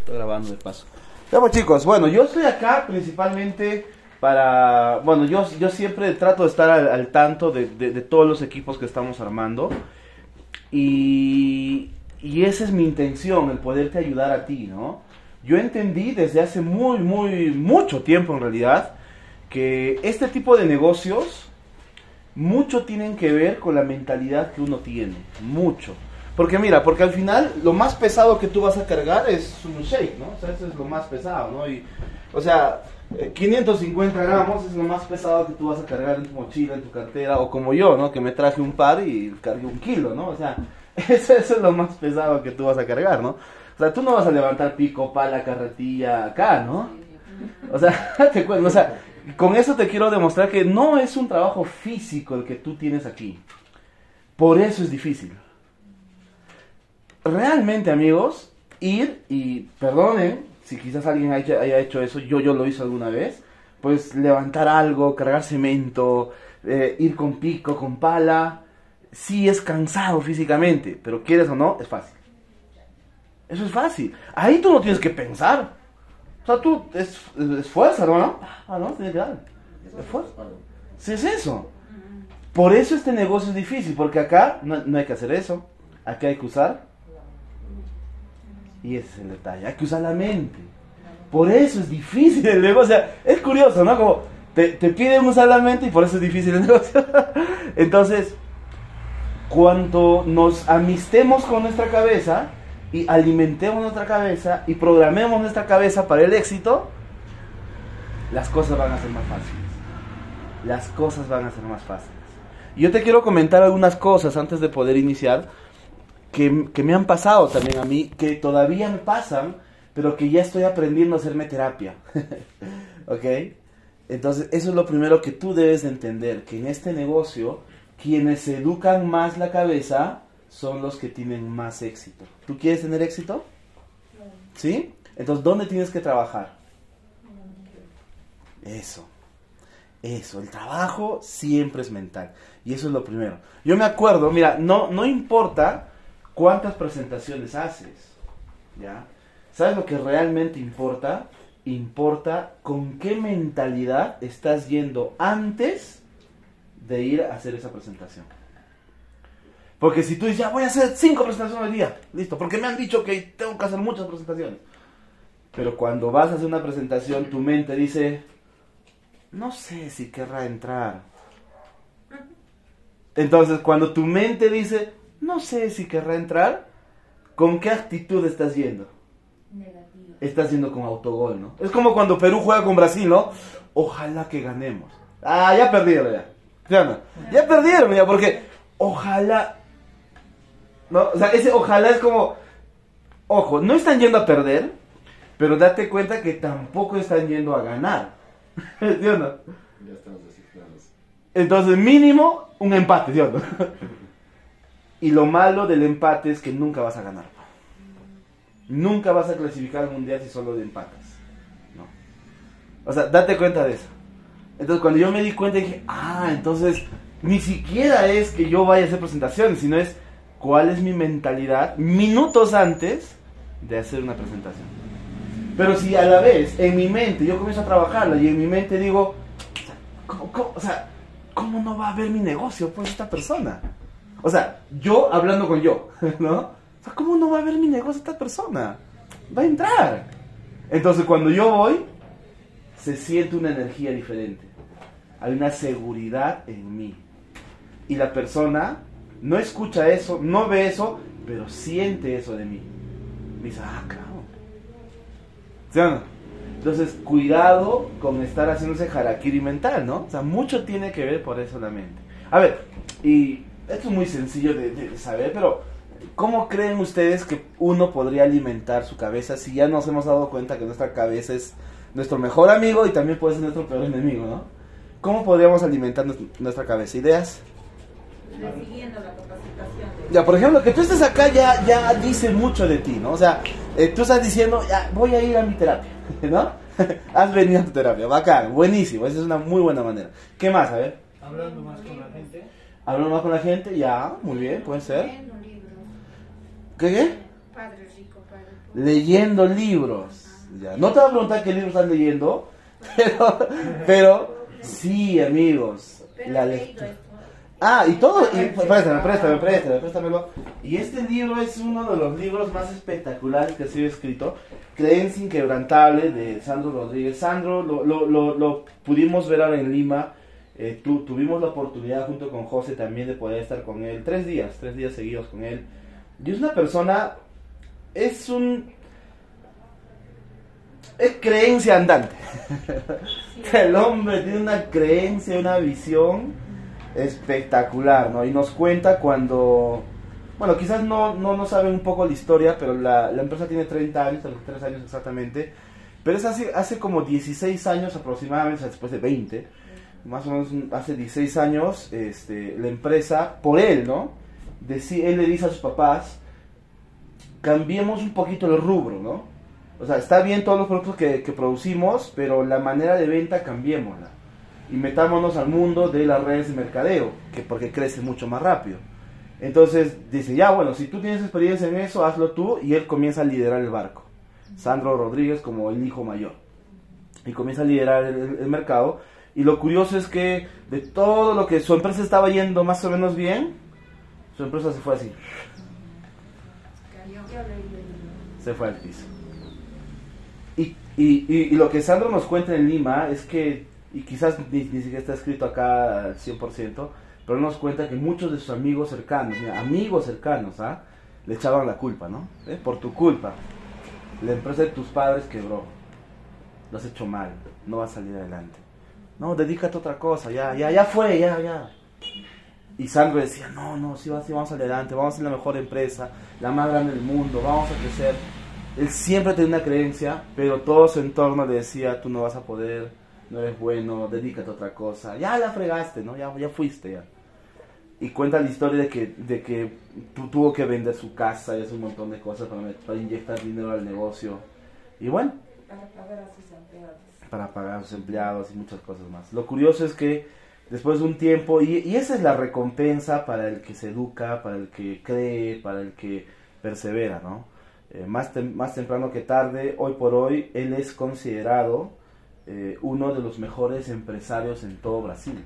Estoy grabando de paso. Ya pues chicos, bueno, yo estoy acá principalmente para... Bueno, yo siempre trato de estar al tanto de todos los equipos que estamos armando. Y esa es mi intención, el poderte ayudar a ti, ¿no? Yo entendí desde hace mucho tiempo en realidad que este tipo de negocios mucho tienen que ver con la mentalidad que uno tiene, mucho. Porque mira, porque al final lo más pesado que tú vas a cargar es un shake, ¿no? O sea, eso es lo más pesado, ¿no? Y, o sea, 550 gramos es lo más pesado que tú vas a cargar en tu mochila, en tu cartera, o como yo, ¿no? Que me traje un par y cargué 1 kilo, ¿no? O sea, eso es lo más pesado que tú vas a cargar, ¿no? O sea, tú no vas a levantar pico, pala, carretilla acá, ¿no? O sea, te cuento, o sea, con eso te quiero demostrar que no es un trabajo físico el que tú tienes aquí. Por eso es difícil. Realmente, amigos, ir y, perdonen, si quizás alguien haya hecho eso, yo lo hice alguna vez, pues levantar algo, cargar cemento, ir con pico, con pala, sí es cansado físicamente, pero quieres o no, es fácil. Eso es fácil. Ahí tú no tienes que pensar. O sea, tú, es fuerza, ¿no? Ah, no, tiene que dar. Es fuerza. Sí, es eso. Por eso este negocio es difícil, porque acá no hay que hacer eso. Aquí hay que usar. Y ese es el detalle, hay que usar la mente. Por eso es difícil el negocio. O sea, es curioso, ¿no? Como te piden usar la mente y por eso es difícil el negocio. Entonces, cuando nos amistemos con nuestra cabeza y alimentemos nuestra cabeza y programemos nuestra cabeza para el éxito, las cosas van a ser más fáciles. Las cosas van a ser más fáciles. Y yo te quiero comentar algunas cosas antes de poder iniciar que me han pasado también a mí, que todavía me pasan, pero que ya estoy aprendiendo a hacerme terapia. ¿Ok? Entonces, eso es lo primero que tú debes de entender, que en este negocio, quienes educan más la cabeza son los que tienen más éxito. ¿Tú quieres tener éxito? ¿Sí? Entonces, ¿dónde tienes que trabajar? Eso, el trabajo siempre es mental. Y eso es lo primero. Yo me acuerdo, mira, no importa cuántas presentaciones haces, ¿ya? ¿Sabes lo que realmente importa? Importa con qué mentalidad estás yendo antes de ir a hacer esa presentación. Porque si tú dices, ya voy a hacer 5 presentaciones al día, listo, porque me han dicho que tengo que hacer muchas presentaciones. Pero cuando vas a hacer una presentación, tu mente dice, no sé si querrá entrar. Entonces, cuando tu mente dice, no sé si querrá entrar, ¿con qué actitud estás yendo? Negativa. Estás yendo con autogol, ¿no? Es como cuando Perú juega con Brasil, ¿no? Ojalá que ganemos. Ah, ya perdieron ya. ¿Sí o no? Ya perdieron ya, porque ojalá... ¿No? O sea, ese ojalá es como... Ojo, no están yendo a perder, pero date cuenta que tampoco están yendo a ganar. ¿Sí o no? Ya estamos descifrados. Entonces, mínimo, un empate, ¿sí o no? Y lo malo del empate es que nunca vas a ganar. Nunca vas a clasificar al mundial si solo de empatas. No. O sea, date cuenta de eso. Entonces, cuando yo me di cuenta, dije, entonces, ni siquiera es que yo vaya a hacer presentaciones, sino es cuál es mi mentalidad minutos antes de hacer una presentación. Pero si a la vez, en mi mente, yo comienzo a trabajarla y en mi mente digo, ¿cómo no va a ver mi negocio pues esta persona? O sea, yo hablando con yo, ¿no? O sea, ¿cómo no va a ver mi negocio esta persona? Va a entrar. Entonces, cuando yo voy, se siente una energía diferente. Hay una seguridad en mí. Y la persona no escucha eso, no ve eso, pero siente eso de mí. Me dice, claro. ¿Sí o no? Entonces, cuidado con estar haciéndose harakiri mental, ¿no? O sea, mucho tiene que ver por eso la mente. A ver, y esto es muy sencillo de saber, pero ¿cómo creen ustedes que uno podría alimentar su cabeza si ya nos hemos dado cuenta que nuestra cabeza es nuestro mejor amigo y también puede ser nuestro peor enemigo, ¿no? ¿Cómo podríamos alimentar nuestra cabeza? ¿Ideas? Siguiendo la capacitación. Ya, por ejemplo, que tú estés acá ya dice mucho de ti, ¿no? O sea, tú estás diciendo, ya, voy a ir a mi terapia, ¿no? Has venido a tu terapia, bacán, buenísimo, esa es una muy buena manera. ¿Qué más? A ver. Hablando más con la gente. Hablando más con la gente, ya, muy bien, puede ser. Leyendo libros. ¿Qué? Padre rico, padre leyendo libros. Ya. No te voy a preguntar qué libros están leyendo, pero sí, amigos. Pero La he leído lectura. esto. Y todo, préstamelo. Y este libro es uno de los libros más espectaculares que ha sido escrito, Creencia Inquebrantable, de Sandro Rodríguez. Sandro lo pudimos ver ahora en Lima. Tuvimos la oportunidad junto con José también de poder estar con él 3 días seguidos con él. Y es una persona, es creencia andante. Sí. El hombre tiene una creencia, una visión espectacular, ¿no? Y nos cuenta cuando, bueno, quizás no saben un poco la historia, pero la empresa tiene 30 años, 33 años exactamente, pero es hace como 16 años aproximadamente, después de 20, más o menos hace 16 años, la empresa, por él, ¿no? Él le dice a sus papás, cambiemos un poquito el rubro, ¿no? O sea, está bien todos los productos que producimos, pero la manera de venta cambiémosla. Y metámonos al mundo de las redes de mercadeo, porque crece mucho más rápido. Entonces dice, ya bueno, si tú tienes experiencia en eso, hazlo tú, y él comienza a liderar el barco. Sandro Rodríguez como el hijo mayor. Y comienza a liderar el mercado. Y lo curioso es que de todo lo que su empresa estaba yendo más o menos bien, su empresa se fue así. Se fue al piso. Y lo que Sandro nos cuenta en Lima es que, y quizás ni siquiera está escrito acá al 100%, pero él nos cuenta que muchos de sus amigos cercanos, le echaban la culpa, ¿no? Por tu culpa, la empresa de tus padres quebró, lo has hecho mal, no vas a salir adelante. No, dedícate a otra cosa, ya fue. Y Sandro decía, no, sí vamos adelante, vamos a ser la mejor empresa, la más grande del mundo, vamos a crecer. Él siempre tenía una creencia, pero todo su entorno le decía, tú no vas a poder, no eres bueno, dedícate a otra cosa, ya la fregaste, ¿no? Ya fuiste, ya. Y cuenta la historia de que tuvo que vender su casa y hacer un montón de cosas para inyectar dinero al negocio. Y bueno, Para pagar a sus empleados. para pagar a sus empleados y muchas cosas más. Lo curioso es que después de un tiempo, y esa es la recompensa para el que se educa, para el que cree, para el que persevera, ¿no? Más temprano que tarde, hoy por hoy, él es considerado uno de los mejores empresarios en todo Brasil.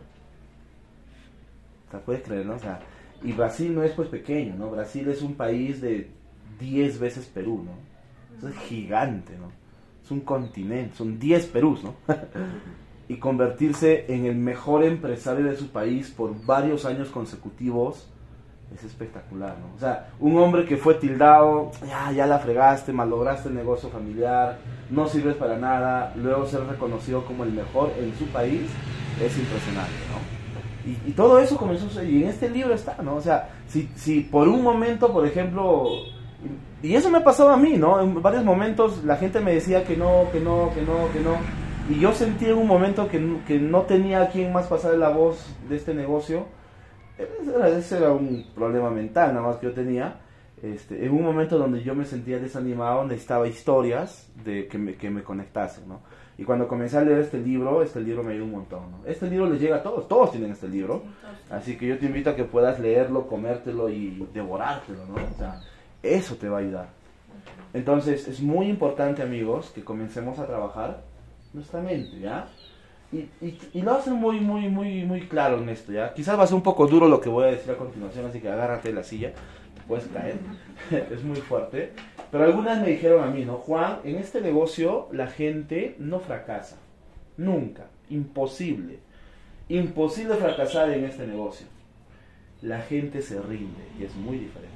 O sea, puedes creer, ¿no? O sea, y Brasil no es pues pequeño, ¿no? Brasil es un país de 10 veces Perú, ¿no? Es gigante, ¿no? Es un continente, son 10 Perús, ¿no? Y convertirse en el mejor empresario de su país por varios años consecutivos es espectacular, ¿no? O sea, un hombre que fue tildado, ya la fregaste, malograste el negocio familiar, no sirves para nada, luego ser reconocido como el mejor en su país, es impresionante, ¿no? Y todo eso comenzó, y en este libro está, ¿no? O sea, si por un momento, por ejemplo, y eso me ha pasado a mí, ¿no? En varios momentos la gente me decía que no, y yo sentí en un momento que no tenía a quien más pasar la voz de este negocio. Ese era un problema mental nada más que yo tenía. En un momento donde yo me sentía desanimado, necesitaba historias que me conectasen, ¿no? Y cuando comencé a leer este libro me ayudó un montón, ¿no? Este libro les llega a todos tienen este libro, así que yo te invito a que puedas leerlo, comértelo y devorártelo, ¿no? O sea, eso te va a ayudar. Entonces es muy importante, amigos, que comencemos a trabajar nuestra mente, ¿ya? Y lo hacen muy claro en esto, ¿ya? Quizás va a ser un poco duro lo que voy a decir a continuación, así que agárrate de la silla, te puedes caer, es muy fuerte. Pero algunas me dijeron a mí, ¿no? Juan, en este negocio la gente no fracasa, nunca, imposible fracasar en este negocio. La gente se rinde y es muy diferente.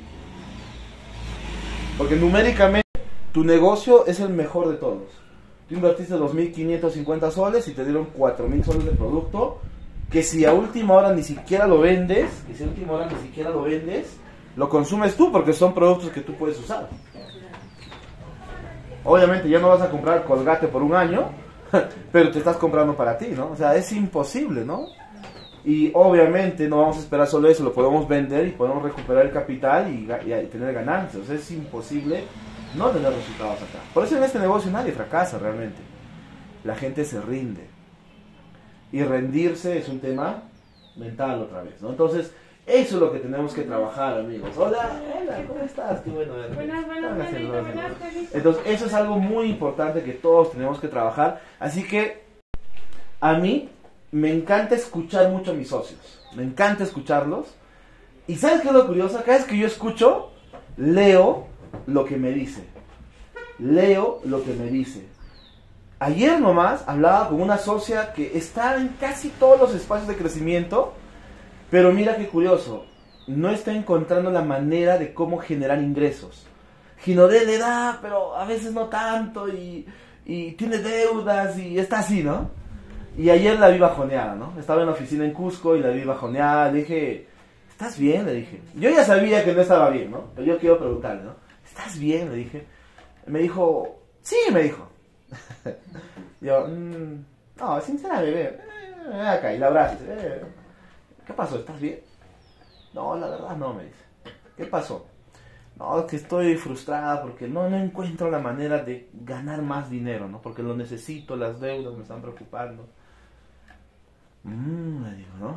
Porque numéricamente tu negocio es el mejor de todos. Tú invertiste 2.550 soles y te dieron 4.000 soles de producto, que si a última hora ni siquiera lo vendes, lo consumes tú porque son productos que tú puedes usar. Obviamente ya no vas a comprar Colgate por un año, pero te estás comprando para ti, ¿no? O sea, es imposible, ¿no? Y obviamente no vamos a esperar solo eso, lo podemos vender y podemos recuperar el capital y tener ganancias. O sea, es imposible no tener resultados acá. Por eso en este negocio nadie fracasa realmente. La gente se rinde. Y rendirse es un tema mental otra vez, ¿no? Entonces, Eso es lo que tenemos que trabajar, amigos. Hola, hola, ¿cómo estás? Qué bueno verte. Buenas, Pedrito, buenas, Pedrito. Entonces, eso es algo muy importante que todos tenemos que trabajar. Así que, a mí, me encanta escuchar mucho a mis socios. Me encanta escucharlos. Y ¿sabes qué es lo curioso? Cada vez que yo escucho, leo lo que me dice. Leo lo que me dice. Ayer nomás hablaba con una socia que está en casi todos los espacios de crecimiento. Pero mira qué curioso, no está encontrando la manera de cómo generar ingresos. Ginodé le da, pero a veces no tanto, y tiene deudas, y está así, ¿no? Y ayer la vi bajoneada, ¿no? Estaba en la oficina en Cusco y la vi bajoneada, le dije, ¿estás bien? Le dije. Yo ya sabía que no estaba bien, ¿no? Pero yo quiero preguntarle, ¿no? ¿Estás bien? Le dije. Me dijo, sí, me dijo. Yo, no, sincera, bebé, ven acá, y la abrazo. ¿Qué pasó? ¿Estás bien? No, la verdad no, me dice. ¿Qué pasó? No, es que estoy frustrada porque no encuentro la manera de ganar más dinero, ¿no? Porque lo necesito, las deudas me están preocupando. Me digo, ¿no?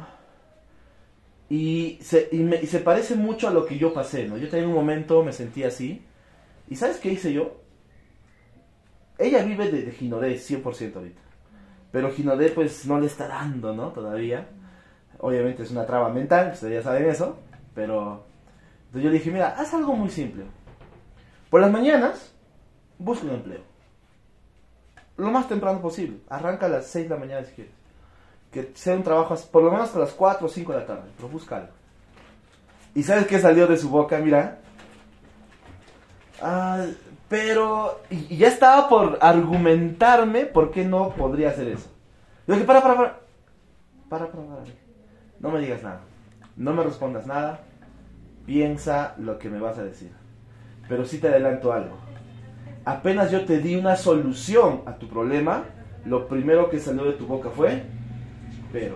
Y se parece mucho a lo que yo pasé, ¿no? Yo también en un momento me sentí así. ¿Y sabes qué hice yo? Ella vive de Ginodé 100% ahorita. Pero Ginodé pues no le está dando, ¿no? Todavía. Obviamente es una traba mental, ustedes ya saben eso, pero entonces yo le dije, mira, haz algo muy simple. Por las mañanas, busca un empleo. Lo más temprano posible. Arranca a las 6 de la mañana si quieres. Que sea un trabajo por lo menos hasta las 4 o 5 de la tarde, pero busca algo. ¿Y sabes qué salió de su boca? Mira. Pero... Y ya estaba por argumentarme por qué no podría hacer eso. Yo dije, para. No me digas nada, no me respondas nada, piensa lo que me vas a decir. Pero sí te adelanto algo. Apenas yo te di una solución a tu problema, lo primero que salió de tu boca fue, pero.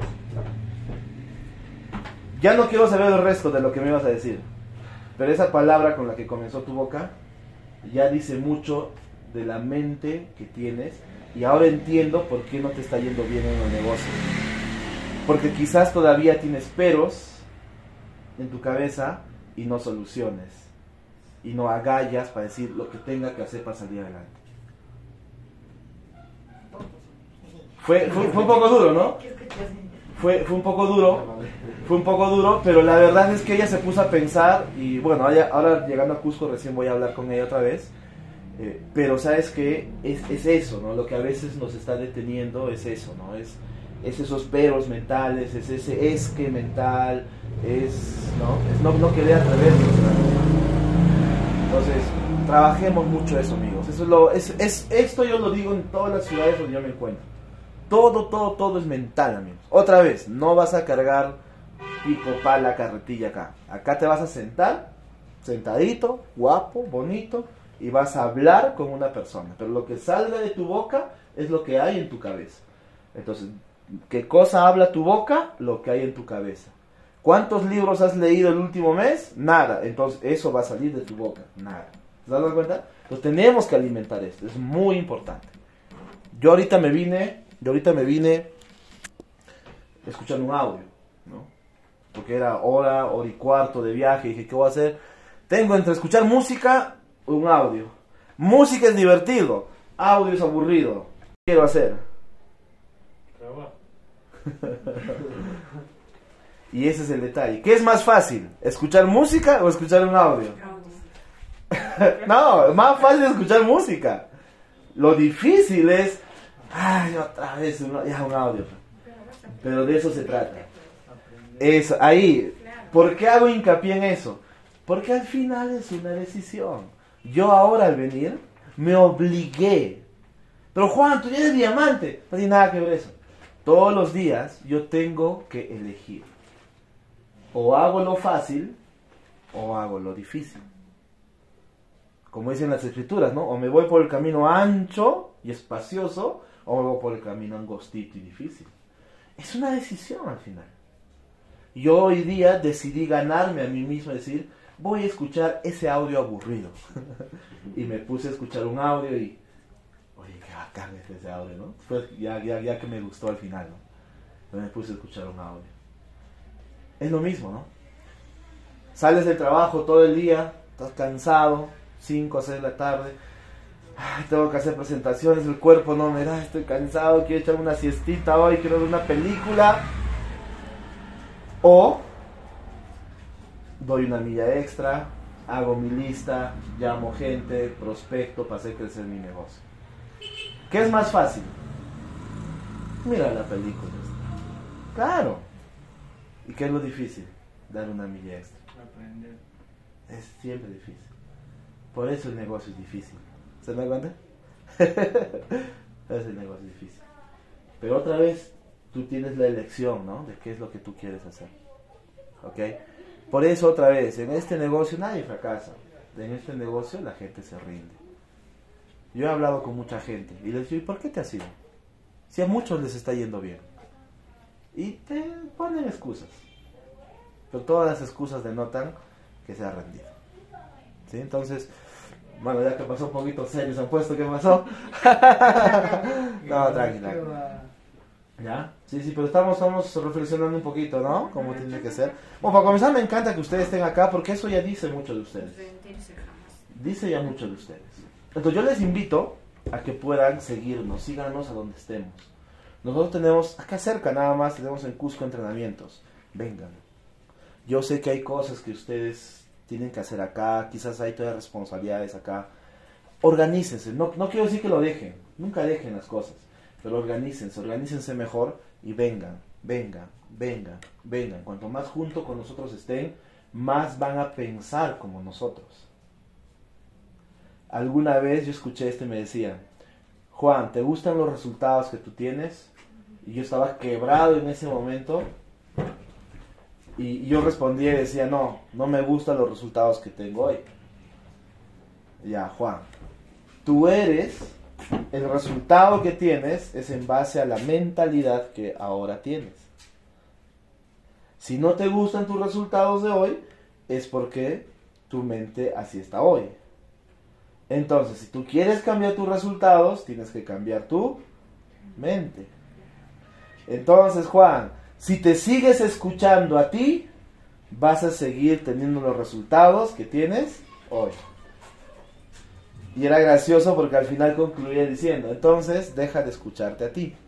Ya no quiero saber el resto de lo que me ibas a decir. Pero esa palabra con la que comenzó tu boca, ya dice mucho de la mente que tienes. Y ahora entiendo por qué no te está yendo bien en los negocios. Porque quizás todavía tienes peros en tu cabeza y no soluciones. Y no agallas para decir lo que tenga que hacer para salir adelante. Fue un poco duro, ¿no? Fue un poco duro, pero la verdad es que ella se puso a pensar. Y bueno, ahora llegando a Cusco recién voy a hablar con ella otra vez. Pero sabes que es eso, ¿no? Lo que a veces nos está deteniendo es eso, ¿no? Es esos peros mentales, es ese que mental, es no querer atrevernos. Entonces, trabajemos mucho eso, amigos. Esto yo lo digo en todas las ciudades donde yo me encuentro. Todo es mental, amigos. Otra vez, no vas a cargar pico, pala, carretilla acá. Acá te vas a sentar, sentadito, guapo, bonito, y vas a hablar con una persona. Pero lo que salga de tu boca es lo que hay en tu cabeza. Entonces, ¿qué cosa habla tu boca? Lo que hay en tu cabeza. ¿Cuántos libros has leído el último mes? Nada. Entonces eso va a salir de tu boca. Nada. ¿Te das cuenta? Entonces tenemos que alimentar esto. Es muy importante. Yo ahorita me vine escuchando un audio, ¿no? Porque era hora y cuarto de viaje. Y dije, ¿qué voy a hacer? Tengo entre escuchar música o un audio. Música es divertido. Audio es aburrido. ¿Qué quiero hacer? Y ese es el detalle. ¿Qué es más fácil? ¿Escuchar música o escuchar un audio? No, más fácil escuchar música. Lo difícil es otra vez un audio. Pero de eso se trata. Eso, ahí. ¿Por qué hago hincapié en eso? Porque al final es una decisión. Yo ahora al venir me obligué. Pero Juan, tú ya eres diamante. No tiene nada que ver eso. Todos los días yo tengo que elegir. O hago lo fácil o hago lo difícil. Como dicen las escrituras, ¿no? O me voy por el camino ancho y espacioso, o me voy por el camino angostito y difícil. Es una decisión al final. Yo hoy día decidí ganarme a mí mismo, decir, voy a escuchar ese audio aburrido. Y me puse a escuchar un audio y, oye, qué bacán es ese audio, ¿no? Fue ya que me gustó al final, ¿no? Pero me puse a escuchar un audio. Es lo mismo, ¿no? Sales del trabajo todo el día, estás cansado, 5 o 6 de la tarde. Ay, tengo que hacer presentaciones, el cuerpo no me da, estoy cansado, quiero echar una siestita hoy, quiero ver una película. O doy una milla extra, hago mi lista, llamo gente, prospecto para hacer crecer mi negocio. ¿Qué es más fácil? Mira la película. Claro. ¿Y qué es lo difícil? Dar una milla extra. Aprender. Es siempre difícil. Por eso el negocio es difícil. ¿Se me da cuenta? Es el negocio difícil. Pero otra vez, tú tienes la elección, ¿no? De qué es lo que tú quieres hacer. ¿Ok? Por eso otra vez, en este negocio nadie fracasa. En este negocio la gente se rinde. Yo he hablado con mucha gente y les digo, ¿y por qué te has ido? Si a muchos les está yendo bien. Y te ponen excusas. Pero todas las excusas denotan que se ha rendido. ¿Sí? Entonces, bueno, ya que pasó un poquito serio, se han puesto, ¿qué pasó? No, tranquila. ¿Ya? Sí, pero estamos reflexionando un poquito, ¿no? Como tiene que ser. Bueno, para comenzar me encanta que ustedes estén acá porque eso ya dice mucho de ustedes. Dice ya mucho de ustedes. Entonces yo les invito a que puedan seguirnos, síganos a donde estemos. Nosotros tenemos, acá cerca nada más, tenemos en Cusco entrenamientos. Vengan. Yo sé que hay cosas que ustedes tienen que hacer acá, quizás hay todas las responsabilidades acá. Organícense, no quiero decir que lo dejen, nunca dejen las cosas, pero organícense mejor y vengan. Cuanto más junto con nosotros estén, más van a pensar como nosotros. Alguna vez yo escuché esto y me decían, Juan, ¿te gustan los resultados que tú tienes? Y yo estaba quebrado en ese momento. Y yo respondía y decía, no me gustan los resultados que tengo hoy. Ya, Juan, tú eres, el resultado que tienes es en base a la mentalidad que ahora tienes. Si no te gustan tus resultados de hoy, es porque tu mente así está hoy. Entonces, si tú quieres cambiar tus resultados, tienes que cambiar tu mente. Entonces, Juan, si te sigues escuchando a ti, vas a seguir teniendo los resultados que tienes hoy. Y era gracioso porque al final concluía diciendo, entonces, deja de escucharte a ti.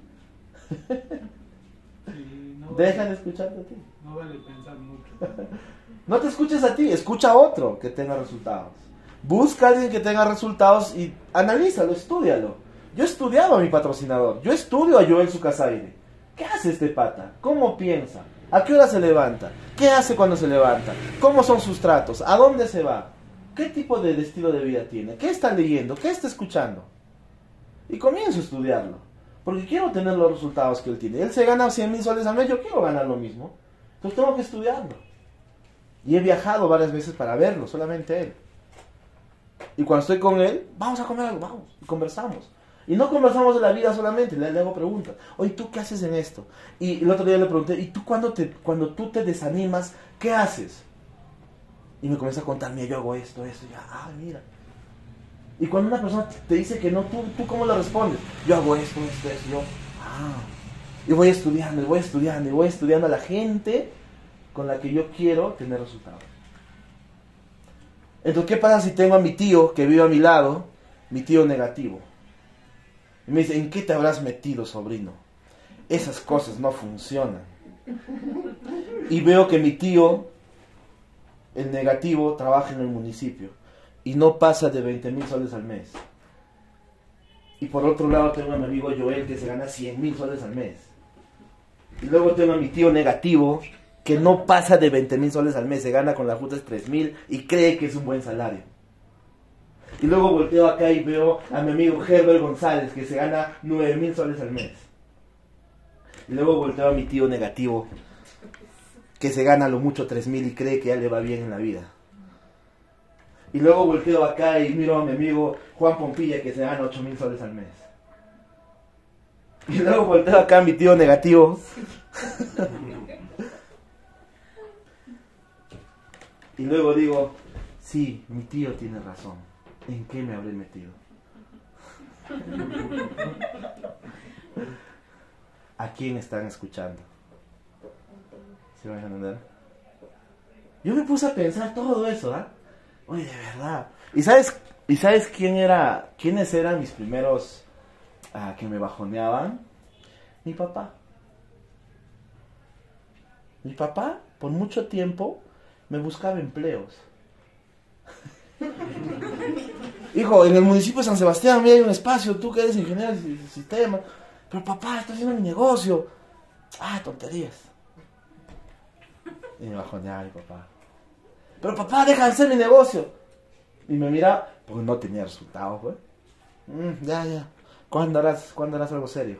Sí, Deja de escucharte a ti. No vale pensar mucho. No te escuches a ti, escucha a otro que tenga resultados. Busca a alguien que tenga resultados y analízalo, estúdialo. Yo he estudiado a mi patrocinador, yo estudio a Joel Sucasaire. ¿Qué hace este pata? ¿Cómo piensa? ¿A qué hora se levanta? ¿Qué hace cuando se levanta? ¿Cómo son sus tratos? ¿A dónde se va? ¿Qué tipo de estilo de vida tiene? ¿Qué está leyendo? ¿Qué está escuchando? Y comienzo a estudiarlo, porque quiero tener los resultados que él tiene. Él se gana 100,000 soles al mes, yo quiero ganar lo mismo. Entonces tengo que estudiarlo. Y he viajado varias veces para verlo, solamente él. Y cuando estoy con él, vamos a comer algo, vamos, y conversamos. Y no conversamos de la vida solamente, le hago preguntas. Oye, ¿tú qué haces en esto? Y el otro día le pregunté, ¿y tú cuando tú te desanimas, qué haces? Y me comienza a contar, mira, yo hago esto, ya, mira. Y cuando una persona te dice que no, ¿tú cómo le respondes? Yo hago esto, yo, Y voy estudiando a la gente con la que yo quiero tener resultados. Entonces, ¿qué pasa si tengo a mi tío que vive a mi lado, mi tío negativo? Y me dice, ¿en qué te habrás metido, sobrino? Esas cosas no funcionan. Y veo que mi tío, el negativo, trabaja en el municipio y no pasa de 20,000 soles al mes. Y por otro lado tengo a mi amigo Joel que se gana 100,000 soles al mes. Y luego tengo a mi tío negativo que no pasa de 20,000 soles al mes, se gana con las rutas 3,000 y cree que es un buen salario. Y luego volteo acá y veo a mi amigo Herbert González que se gana 9,000 soles al mes. Y luego volteo a mi tío negativo que se gana a lo mucho 3,000 y cree que ya le va bien en la vida. Y luego volteo acá y miro a mi amigo Juan Pompilla que se gana 8,000 soles al mes. Y luego volteo acá a mi tío negativo. Y luego digo, sí, mi tío tiene razón. ¿En qué me habré metido? ¿A quién están escuchando? ¿Se van a entender? Yo me puse a pensar todo eso, ¿ah? Oye, de verdad. ¿Y sabes quiénes eran mis primeros que me bajoneaban? Mi papá. Mi papá, por mucho tiempo, me buscaba empleos. Hijo, en el municipio de San Sebastián, mira, hay un espacio, tú que eres ingeniero de sistema. Pero papá, estoy haciendo mi negocio. Tonterías. Y me bajoneaba mi papá. Pero papá, deja de hacer mi negocio. Y me mira, porque no tenía resultados, pues. Ya. ¿Cuándo harás algo serio?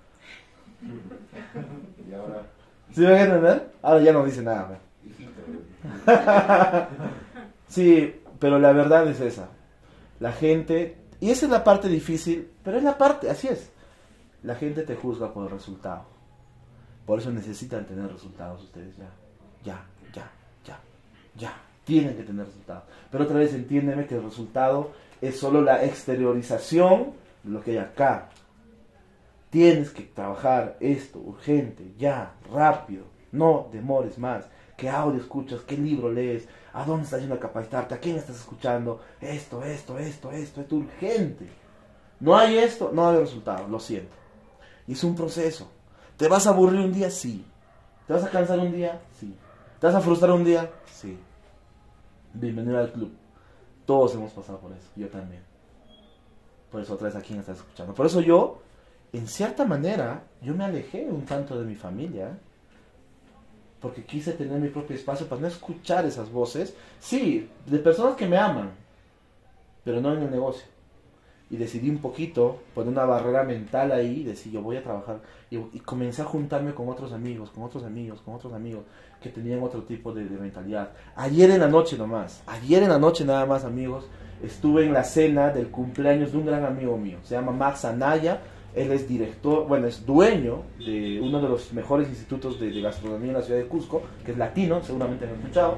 Y ahora, ¿Sí me van a entender? Ahora ya no dice nada, pues. hijito, Sí, pero la verdad es esa. La gente, y esa es la parte difícil, pero es la parte, así es. La gente te juzga por el resultado. Por eso necesitan tener resultados ustedes ya. Tienen que tener resultados. Pero otra vez entiéndeme que el resultado es solo la exteriorización de lo que hay acá. Tienes que trabajar esto, urgente, ya, rápido. No demores más. ¿Qué audio escuchas? ¿Qué libro lees? ¿A dónde estás yendo a capacitarte? ¿A quién estás escuchando? Esto, es urgente. No hay esto, no hay resultado, lo siento. Y es un proceso. ¿Te vas a aburrir un día? Sí. ¿Te vas a cansar un día? Sí. ¿Te vas a frustrar un día? Sí. Bienvenido al club. Todos hemos pasado por eso, yo también. Por eso otra vez a quién estás escuchando. Por eso yo, en cierta manera, yo me alejé un tanto de mi familia. Porque quise tener mi propio espacio para no escuchar esas voces. Sí, de personas que me aman, pero no en el negocio. Y decidí un poquito poner una barrera mental ahí y decir, yo voy a trabajar. Y comencé a juntarme con otros amigos que tenían otro tipo de mentalidad. Ayer en la noche nada más, amigos, estuve en la cena del cumpleaños de un gran amigo mío. Se llama Max Anaya. Él es director, es dueño de uno de los mejores institutos de gastronomía en la ciudad de Cusco, que es latino, seguramente han escuchado.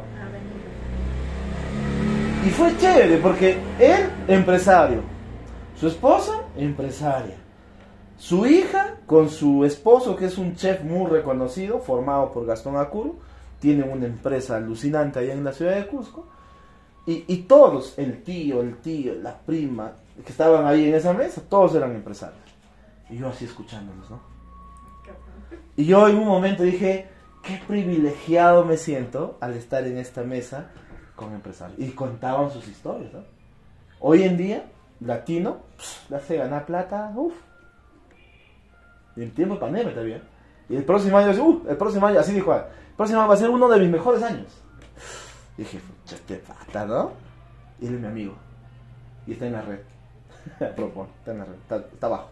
Y fue chévere porque él, empresario, su esposa, empresaria, su hija con su esposo, que es un chef muy reconocido, formado por Gastón Acuru, tiene una empresa alucinante allá en la ciudad de Cusco, y todos, el tío, la prima, que estaban ahí en esa mesa, todos eran empresarios. Y yo así escuchándolos, ¿no? Y yo en un momento dije, qué privilegiado me siento al estar en esta mesa con empresarios. Y contaban sus historias, ¿no? Hoy en día, latino, le hace ganar plata, Y en tiempo de pandemia también. Y el próximo año, así dijo, el próximo año va a ser uno de mis mejores años. Y dije, qué pata, ¿no? Y él es mi amigo. Y está en la red. Está en la red, está abajo.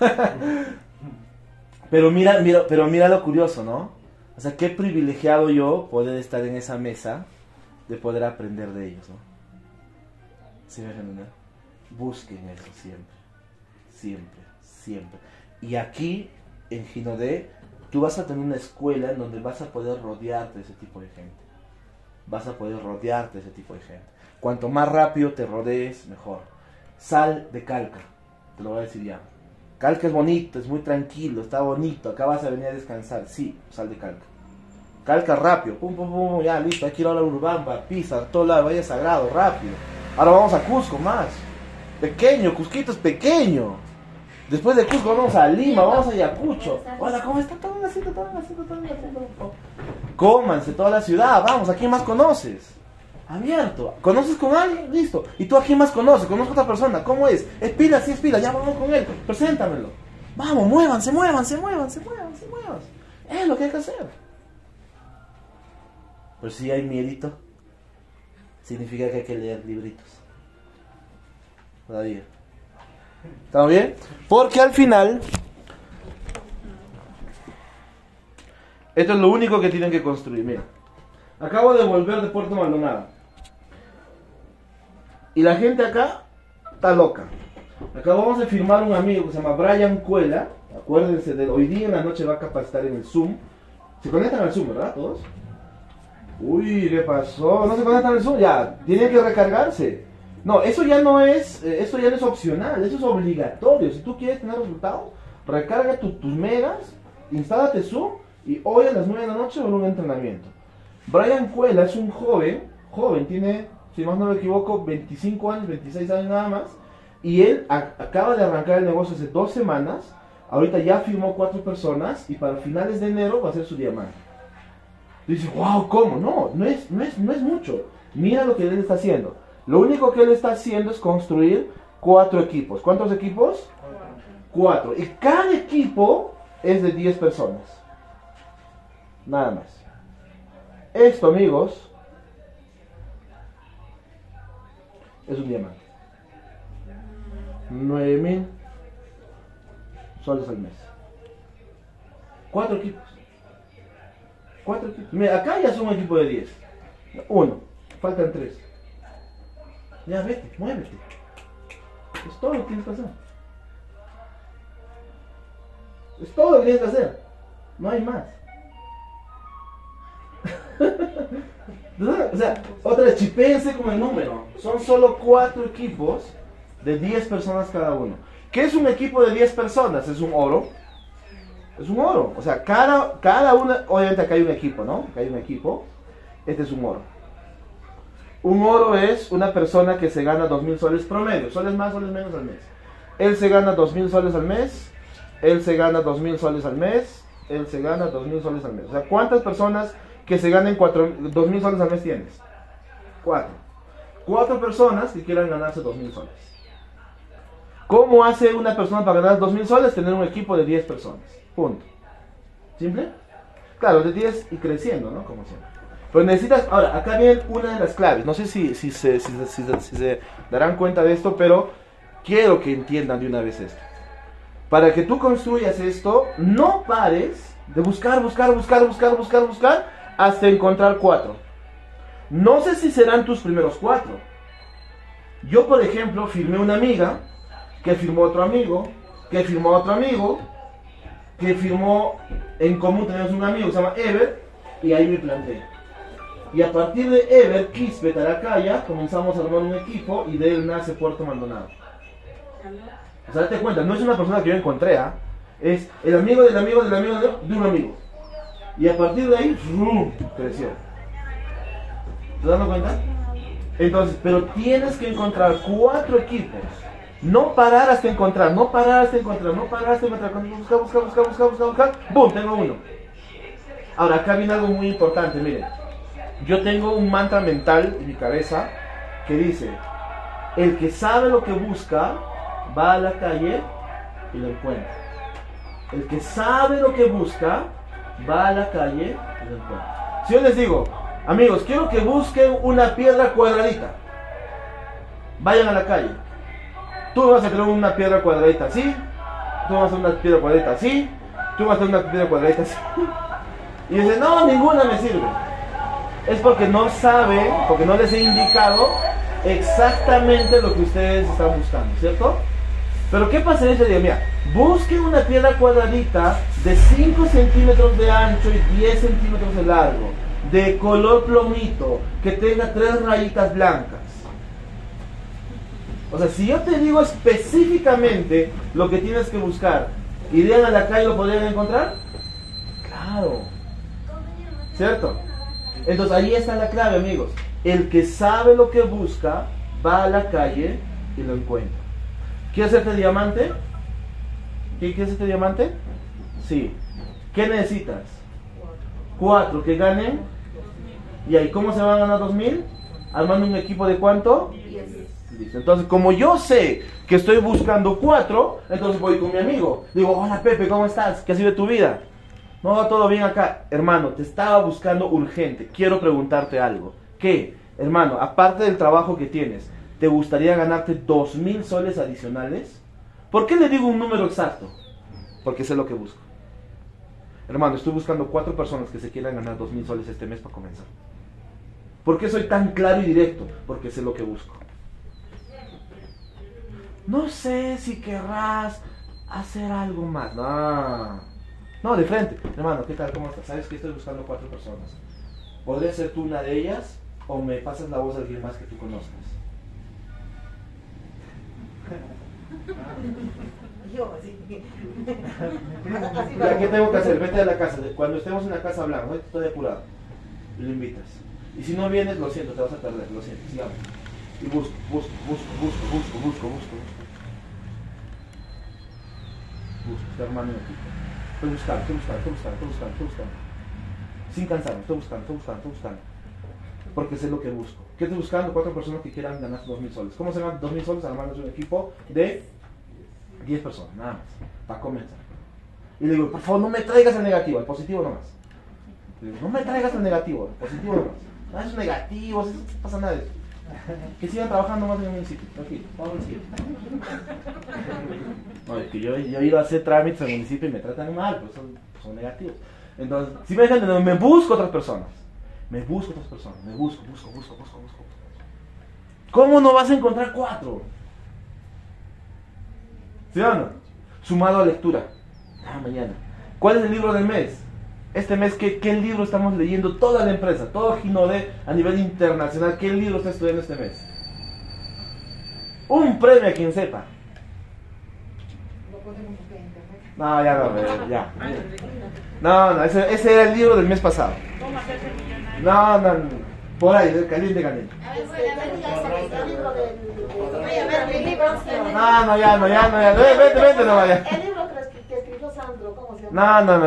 Pero mira lo curioso, ¿no? O sea, qué privilegiado yo poder estar en esa mesa, de poder aprender de ellos, ¿no? ¿Sí me entienden? Busquen eso siempre. Y aquí, en Ginodé, tú vas a tener una escuela en donde vas a poder rodearte de ese tipo de gente. Cuanto más rápido te rodees, mejor. Sal de Calca, te lo voy a decir ya. Calca es bonito, es muy tranquilo, está bonito, acá vas a venir a descansar. Sí, sal de Calca. Calca rápido, pum, ya listo, hay que ir a la Urubamba, Pisa, todo lado, Valle Sagrado, rápido. Ahora vamos a Cusco más. Pequeño, Cusquito es pequeño. Después de Cusco vamos a Lima, vamos a Ayacucho. Hola, ¿cómo está? Todo haciendo. Cómanse toda la ciudad, vamos, ¿a quién más conoces? Abierto. ¿Conoces con alguien? Listo. ¿Y tú a quién más conoces? ¿Conozco a otra persona? ¿Cómo es? ¿Es pila? Sí es pila. Ya vamos con él. Preséntamelo. Vamos, muévanse. Es lo que hay que hacer. Pues si hay miedito, significa que hay que leer libritos. Todavía. ¿Estamos bien? Porque al final, esto es lo único que tienen que construir. Mira, acabo de volver de Puerto Maldonado. Y la gente acá está loca. Acabamos de firmar un amigo que se llama Brian Cuela. Acuérdense de hoy día en la noche va a capacitar en el Zoom. ¿Se conectan al Zoom, verdad? ¿Todos? Uy, ¿qué pasó? ¿No se conectan al Zoom? Ya, tienen que recargarse. No, eso ya no es opcional, eso es obligatorio. Si tú quieres tener resultados, recarga tus megas, instálate Zoom y hoy a las 9 de la noche va a haber un entrenamiento. Brian Cuela es un joven, tiene, si más no me equivoco, 25 años, 26 años nada más, y él acaba de arrancar el negocio hace 2 semanas, ahorita ya firmó 4 personas, y para finales de enero va a ser su diamante. Y dices, wow, ¿cómo? No es mucho. Mira lo que él está haciendo. Lo único que él está haciendo es construir 4 equipos. ¿Cuántos equipos? 4. Y cada equipo es de 10 personas. Nada más. Esto, amigos, es un diamante. 9.000 soles al mes. 4 equipos. 4 equipos. Mira, acá ya es un equipo de 10. 1. Faltan 3. Ya vete, muévete. Es todo lo que tienes que hacer. Es todo lo que tienes que hacer. No hay más. O sea, otra vez, chipéense con el número. Son solo 4 equipos de 10 personas cada uno. ¿Qué es un equipo de 10 personas? Es un oro. Es un oro. O sea, cada una, obviamente acá hay un equipo, ¿no? Acá hay un equipo. Este es un oro. Un oro es una persona que se gana 2.000 soles promedio. Soles más, soles menos al mes. Él se gana 2.000 soles al mes. Él se gana 2.000 soles al mes. Él se gana 2.000 soles al mes. O sea, ¿cuántas personas que se ganen 2.000 soles al mes tienes? 4. 4 personas que quieran ganarse 2.000 soles. ¿Cómo hace una persona para ganar 2.000 soles? Tener un equipo de 10 personas. Punto. ¿Simple? Claro, de 10 y creciendo, ¿no? Como siempre. Pero necesitas... Ahora, acá viene una de las claves. No sé si se darán cuenta de esto, pero quiero que entiendan de una vez esto. Para que tú construyas esto, no pares de buscar hasta encontrar 4. No sé si serán tus primeros 4. Yo, por ejemplo, firmé una amiga, que firmó otro amigo, que firmó otro amigo, que firmó en común. Tenemos un amigo que se llama Ever, y ahí me planté. Y a partir de Ever, Kispet, Aracaya, comenzamos a armar un equipo, y de él nace Puerto Maldonado. O sea, date cuenta, no es una persona que yo encontré, ¿ah? Es el amigo del amigo del amigo de un amigo. Y a partir de ahí, ¡rum!, creció. ¿Te das cuenta? Entonces, pero tienes que encontrar 4 equipos. No parar hasta encontrar, buscar. ¡Bum! Tengo uno. Ahora, acá viene algo muy importante, miren. Yo tengo un mantra mental en mi cabeza que dice: el que sabe lo que busca, va a la calle y lo encuentra. El que sabe lo que busca, va a la calle y lo encuentra. Si yo les digo, amigos, quiero que busquen una piedra cuadradita, vayan a la calle. Tú vas a tener una piedra cuadradita así, tú vas a hacer una piedra cuadradita así, tú vas a hacer una piedra cuadradita así. Y dicen, no, ninguna me sirve. Es porque no saben, porque no les he indicado exactamente lo que ustedes están buscando, ¿cierto? Pero ¿qué pasa en ese día? Mira, busquen una piedra cuadradita de 5 centímetros de ancho y 10 centímetros de largo, de color plomito, que tenga 3 rayitas blancas. O sea, si yo te digo específicamente lo que tienes que buscar, ¿irían a la calle y lo podrían encontrar? Claro. ¿Cierto? Entonces ahí está la clave, amigos. El que sabe lo que busca, va a la calle y lo encuentra. ¿Quieres este diamante? ¿Quieres este diamante? Sí. ¿Qué necesitas? 4 que ganen. ¿Y ahí cómo se van a ganar 2.000? Armando un equipo de ¿cuánto? 10. Listo. Entonces, como yo sé que estoy buscando 4, entonces voy con mi amigo. Digo, hola Pepe, ¿cómo estás? ¿Qué ha sido de tu vida? No, todo bien acá. Hermano, te estaba buscando urgente. Quiero preguntarte algo. ¿Qué? Hermano, aparte del trabajo que tienes, ¿te gustaría ganarte 2.000 soles adicionales? ¿Por qué le digo un número exacto? Porque sé lo que busco. Hermano, estoy buscando 4 personas que se quieran ganar 2.000 soles este mes para comenzar. ¿Por qué soy tan claro y directo? Porque sé lo que busco. No sé si querrás hacer algo más. No, de frente. Hermano, ¿qué tal? ¿Cómo estás? ¿Sabes que estoy buscando 4 personas? ¿Podría ser tú una de ellas? ¿O me pasas la voz a alguien más que tú conozcas? Yo, así. Ya, ¿qué tengo que hacer? Vete a la casa. Cuando estemos en la casa hablamos. Estoy apurado. y lo invitas. Y si no vienes, lo siento, te vas a perder, lo siento, sigamos. Y busco. Busco, este hermano en equipo. Estoy buscando. Sin cansarme, estoy buscando. Porque sé lo que busco. ¿Qué estoy buscando? 4 personas que quieran ganar 2.000 soles. ¿Cómo se llama 2.000 soles? Armando un equipo de 10 personas, nada más, para comenzar. Y le digo, por favor, no me traigas el negativo, el positivo nomás. Le digo, no me traigas el negativo, el positivo nomás. No, es negativo, no pasa nada de eso. Que sigan trabajando más en el municipio. Tranquilo, vamos al siguiente. No, es que yo he ido a hacer trámites al municipio y me tratan mal, pues son negativos. Entonces, si me dejan entender, me busco otras personas. Me busco. ¿Cómo no vas a encontrar 4? ¿Sí o no? Sumado a lectura. Mañana. ¿Cuál es el libro del mes? Este mes, ¿qué libro estamos leyendo? Toda la empresa, todo Ginode a nivel internacional. ¿Qué libro está estudiando este mes? Un premio a quien sepa. No, ya. No, ese era el libro del mes pasado. ¿Cómo hacerse millonario? No, por ahí, caliente. El libro No, ya. Vete, no vaya. El libro que escribió Sandro, ¿cómo se llama? No.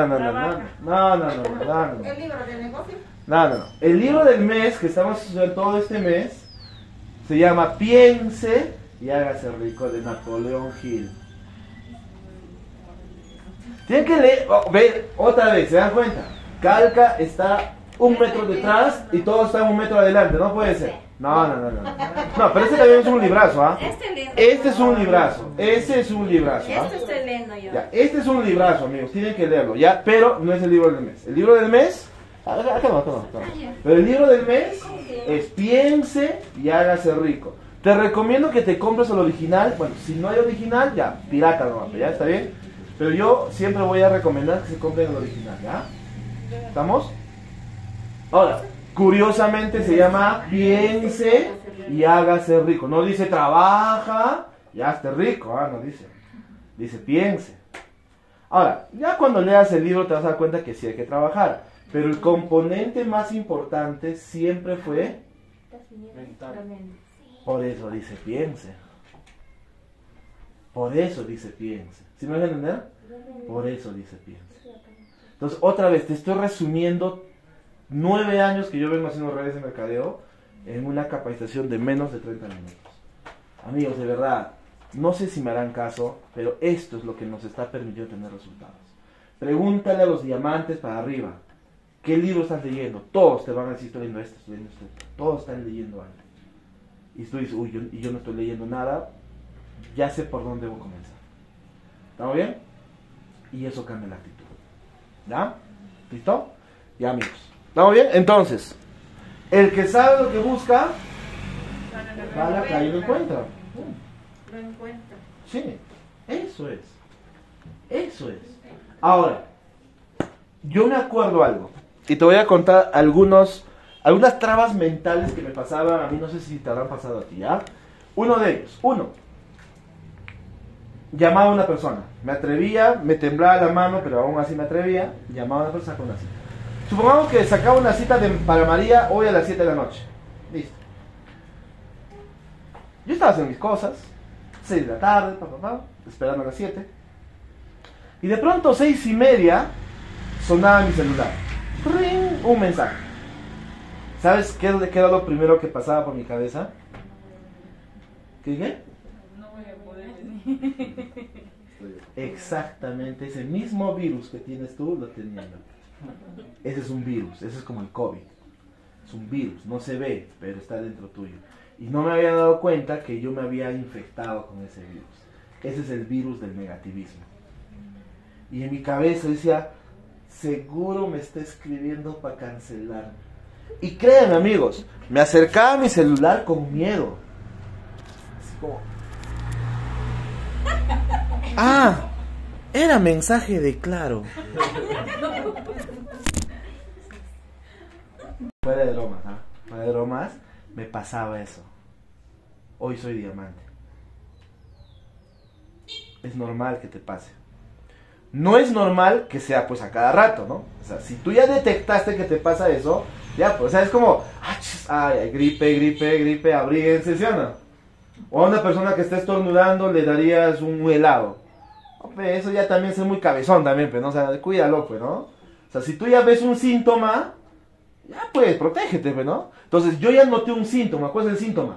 ¿El libro de negocio? No. El libro del mes que estamos estudiando todo este mes se llama Piense y hágase rico, de Napoleón Hill. Tienen que leer, ver otra vez, ¿se dan cuenta? Calca está 1 metro detrás y todo está 1 metro adelante, no puede ser. No, pero este también es un librazo, ¿ah? Este es un librazo, ese es un librazo, ¿ah? Esto estoy leyendo yo. Ya, este es un librazo, amigos, tienen que leerlo, ya, pero no es el libro del mes. El libro del mes, acá no. Pero el libro del mes es Piense y hágase rico. Te recomiendo que te compres el original. Bueno, si no hay original, ya, pirata nomás, ¿ya? ¿Está bien? Pero yo siempre voy a recomendar que se compren el original, ¿ya? ¿Estamos? Ahora, curiosamente se llama Piense y hágase rico. No dice trabaja y hazte rico, no dice. Dice piense. Ahora, ya cuando leas el libro te vas a dar cuenta que sí hay que trabajar. Pero el componente más importante siempre fue Mental. por eso dice piense. Por eso dice piense. ¿Sí me van a entender? Por eso dice piense. Entonces, otra vez, te estoy resumiendo 9 años que yo vengo haciendo redes de mercadeo en una capacitación de menos de 30 minutos. Amigos, de verdad, no sé si me harán caso, pero esto es lo que nos está permitiendo tener resultados. Pregúntale a los diamantes para arriba, ¿qué libro estás leyendo? Todos te van a decir, estoy leyendo esto. Todos están leyendo algo. Y tú dices, yo no estoy leyendo nada, ya sé por dónde debo comenzar. ¿Estamos bien? Y eso cambia la actitud. ¿Ya? ¿Listo? Ya, amigos. ¿Estamos bien? Entonces, el que sabe lo que busca, va a la calle y lo encuentra. Lo encuentro. Sí, eso es. Ahora, yo me acuerdo algo, y te voy a contar algunas trabas mentales que me pasaban a mí, no sé si te habrán pasado a ti, ¿ya? Uno de ellos, llamaba a una persona, me atrevía, me temblaba la mano, pero aún así me atrevía, llamaba a una persona con una cita. Supongamos que sacaba una cita para María hoy a las 7 de la noche. Listo. Yo estaba haciendo mis cosas, 6 de la tarde, esperando a las 7. Y de pronto, 6:30, sonaba mi celular. ¡Ring! Un mensaje. ¿Sabes qué era lo primero que pasaba por mi cabeza? ¿Qué? No voy a poder venir. Exactamente, ese mismo virus que tienes tú, lo tenía yo. Ese es un virus, ese es como el COVID. Es un virus, no se ve, pero está dentro tuyo. Y no me había dado cuenta que yo me había infectado con ese virus. Ese es el virus del negativismo. Y en mi cabeza decía, seguro me está escribiendo para cancelarme. Y créanme, amigos, me acercaba a mi celular con miedo. Así como... era mensaje de Claro. Fuera de bromas, fuera de bromas, me pasaba eso. Hoy soy diamante. Es normal que te pase. No es normal que sea pues a cada rato, ¿no? O sea, si tú ya detectaste que te pasa eso, Ya, pues, o sea, es como, ay, gripe, abríguense, ¿sí o no? O a una persona que está estornudando le darías un helado. Pues eso ya también es muy cabezón también, pues, ¿no? O sea, cuídalo, pues, ¿no? O sea, si tú ya ves un síntoma, ya pues, protégete, pues, ¿no? Entonces, yo ya noté un síntoma. ¿Cuál es el síntoma?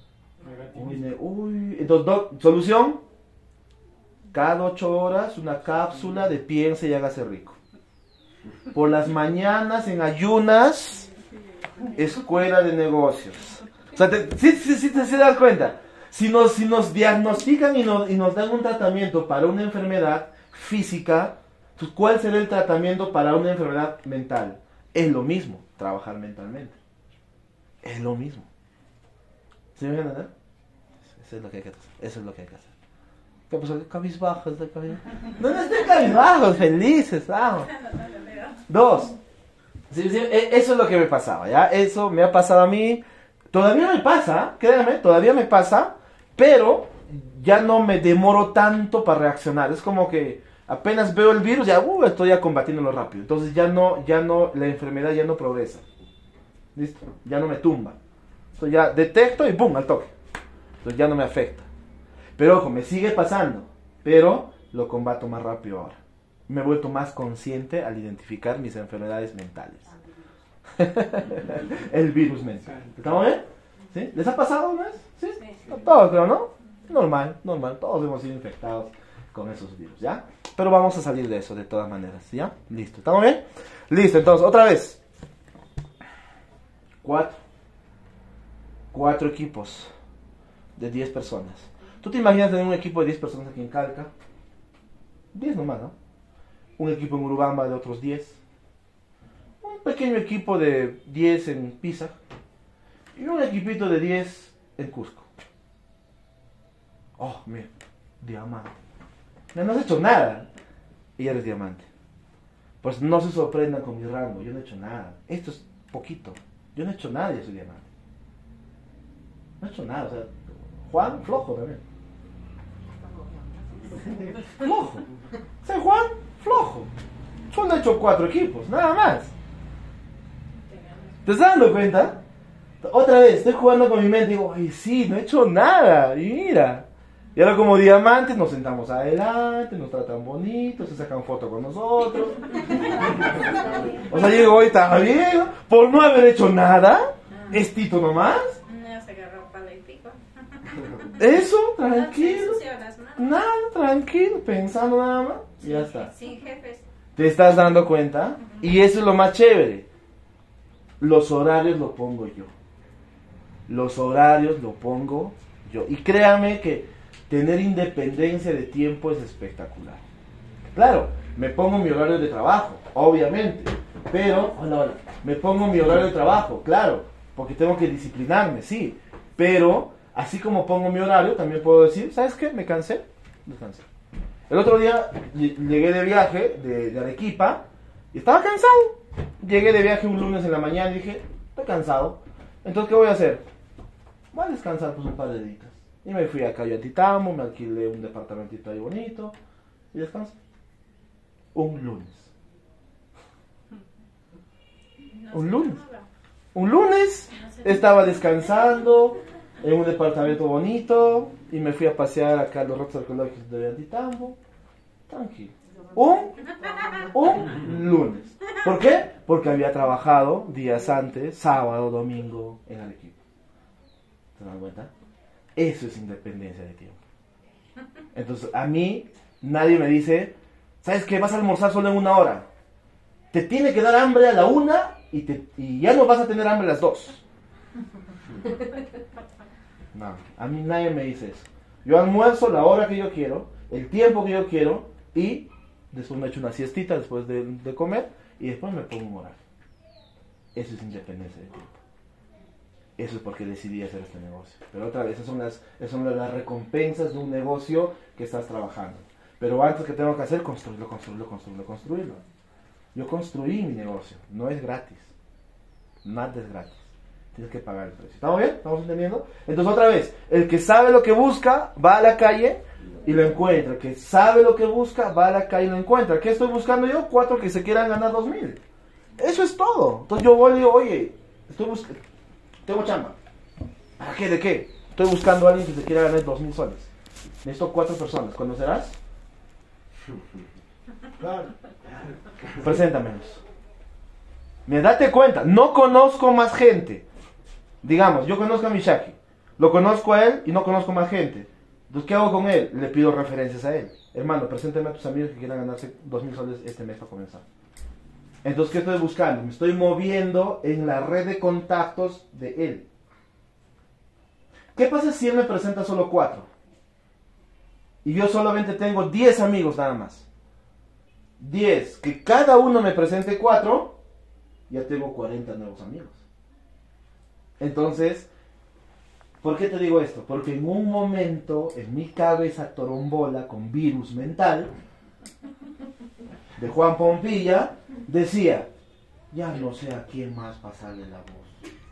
Entonces, solución, cada 8 horas una cápsula de piense y hágase rico. Por las mañanas en ayunas, escuela de negocios. O sea, sí te das cuenta. Si nos diagnostican y nos dan un tratamiento para una enfermedad física, pues, ¿cuál será el tratamiento para una enfermedad mental? Es lo mismo, trabajar mentalmente. Es lo mismo. ¿Sí me entienden? Eso es lo que hay que hacer. Eso es lo que hay que hacer. ¿Qué pasó? Cabizbajos. No estén cabizbajos, felices, vamos. 2. Sí, eso es lo que me pasaba, ¿ya? Eso me ha pasado a mí. Todavía me pasa, créanme, todavía me pasa, pero ya no me demoro tanto para reaccionar. Es como que apenas veo el virus, ya estoy ya combatiéndolo rápido. Entonces ya no, la enfermedad ya no progresa. ¿Listo? Ya no me tumba. Entonces ya detecto y ¡pum! Al toque. Entonces ya no me afecta. Pero ojo, me sigue pasando, pero lo combato más rápido ahora. Me he vuelto más consciente al identificar mis enfermedades mentales. El virus mental. ¿Estamos bien? ¿Sí? ¿Les ha pasado una vez? ¿Sí? A todos, creo, ¿no? Normal. Todos hemos sido infectados con esos virus, ¿ya? Pero vamos a salir de eso de todas maneras, ¿ya? Listo. ¿Estamos bien? Listo, entonces, otra vez. 4 equipos de 10 personas. ¿Tú te imaginas tener un equipo de 10 personas aquí en Calca? 10 nomás, ¿no? Un equipo en Urubamba de otros 10. Un pequeño equipo de 10 en Pisa. Y un equipito de 10 en Cusco. Oh, mira, diamante. No has hecho nada. Y eres diamante. Pues no se sorprendan con mi rango. Yo no he hecho nada. Esto es poquito. Yo no he hecho nada y soy diamante. No he hecho nada. O sea, Juan, flojo también. Flojo. O sea, Juan, flojo. Solo he hecho 4 equipos, nada más. ¿Te estás dando cuenta? Otra vez, estoy jugando con mi mente y digo, ay, sí, no he hecho nada. Y mira. Y ahora como diamantes nos sentamos adelante, nos tratan bonitos, se sacan fotos con nosotros. O sea, yo digo, hoy está bien, por no haber hecho nada, estito nomás. No se agarró palo y pico. Eso, tranquilo. No se ensució las manos. Nada, tranquilo, pensando nada más. Y ya está. Sin jefes. ¿Te estás dando cuenta? Y eso es lo más chévere. Los horarios lo pongo yo. Y créame que tener independencia de tiempo es espectacular. Claro, me pongo mi horario de trabajo, obviamente. Pero, me pongo mi horario de trabajo, claro, porque tengo que disciplinarme, sí. Pero, así como pongo mi horario, también puedo decir, ¿sabes qué? Me cansé, descansé. El otro día llegué de viaje de Arequipa y estaba cansado. Llegué de viaje un lunes en la mañana y dije, estoy cansado. Entonces, ¿qué voy a hacer? Voy a descansar pues un par de días. Y me fui a Cayatitamo, me alquilé un departamentito ahí bonito y descansé. Un lunes. Un lunes estaba descansando en un departamento bonito y me fui a pasear acá a los rotos arqueológicos de Cayatitamo. Tranquilo. Un lunes. ¿Por qué? Porque había trabajado días antes, sábado, domingo, en Arequipa. ¿Te das cuenta? Eso es independencia de tiempo. Entonces, a mí, nadie me dice, ¿sabes qué? Vas a almorzar solo en 1 hora. Te tiene que dar hambre a la 1 y ya no vas a tener hambre a las 2. No, a mí nadie me dice eso. Yo almuerzo la hora que yo quiero, el tiempo que yo quiero, y después me echo una siestita después de comer, y después me pongo un horario. Eso es independencia de tiempo. Eso es porque decidí hacer este negocio. Pero otra vez, esas son las recompensas de un negocio que estás trabajando. Pero antes, que tengo que hacer? Construirlo. Yo construí mi negocio. No es gratis. Nada es gratis. Tienes que pagar el precio. ¿Estamos bien? ¿Estamos entendiendo? Entonces, otra vez, el que sabe lo que busca, va a la calle y lo encuentra. El que sabe lo que busca, va a la calle y lo encuentra. ¿Qué estoy buscando yo? 4 que se quieran ganar 2,000. Eso es todo. Entonces yo voy y digo, oye, tengo chamba. ¿Para qué? ¿De qué? Estoy buscando a alguien que se quiera ganar 2.000 soles. Necesito 4 personas. ¿Conocerás? Claro. Preséntamelos. Mira, date cuenta, no conozco más gente. Digamos, yo conozco a Mishaki, lo conozco a él y no conozco más gente. Entonces, ¿qué hago con él? Le pido referencias a él. Hermano, preséntame a tus amigos que quieran ganarse 2.000 soles este mes para comenzar. Entonces, ¿qué estoy buscando? Me estoy moviendo en la red de contactos de él. ¿Qué pasa si él me presenta solo 4? Y yo solamente tengo 10 amigos nada más. 10, que cada uno me presente 4, ya tengo 40 nuevos amigos. Entonces, ¿por qué te digo esto? Porque en un momento en mi cabeza torombola con virus mental de Juan Pompilla decía, ya no sé a quién más pasarle la voz.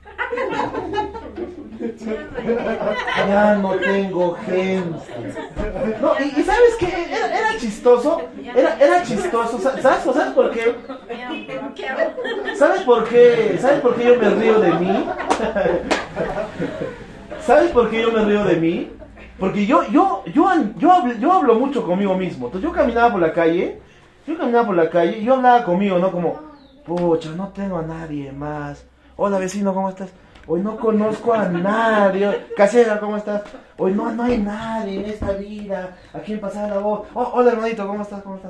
Ya no tengo gente. No, y ¿sabes qué? Era chistoso. Era chistoso. ¿Sabes por qué? ¿Sabes por qué? ¿Sabes por qué yo me río de mí? ¿Sabes por qué yo me río de mí? Porque yo hablo mucho conmigo mismo. Entonces yo caminaba por la calle y yo hablaba conmigo, ¿no? Como, pucha, no tengo a nadie más. Hola vecino, ¿cómo estás? Hoy no conozco a nadie. Casera, ¿cómo estás? Hoy no hay nadie en esta vida a quien pasar la voz. Oh, hola hermanito, ¿cómo estás? ¿Cómo estás?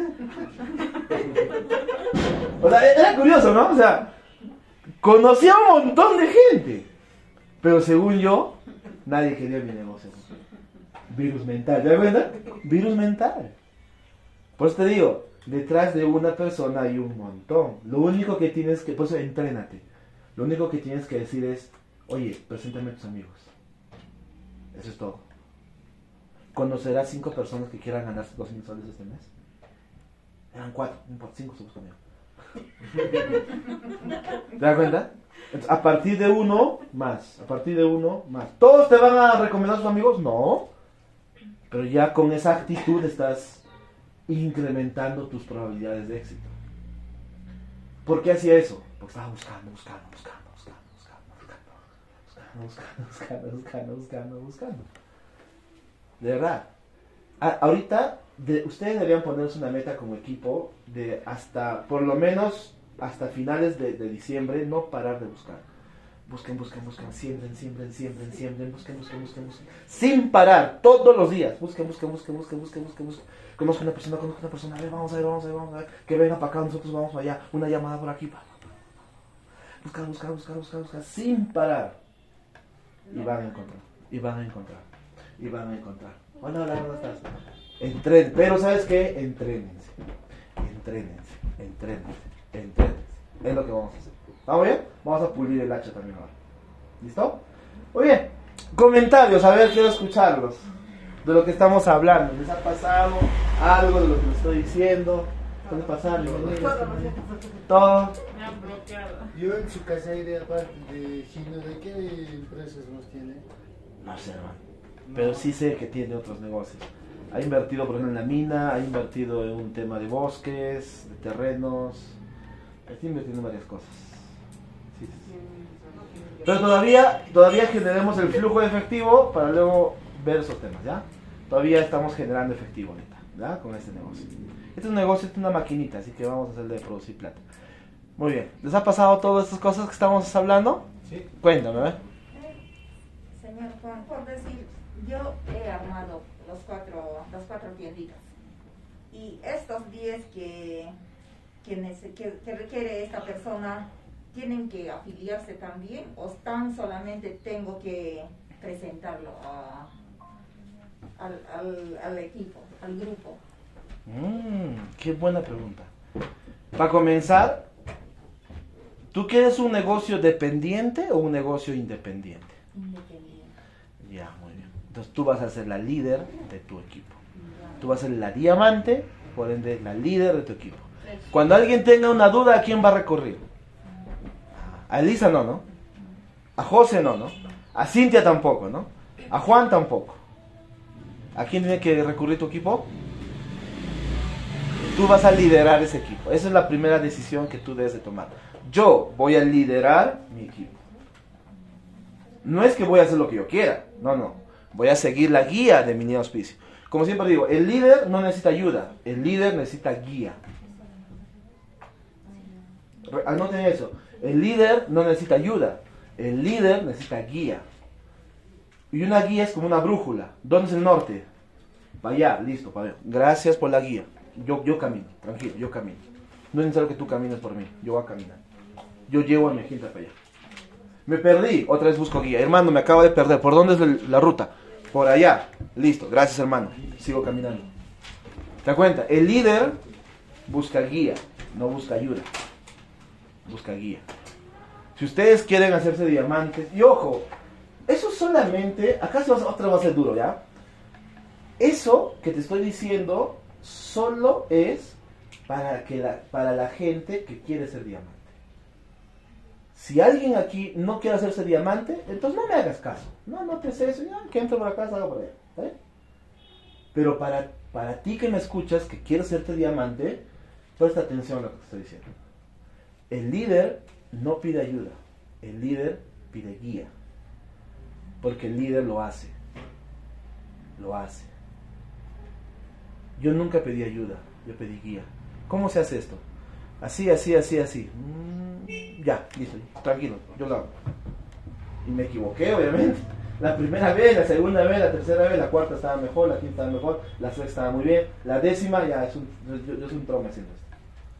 O sea, era curioso, ¿no? O sea, conocía a un montón de gente. Pero según yo, nadie quería mi negocio. Virus mental, ¿te das cuenta? Virus mental. Por eso te digo, detrás de una persona hay un montón. Lo único que tienes que, por eso entrénate. Lo único que tienes que decir es, oye, preséntame a tus amigos. Eso es todo. ¿Conocerás 5 personas que quieran ganarse 2.000 soles este mes? Eran 4, no importa, 5 se buscan yo. ¿Te das cuenta? Entonces, a partir de uno más. ¿Todos te van a recomendar a sus amigos? No. Pero ya con esa actitud estás incrementando tus probabilidades de éxito. ¿Por qué hacía eso? Porque estaba buscando. De verdad. Ahorita, ustedes deberían ponerse una meta como equipo de hasta, por lo menos, hasta finales de diciembre, no parar de buscar. Busquen, siembren, busquen. Sin parar, todos los días. Busquen. Conozco una persona, a ver, vamos a ver. Que venga para acá, nosotros vamos para allá. Una llamada por aquí. Buscar, sin parar. Y van a encontrar. Hola, ¿cómo estás? Pero ¿sabes qué? Entrénense. Es lo que vamos a hacer. ¿Vamos bien? Vamos a pulir el hacha también ahora. ¿Listo? Muy bien. Comentarios, a ver, quiero escucharlos. De lo que estamos hablando. ¿Les ha pasado algo de lo que les estoy diciendo? ¿Qué les pasa? Todo. Me han bloqueado. Yo en su casa de aparte de Gino, ¿de qué empresas nos tiene? No sé, hermano. Pero sí sé que tiene otros negocios. Ha invertido, por ejemplo, en la mina, ha invertido en un tema de bosques, de terrenos. Está invirtiendo en varias cosas. Sí. Pero todavía generemos el flujo de efectivo para luego ver esos temas, ¿ya? Todavía estamos generando efectivo ahorita, ¿ya? Con este negocio. Este es un negocio, es una maquinita, así que vamos a hacer de producir plata. Muy bien. ¿Les ha pasado todas estas cosas que estamos hablando? Sí. Cuéntame, ¿eh? Señor Juan, por decir, yo he armado las cuatro tienditas. Y estos 10 que requiere esta persona, ¿tienen que afiliarse también o tan solamente tengo que presentarlo al equipo, al grupo? Qué buena pregunta. Para comenzar, ¿tú quieres un negocio dependiente o un negocio independiente? Independiente. Ya, muy bien. Entonces tú vas a ser la líder de tu equipo. Tú vas a ser la diamante, por ende la líder de tu equipo. Cuando alguien tenga una duda, ¿a quién va a recurrir? A Elisa no. A José no. A Cintia tampoco, ¿no? A Juan tampoco. ¿A quién tiene que recurrir tu equipo? tú vas a liderar ese equipo. Esa es la primera decisión que tú debes de tomar. Yo voy a liderar mi equipo. No es que voy a hacer lo que yo quiera, no. Voy a seguir la guía de mi niño auspicio. Como siempre digo, el líder no necesita ayuda, el líder necesita guía. Anoten eso, el líder no necesita ayuda, el líder necesita guía. Y una guía es como una brújula. ¿Dónde es el norte? Para allá, listo, para allá. Gracias por la guía. Yo camino, tranquilo, yo camino. No es necesario que tú camines por mí, yo voy a caminar. Yo llevo a mi gente para allá. Me perdí, otra vez busco guía. Hermano, me acabo de perder. ¿Por dónde es la ruta? Por allá. Listo, gracias hermano. Sigo caminando. ¿Te das cuenta? El líder busca guía, no busca ayuda. Busca guía. Si ustedes quieren hacerse diamantes, y ojo, eso solamente, acá otra va a ser duro, ¿ya? Eso que te estoy diciendo solo es para la gente que quiere ser diamante. Si alguien aquí no quiere hacerse diamante, entonces no me hagas caso. No te sé eso, ya, que entre por acá, salga por allá. ¿Vale? Pero para ti que me escuchas, que quieres hacerte diamante, presta atención a lo que te estoy diciendo. El líder no pide ayuda, el líder pide guía. Porque el líder lo hace. Lo hace. Yo nunca pedí ayuda, yo pedí guía. ¿Cómo se hace esto? Así. Ya, listo, tranquilo, yo lo hago. Y me equivoqué, obviamente. La primera vez, la segunda vez, la tercera vez, la cuarta estaba mejor, la quinta estaba mejor, la sexta estaba muy bien, la décima ya es yo soy un trauma haciendo esto.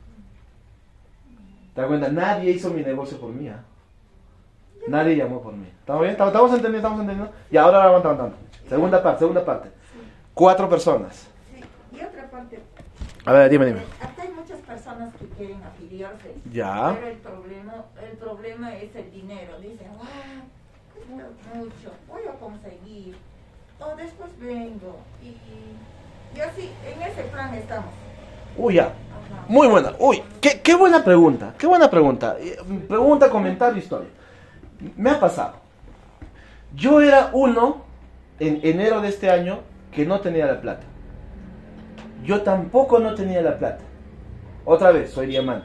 ¿Te das cuenta? Nadie hizo mi negocio por mí, ¿eh? Nadie llamó por mí. ¿Estamos bien? ¿Estamos entendiendo? Y ahora aguantando. Segunda parte. 4 personas. Sí, y otra parte. A ver, dime. Acá hay muchas personas que quieren afiliarse. Ya. Pero el problema es el dinero. Dicen, es mucho, voy a conseguir. O después vengo. Y así, en ese plan estamos. Uy, ya. Ajá. Muy buena. Uy, qué buena pregunta. Pregunta, comentario, historia. Me ha pasado. Yo era uno en enero de este año que no tenía la plata. Yo tampoco no tenía la plata. Otra vez, soy diamante.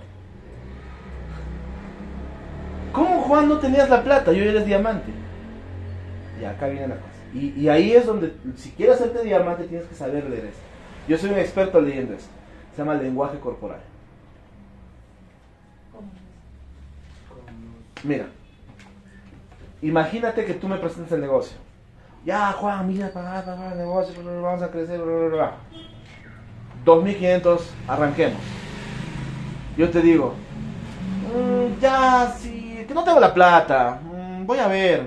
¿Cómo, Juan, no tenías la plata? Yo eres diamante. Y acá viene la cosa. Y ahí es donde, si quieres hacerte diamante, tienes que saber leer esto. Yo soy un experto leyendo esto. Se llama lenguaje corporal. Mira. Imagínate que tú me presentas el negocio. Ya, Juan, mira, para el negocio, vamos a crecer, 2.500, arranquemos. Yo te digo, ya, sí, que no tengo la plata, voy a ver.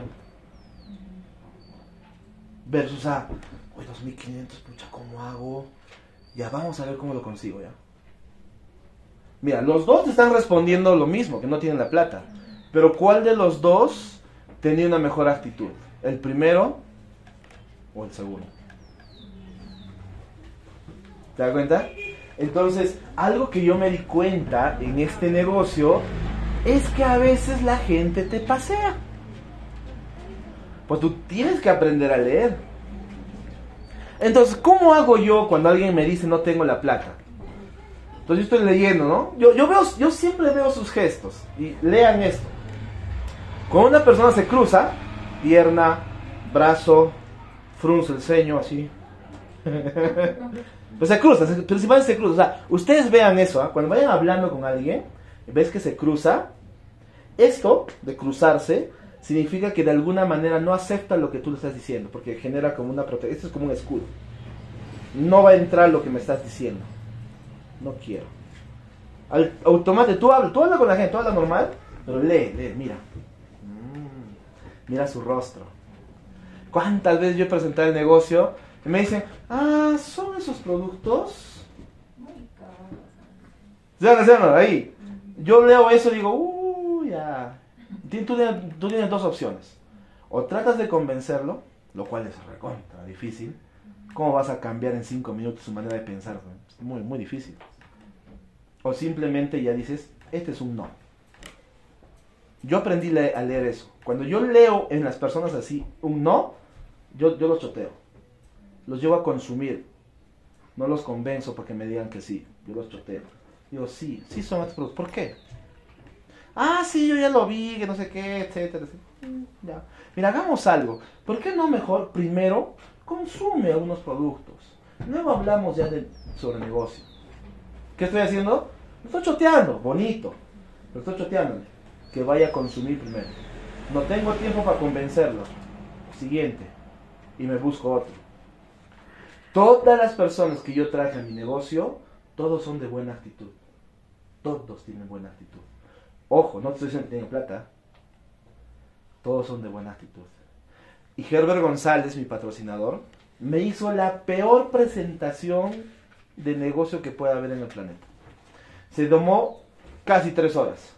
Versus a, 2.500, pucha, ¿cómo hago? Ya, vamos a ver cómo lo consigo, ya. Mira, los dos te están respondiendo lo mismo, que no tienen la plata. Pero ¿cuál de los dos tenía una mejor actitud? ¿El primero o el segundo? ¿Te das cuenta? Entonces, algo que yo me di cuenta en este negocio es que a veces la gente te pasea. Pues tú tienes que aprender a leer. Entonces, ¿cómo hago yo cuando alguien me dice no tengo la plata? Entonces yo estoy leyendo, ¿no? Yo siempre veo sus gestos. Y lean esto. Cuando una persona se cruza, pierna, brazo, frunce el ceño, así. Pues se cruza, principalmente se cruza. O sea, ustedes vean eso, ¿eh? Cuando vayan hablando con alguien, ves que se cruza. Esto de cruzarse significa que de alguna manera no acepta lo que tú le estás diciendo, porque genera como una protección. Esto es como un escudo. No va a entrar lo que me estás diciendo. No quiero. Automático, tú hablas con la gente, tú hablas normal, pero lee, mira. Mira su rostro. ¿Cuántas veces yo he presentado el negocio y me dicen, ¿son esos productos? ¿Sí o no? Ahí. Yo leo eso y digo, ya. Tú tienes dos opciones. O tratas de convencerlo, lo cual es recontra difícil. ¿Cómo vas a cambiar en 5 minutos su manera de pensar? Es muy, muy difícil. O simplemente ya dices, este es un no. Yo aprendí a leer eso. Cuando yo leo en las personas así un no, yo los choteo. Los llevo a consumir. no los convenzo porque me digan que sí, yo los choteo. Digo, sí son estos productos. ¿Por qué? Ah, sí, yo ya lo vi, que no sé qué, etcétera, etcétera. Ya. Mira, hagamos algo. ¿Por qué no mejor primero consume algunos productos? Luego hablamos ya sobre negocio. ¿Qué estoy haciendo? Lo estoy choteando, bonito. Lo estoy choteándole. Que vaya a consumir primero. No tengo tiempo para convencerlo. Siguiente. Y me busco otro. Todas las personas que yo traje a mi negocio, todos son de buena actitud. Todos tienen buena actitud. Ojo, no te estoy diciendo que tienen plata. Todos son de buena actitud. Y Herbert González, mi patrocinador, me hizo la peor presentación de negocio que pueda haber en el planeta. Se tomó casi 3 horas.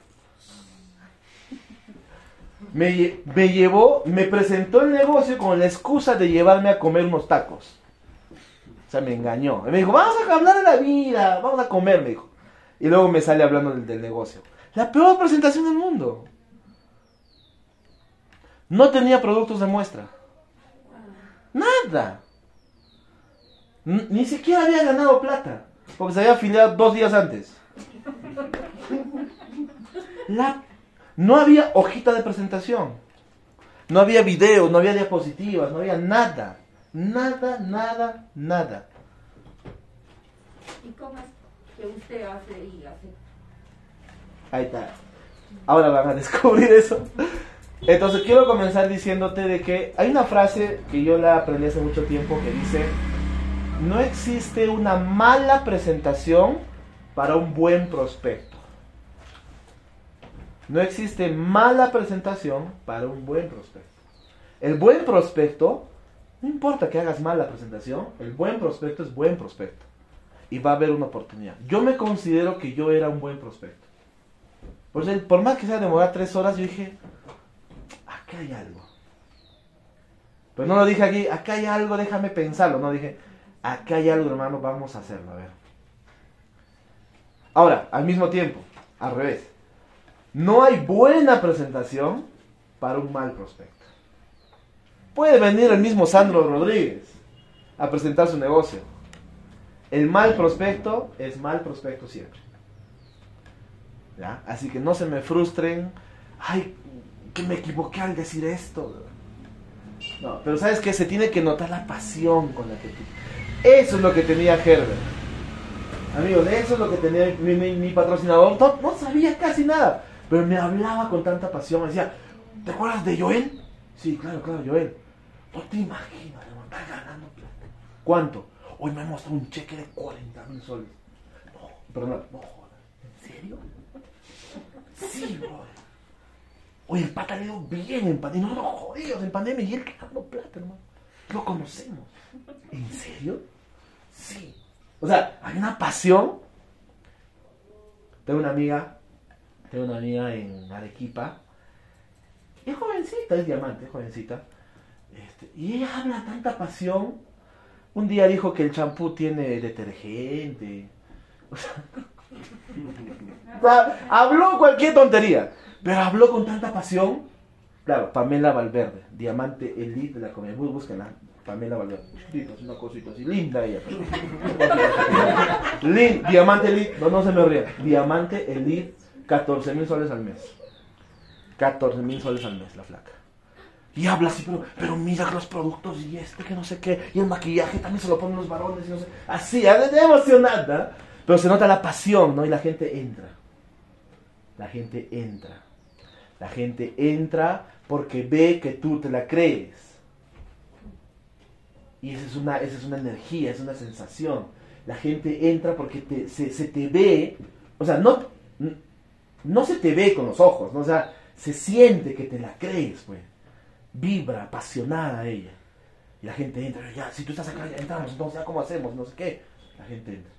Me presentó el negocio con la excusa de llevarme a comer unos tacos. O sea, me engañó. Me dijo, vamos a hablar de la vida, vamos a comer, me dijo. Y luego me sale hablando del negocio. La peor presentación del mundo. No tenía productos de muestra. Nada. Ni siquiera había ganado plata. Porque se había afiliado 2 días antes. No había hojita de presentación. No había videos, no había diapositivas, no había nada. Nada. ¿Y cómo es que usted hace y hace? Ahí está. Ahora van a descubrir eso. Entonces quiero comenzar diciéndote de que hay una frase que yo la aprendí hace mucho tiempo que dice: no existe una mala presentación para un buen prospecto. No existe mala presentación para un buen prospecto. El buen prospecto, no importa que hagas mala presentación, el buen prospecto es buen prospecto. Y va a haber una oportunidad. Yo me considero que yo era un buen prospecto. Por más que sea demorar 3 horas, yo dije, acá hay algo. Pero no lo dije aquí, acá hay algo, déjame pensarlo. No, dije, acá hay algo, hermano, vamos a hacerlo, a ver. Ahora, al mismo tiempo, al revés. No hay buena presentación para un mal prospecto. Puede venir el mismo Sandro Rodríguez a presentar su negocio. El mal prospecto es mal prospecto siempre. ¿Ya? Así que no se me frustren. Ay, que me equivoqué al decir esto. No, pero ¿sabes qué? Se tiene que notar la pasión con la que tú... Eso es lo que tenía Herbert. Amigos, eso es lo que tenía mi patrocinador. No sabía casi nada, pero me hablaba con tanta pasión. Me decía, ¿te acuerdas de Joel? Sí, claro, Joel. No te imaginas, hermano, estás ganando plata. ¿Cuánto? Hoy me mostró un cheque de 40,000 soles. No, perdón, no jodas. ¿En serio? Sí, bro. Oye, el pata le dio bien en pandemia. No, jodidos en pandemia. Y él ganando plata, hermano. Lo conocemos. ¿En serio? Sí. O sea, hay una pasión. Tengo una amiga en Arequipa. Es jovencita, es diamante, es jovencita. Y ella habla tanta pasión. Un día dijo que el champú tiene detergente. O sea, habló cualquier tontería. Pero habló con tanta pasión. Claro, Pamela Valverde, diamante elite de la comedia. Búsquenla, Pamela Valverde. Es una cosita así, linda ella. Diamante elite, no se me rían. Diamante elite, 14,000 soles al mes. 14,000 soles al mes, la flaca. Y habla así, pero mira los productos y que no sé qué. Y el maquillaje también se lo ponen los varones y no sé. Así, emocionada. Pero se nota la pasión, ¿no? Y la gente entra. La gente entra porque ve que tú te la crees. Y esa es una energía, es una sensación. La gente entra porque se te ve. O sea, no se te ve con los ojos, ¿no? O sea, se siente que te la crees, pues. Vibra, apasionada ella. Y la gente entra, ya, si tú estás acá, ya entramos, entonces ya, ¿cómo hacemos? No sé qué. La gente entra.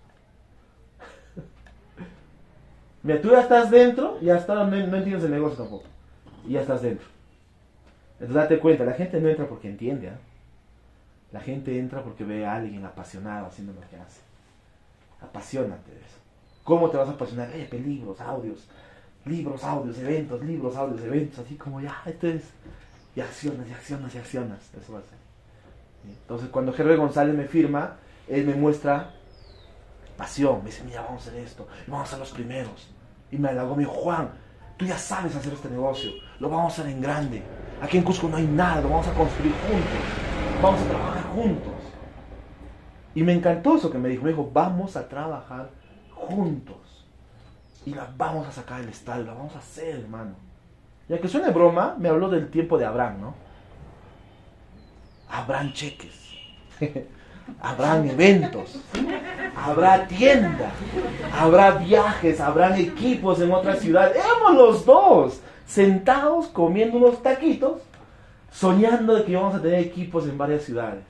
Mira, tú ya estás dentro y hasta no entiendes el negocio tampoco. Y ya estás dentro. Entonces date cuenta, la gente no entra porque entiende, ¿eh? La gente entra porque ve a alguien apasionado haciendo lo que hace. Apasionate de eso. ¿Cómo te vas a apasionar? Libros, audios, eventos, así como ya, esto es... Y accionas. Eso va a ser. Entonces cuando Herbert González me firma, él me muestra pasión. Me dice, mira, vamos a hacer esto, vamos a ser los primeros. Y me halagó, me dijo, Juan, tú ya sabes hacer este negocio, lo vamos a hacer en grande. Aquí en Cusco no hay nada, lo vamos a construir juntos, vamos a trabajar juntos. Y me encantó eso que me dijo, vamos a trabajar juntos. Y la vamos a sacar del estadio, la vamos a hacer, hermano. Y aunque suene broma, me habló del tiempo de Abraham, ¿no? Habrán cheques, habrán eventos, habrá tiendas, habrá viajes, habrán equipos en otras ciudades. Éramos los dos sentados comiendo unos taquitos, soñando de que íbamos a tener equipos en varias ciudades.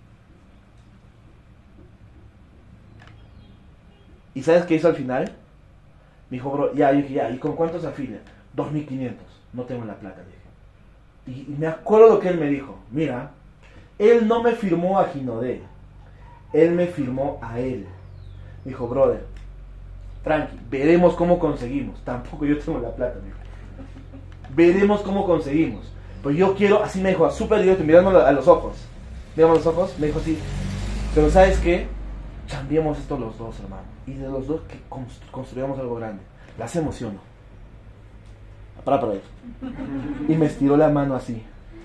¿Y sabes qué hizo al final? Me dijo, bro, ya, yo dije, ya, ¿y con cuánto se afilia? 2.500, no tengo la plata, dije. Y me acuerdo lo que él me dijo, mira, él no me firmó a Ginodé, él me firmó a él. Me dijo, brother, tranqui, veremos cómo conseguimos. Tampoco yo tengo la plata, me dijo. Veremos cómo conseguimos. Pues yo quiero, así me dijo, súper directo, mirándolo a los ojos. Miramos los ojos, me dijo así, pero ¿sabes qué? Chambiemos esto los dos, hermano. Y de los dos que construyamos algo grande. La hacemos, ¿sí o no? Para ahí. Y me estiró la mano así.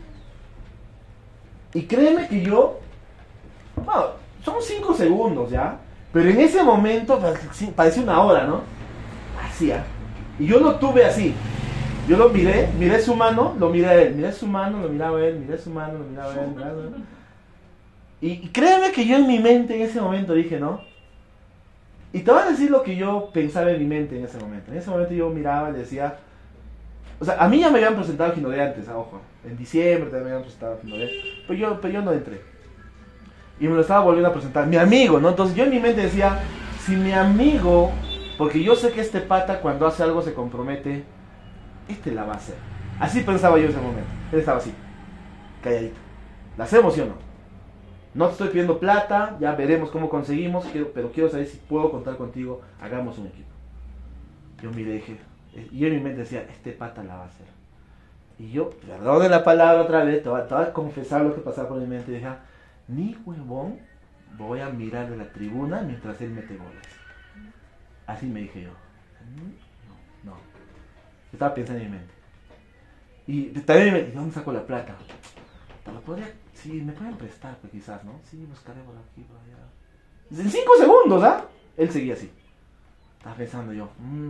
Y créeme que yo, bueno, son 5 segundos ya, pero en ese momento parecía una hora, ¿no? Así, ¿eh? Y yo lo tuve así. Yo lo miré su mano, lo miré a él, miré su mano, lo miraba a él, miré su mano, lo miraba a él, miraba a él. Y créeme que yo en mi mente en ese momento dije, ¿no? Y te voy a decir lo que yo pensaba en mi mente en ese momento. En ese momento yo miraba y le decía, o sea, a mí ya me habían presentado a Ginodé antes, ojo. En diciembre también me habían presentado a Ginodé. Pero yo no entré. Y me lo estaba volviendo a presentar. Mi amigo, ¿no? Entonces yo en mi mente decía, si mi amigo, porque yo sé que este pata cuando hace algo se compromete, este la va a hacer. Así pensaba yo en ese momento. Él estaba así, calladito. ¿La hacemos, sí o no? No te estoy pidiendo plata, ya veremos cómo conseguimos, pero quiero saber si puedo contar contigo, hagamos un equipo. Yo miré y dije, y yo en mi mente decía, este pata la va a hacer. Y yo, perdone la palabra otra vez, te voy a confesar lo que pasaba por mi mente. Y dije, ni huevón, voy a mirar de la tribuna mientras él mete goles. Así me dije yo. No. Estaba pensando en mi mente. Y también me dije, ¿de dónde saco la plata? ¿Lo podría? Sí, me pueden prestar, pues quizás, ¿no? Sí, buscaré por aquí, por allá. En 5 segundos, ¿ah? Él seguía así. Estaba pensando yo,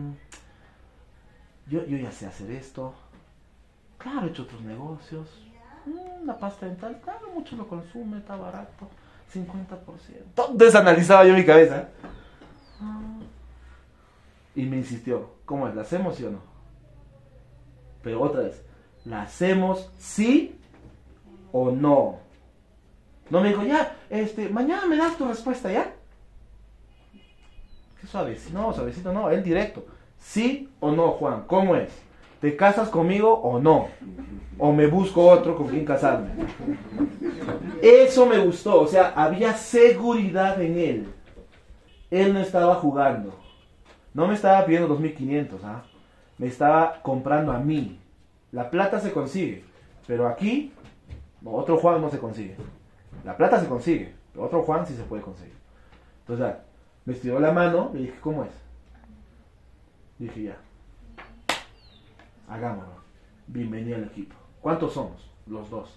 yo ya sé hacer esto. Claro, he hecho otros negocios. La pasta dental, claro, mucho lo consume, está barato. 50%. Entonces analizaba yo mi cabeza. Y me insistió, ¿cómo es? ¿La hacemos sí o no? Pero otra vez, ¿la hacemos sí o no? No me dijo, ya, mañana me das tu respuesta, ¿ya? Qué suavecito, no, suavecito, no, él directo. ¿Sí o no, Juan? ¿Cómo es? ¿Te casas conmigo o no? ¿O me busco otro con quien casarme? Eso me gustó, o sea, había seguridad en él. Él no estaba jugando. No me estaba pidiendo 2.500, ¿ah? Me estaba comprando a mí. La plata se consigue, pero aquí, otro Juan no se consigue. La plata se consigue, pero otro Juan sí se puede conseguir. Entonces, me estiró la mano y dije, ¿cómo es? Dije, ya. Hagámoslo. Bienvenido al equipo. ¿Cuántos somos? Los dos.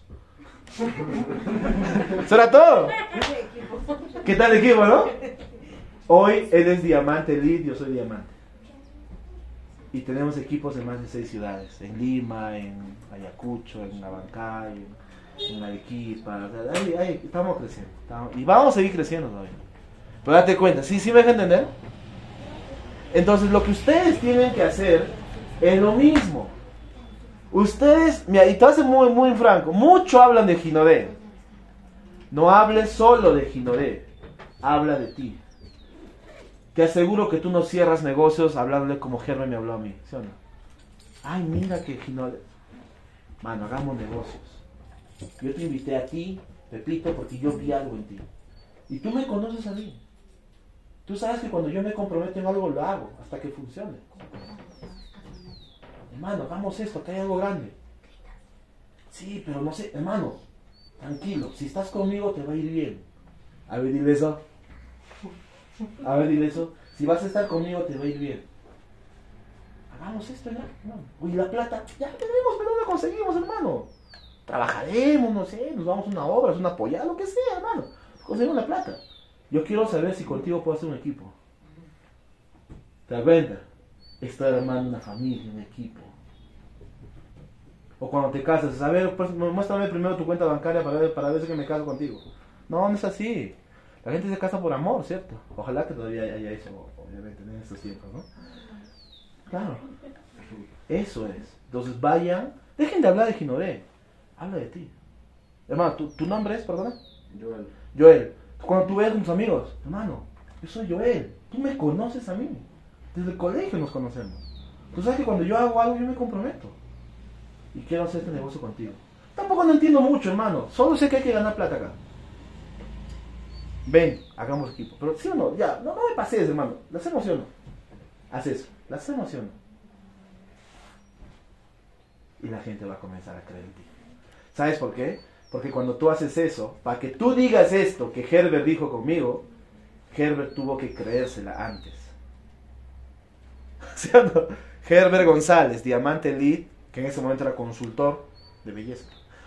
¿Eso era todo? ¿Qué tal equipo, no? Hoy él es diamante elite, yo soy diamante. Y tenemos equipos en más de 6 ciudades. En Lima, en Ayacucho, en Abancay, en Arequipa. O sea, ahí estamos creciendo. Y vamos a seguir creciendo todavía. Pero date cuenta, ¿sí me deja entender? Entonces lo que ustedes tienen que hacer es lo mismo. Ustedes, mira, y te voy a ser muy, muy franco, mucho hablan de Ginodé. No hables solo de Ginodé, habla de ti. Te aseguro que tú no cierras negocios hablándole como Germán me habló a mí, ¿sí o no? Ay, mira que Ginodé. Mano, hagamos negocios. Yo te invité a ti, Pepito, porque yo vi algo en ti. Y tú me conoces a mí. Tú sabes que cuando yo me comprometo en algo, lo hago, hasta que funcione. Hermano, hagamos esto, que hay algo grande. Sí, pero no sé, hermano, tranquilo, si estás conmigo te va a ir bien. A ver, dile eso. A ver, dile eso. Si vas a estar conmigo, te va a ir bien. Hagamos esto ya. Oye, la plata, ya tenemos, pero no la conseguimos, hermano. Trabajaremos, no sé, nos vamos a una obra, una apoyada, lo que sea, hermano. Conseguimos la plata. Yo quiero saber si contigo puedo hacer un equipo. ¿Te das cuenta? Estoy armando una familia, un equipo. O cuando te casas, a ver, pues, muéstrame primero tu cuenta bancaria para ver si que me caso contigo. No, no es así. La gente se casa por amor, ¿cierto? Ojalá que todavía haya eso, obviamente, en estos tiempos, ¿no? Claro. Eso es. Entonces vayan, dejen de hablar de Ginové. Habla de ti. Hermano, ¿tu nombre es, perdona? Joel. Joel. Cuando tú veas con tus amigos, hermano, yo soy Joel. Tú me conoces a mí. Desde el colegio nos conocemos. Tú sabes que cuando yo hago algo, yo me comprometo. Y quiero hacer este negocio contigo. Tampoco no entiendo mucho, hermano. Solo sé que hay que ganar plata acá. Ven, hagamos equipo. Pero sí o no, ya, no me pases, hermano. ¿La hacemos sí o no? Haz eso. ¿La hacemos sí o no? Y la gente va a comenzar a creer en ti. ¿Sabes por qué? Porque cuando tú haces eso, para que tú digas esto que Herbert dijo conmigo, Herbert tuvo que creérsela antes. ¿Sí o no? Herbert González, Diamante Lead, que en ese momento era consultor de belleza.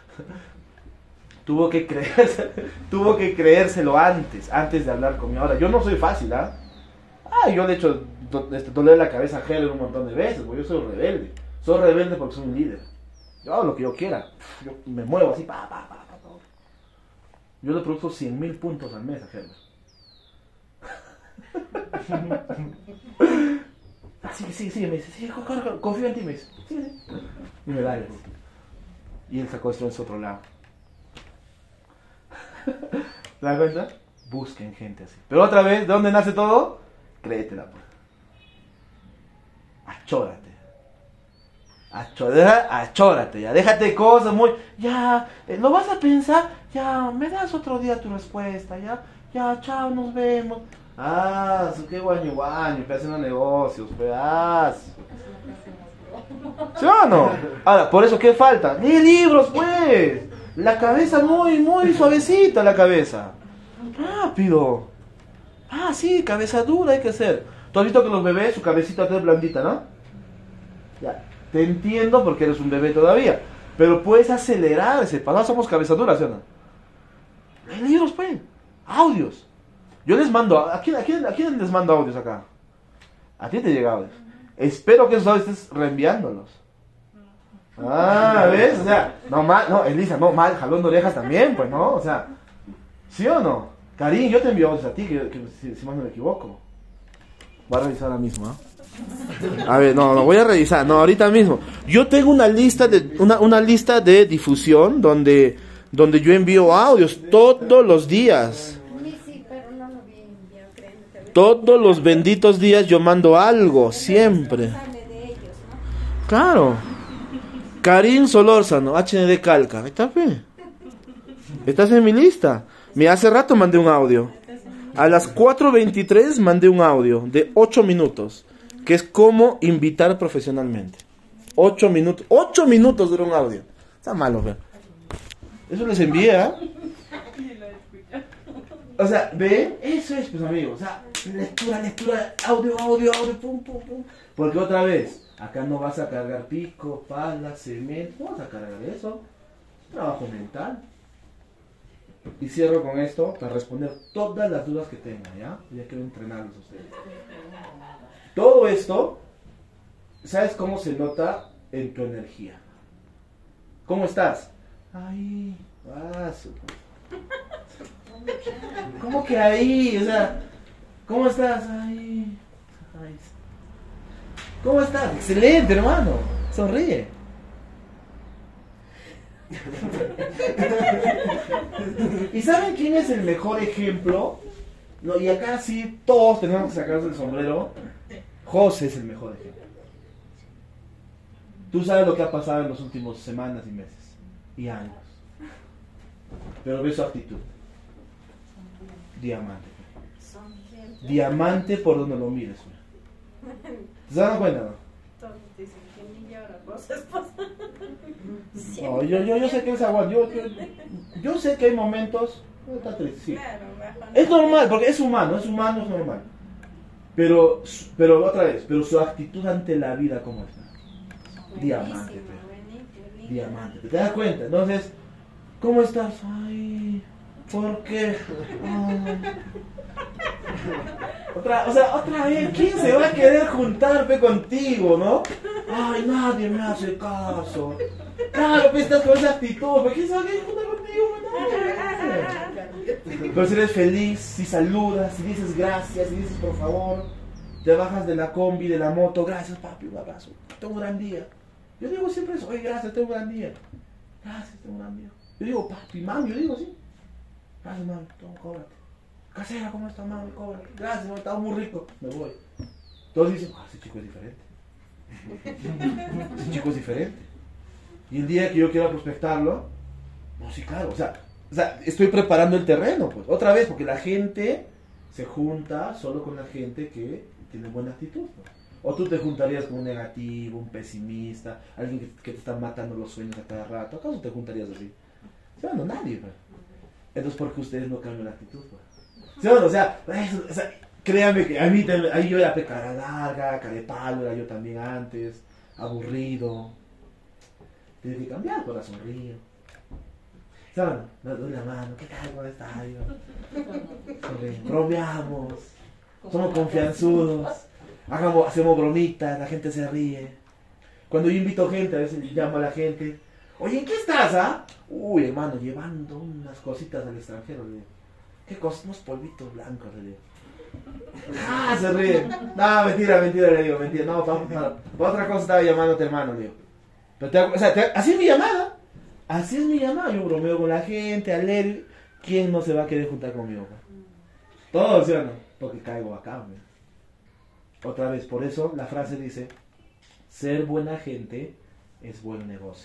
Tuvo que creérselo antes de hablar conmigo. Ahora, yo no soy fácil, ¿ah? Yo le he hecho doler la cabeza a Herbert un montón de veces, porque yo soy rebelde. Soy rebelde porque soy un líder. Yo hago lo que yo quiera. Yo me muevo así, Yo le produzco 100.000 puntos al mes a Herbert. Sigue, me dice, sí, confío en ti, me dice. Sí. Y me da eso. Y él sacó esto en su otro lado. ¿Te das cuenta? Busquen gente así. Pero otra vez, ¿de dónde nace todo? Créetela, pues. Achórate, ya. Déjate cosas muy... Ya, ¿lo vas a pensar? Ya, me das otro día tu respuesta, ya. Ya, chao, nos vemos. Qué guaño, que hacen negocios, pedazos. ¿Sí o no? Ahora, por eso, ¿qué falta? ¡Lee libros, pues! La cabeza muy suavecita, la cabeza. Rápido. Sí, cabeza dura hay que hacer. Tú has visto que los bebés, su cabecita es blandita, ¿no? Ya, te entiendo porque eres un bebé todavía. Pero puedes acelerar ese paso. Somos cabeza dura, ¿sí o no? Lee libros, pues. Audios. Yo les mando... ¿A quién les mando audios acá? A ti te llega audios. Espero que esos audios estés reenviándolos. ¿Ves? O sea, Elisa, mal, jalón de orejas también, pues, ¿no? O sea, ¿sí o no? Karim, yo te envío audios a ti, si más no me equivoco. Voy a revisar ahora mismo, ¿eh? A ver, voy a revisar, ahorita mismo. Yo tengo una lista de difusión donde yo envío audios todos los días. Todos los benditos días yo mando algo, siempre. Claro. Karim Solórzano, HND Calca. Ahí está, pe. Estás en mi lista. Hace rato mandé un audio. A las 4:23 mandé un audio de 8 minutos, que es cómo invitar profesionalmente. 8 minutos. 8 minutos dura un audio. Está malo, ve. Eso les envié, ¿eh? O sea, ¿ven? Eso es, pues, amigos. O sea, lectura, audio, pum. Porque otra vez, acá no vas a cargar pico, pala, cemento. No vas a cargar eso. Es trabajo mental. Y cierro con esto para responder todas las dudas que tengan, ¿ya? Ya quiero entrenarlos a ustedes. Todo esto, ¿sabes cómo se nota en tu energía? ¿Cómo estás? Ay, ¿cómo que ahí? O sea, ¿cómo estás? Ay. ¿Cómo estás? Excelente, hermano. Sonríe. ¿Y saben quién es el mejor ejemplo? Y acá sí todos tenemos que sacarnos el sombrero. José es el mejor ejemplo. Tú sabes lo que ha pasado en los últimos semanas y meses y años, pero ve su actitud. Diamante por donde lo mires. ¿Te das cuenta, no? Todos dicen que ni llora, cosas pasan. No, yo sé que es agua. Yo sé que hay momentos Está triste, sí. Claro, bajo Es normal, porque es humano, es normal. Pero otra vez, pero su actitud ante la vida, ¿cómo está? Diamante, Buenísimo, pero. buenísimo, lindo. Diamante, ¿te das cuenta? Entonces, ¿cómo estás? Ay, ¿por qué? Ay. Otra vez, ¿quién se va a querer juntarme contigo, no? Ay, nadie me hace caso. Claro, pues estás con esa actitud, ¿por quién se va a querer juntar contigo? Nadie. Pero si eres feliz, si saludas, si dices gracias, si dices por favor, te bajas de la combi, de la moto, gracias papi, un abrazo, tengo un gran día. Yo digo siempre eso, oye, gracias, tengo un gran día. Gracias, tengo un gran día. Yo digo, papi, mami, yo digo así. Gracias, mami, toma, cóbrate. Casera, ¿cómo está, mami? Cóbrate. Gracias, mami, estaba muy rico. Me voy. Todos dicen, ese chico es diferente. Ese chico es diferente. Y el día que yo quiera prospectarlo, no, sí, claro, o sea, estoy preparando el terreno, pues. Otra vez, porque la gente se junta solo con la gente que tiene buena actitud, pues. O tú te juntarías con un negativo, un pesimista, alguien que te está matando los sueños a cada rato. ¿Acaso te juntarías así? ¿Sí o no? Nadie, pues. Entonces, ¿por qué ustedes no cambian la actitud, pues? ¿Sí o no? O sea, créanme que ahí yo era cara larga, cara de palo, era yo también antes, aburrido. Tienes que cambiar, pues la sonrío. ¿Sí o no? Me doy la mano, ¿qué tal? ¿Cómo estás? Bromeamos, somos confianzudos. Hacemos bromitas, la gente se ríe. Cuando yo invito gente, a veces llamo a la gente, oye, ¿en qué estás, ah? Uy, hermano, llevando unas cositas al extranjero, le digo. ¿Qué cosas? Unos polvitos blancos, le digo. Ah, se ríe. No, mentira, le digo, mentira. No, para otra cosa estaba llamándote, hermano, le digo. Pero así es mi llamada. Así es mi llamada. Yo bromeo con la gente, alegre. ¿Quién no se va a querer juntar conmigo? Todos, ¿sí o no? Porque caigo acá, ¿no? Otra vez, por eso la frase dice, ser buena gente es buen negocio.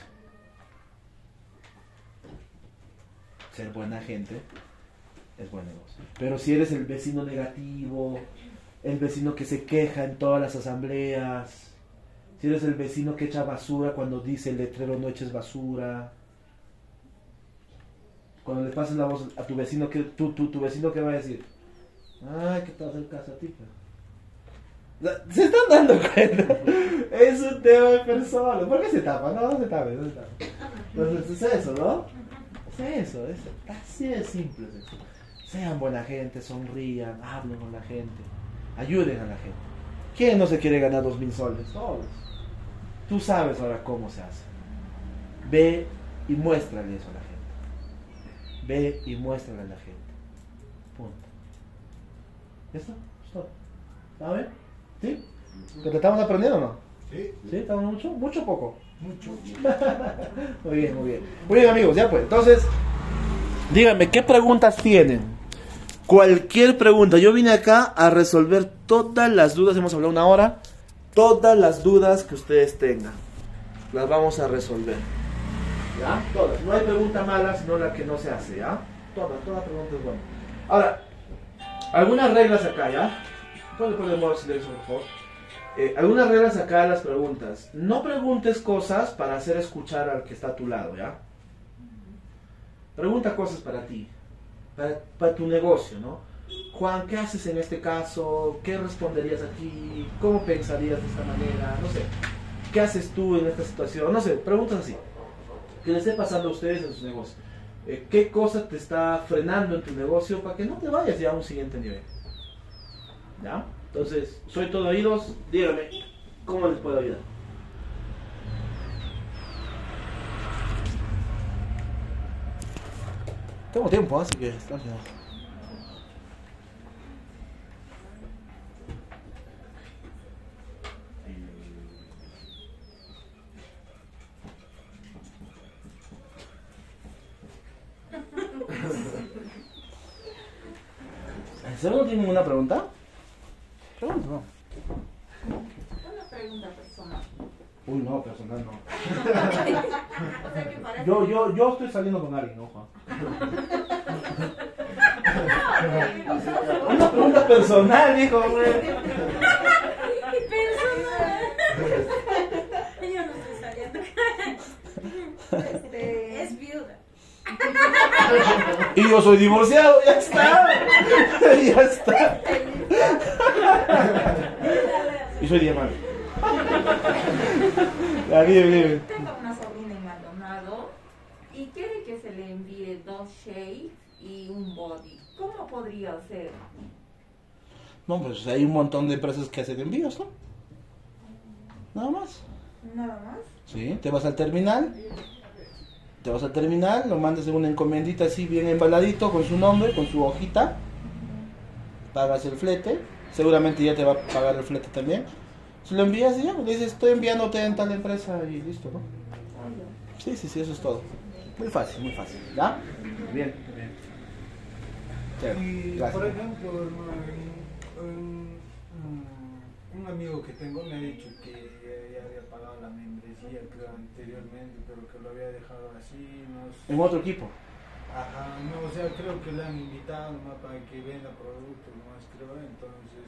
Ser buena gente es buen negocio. Pero si eres el vecino negativo, el vecino que se queja en todas las asambleas, si eres el vecino que echa basura cuando dice el letrero no eches basura, cuando le pases la voz a tu vecino, tu vecino ¿qué va a decir? Ay, ¿qué te va a hacer caso a ti? ¿Se están dando cuenta? Es un tema de personas. ¿Por qué se tapa? No se tapa. Entonces es eso, ¿no? Es eso. Así de simple. Es eso. Sean buena gente, sonrían, hablen con la gente, ayuden a la gente. ¿Quién no se quiere ganar 2.000 soles? Todos. Tú sabes ahora cómo se hace. Ve y muéstrale eso a la gente. Ve y muéstrale a la gente. Punto. ¿Ya está? ¿Está bien? ¿Sí? ¿Que te estamos aprendiendo o no? Sí. ¿Sí? ¿Estamos mucho? ¿Mucho o poco? Mucho. Muy bien. Muy bien, amigos, ya pues. Entonces, díganme, ¿qué preguntas tienen? Cualquier pregunta. Yo vine acá a resolver todas las dudas. Hemos hablado 1 hora. Todas las dudas que ustedes tengan. Las vamos a resolver. ¿Ya? Todas. No hay pregunta mala, sino la que no se hace, ¿ya? Toda pregunta es buena. Ahora, algunas reglas acá, ¿ya? Podemos silencio, por favor. Algunas reglas acá a las preguntas. No preguntes cosas para hacer escuchar al que está a tu lado, ¿ya? Pregunta cosas para ti, para tu negocio, ¿no? Juan, ¿qué haces en este caso? ¿Qué responderías aquí? ¿Cómo pensarías de esta manera? No sé. ¿Qué haces tú en esta situación? No sé, preguntas así. ¿Qué les esté pasando a ustedes en sus negocios? ¿Qué cosa te está frenando en tu negocio para que no te vayas ya a un siguiente nivel? ¿Ya? Entonces, soy todo oídos. Díganme, ¿cómo les puedo ayudar? Tengo tiempo, así que está bien. ¿En serio no tiene ninguna pregunta? Pregunta, no. Una pregunta personal. Uy, no, personal no. O sea que parece... Yo estoy saliendo con alguien, ¿no, Juan? Una pregunta personal, hijo, güey. Personal. Yo no estoy saliendo. Es viuda. Y yo soy divorciado, ya está. Ya está. Y soy diamante. Ya, dime. Tengo una sobrina en Maldonado y quiere que se le envíe 2 shades y un body. ¿Cómo podría hacer? No, pues hay un montón de empresas que hacen envíos, ¿no? Nada más. Nada más. Sí, te vas al terminal, lo mandas en una encomendita así bien embaladito con su nombre, con su hojita, pagas el flete, seguramente ya te va a pagar el flete también. Si lo envías y ya, le dices, estoy enviándote en tal empresa y listo, ¿no? Sí, eso es todo. Muy fácil, ¿ya? Bien. Chévere, Y gracias. por ejemplo, un amigo que tengo me ha dicho que ya había pagado la membresía, creo, anteriormente, pero que lo había dejado así, no sé. En otro equipo. Ajá, no, o sea, creo que le han invitado más para que venda productos, más creo, entonces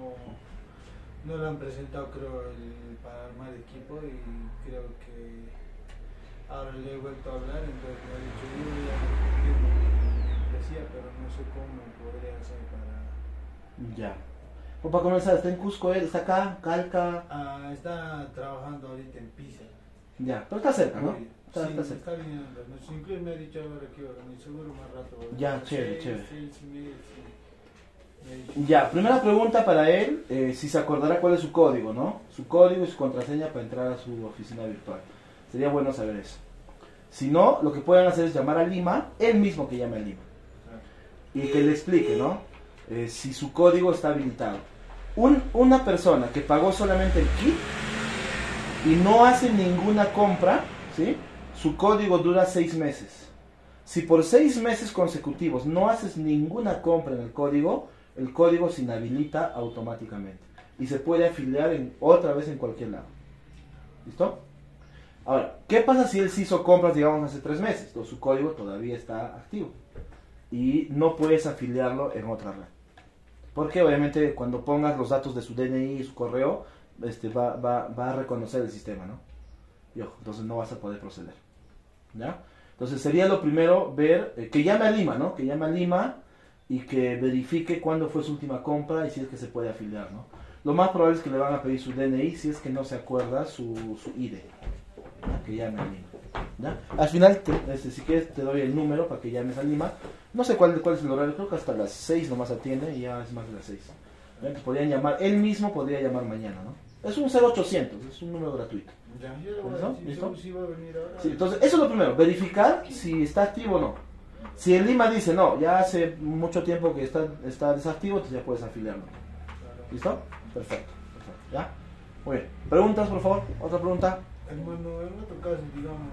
no le han presentado, creo, para armar equipo y creo que ahora le he vuelto a hablar, entonces me ha dicho, yo ya tengo mi membresía, pero no sé cómo podría hacer para... Ya. O para comenzar, está en Cusco, él está acá, Calca. Está trabajando ahorita en Pisa. Ya, pero está cerca, ¿no? Sí, Está cerca. está viniendo. Incluso me ha dicho ahora que ahora, mi seguro más rato. Ya, chévere. 6:30, sí. Me ha dicho. Ya, primera pregunta para él, si se acordará cuál es su código, ¿no? Su código y su contraseña para entrar a su oficina virtual. Sería bueno saber eso. Si no, lo que pueden hacer es llamar a Lima, él mismo que llame a Lima. Y que le explique, ¿no? Si su código está habilitado. Una persona que pagó solamente el kit y no hace ninguna compra, ¿sí? Su código dura 6 meses. Si por 6 meses consecutivos no haces ninguna compra en el código se inhabilita automáticamente y se puede afiliar otra vez en cualquier lado. ¿Listo? Ahora, ¿qué pasa si él se hizo compras, digamos, hace 3 meses? Entonces, su código todavía está activo y no puedes afiliarlo en otra red. Porque obviamente cuando pongas los datos de su DNI y su correo, va a reconocer el sistema, ¿no? Y ojo, entonces no vas a poder proceder. ¿Ya? Entonces sería lo primero ver, que llame a Lima, ¿no? Que llame a Lima y que verifique cuándo fue su última compra y si es que se puede afiliar, ¿no? Lo más probable es que le van a pedir su DNI si es que no se acuerda su ID. ¿Ya? Que llame a Lima. ¿Ya? Al final, si quieres, te doy el número para que llames a Lima. No sé cuál es el horario, creo que hasta las 6 nomás atiende y ya es más de las 6. Podrían llamar, él mismo podría llamar mañana, ¿no? Es un 0800, es un número gratuito. Ya, yo le voy a ¿Listo? decir, ¿Listo? sí va a venir ahora. Sí, entonces, eso es lo primero, verificar si está activo o no. Si en Lima dice, no, ya hace mucho tiempo que está desactivo, entonces ya puedes afiliarlo. Claro. ¿Listo? Perfecto. ¿Ya? Muy bien. ¿Preguntas, por favor? ¿Otra pregunta? Hermano, en otro caso, digamos,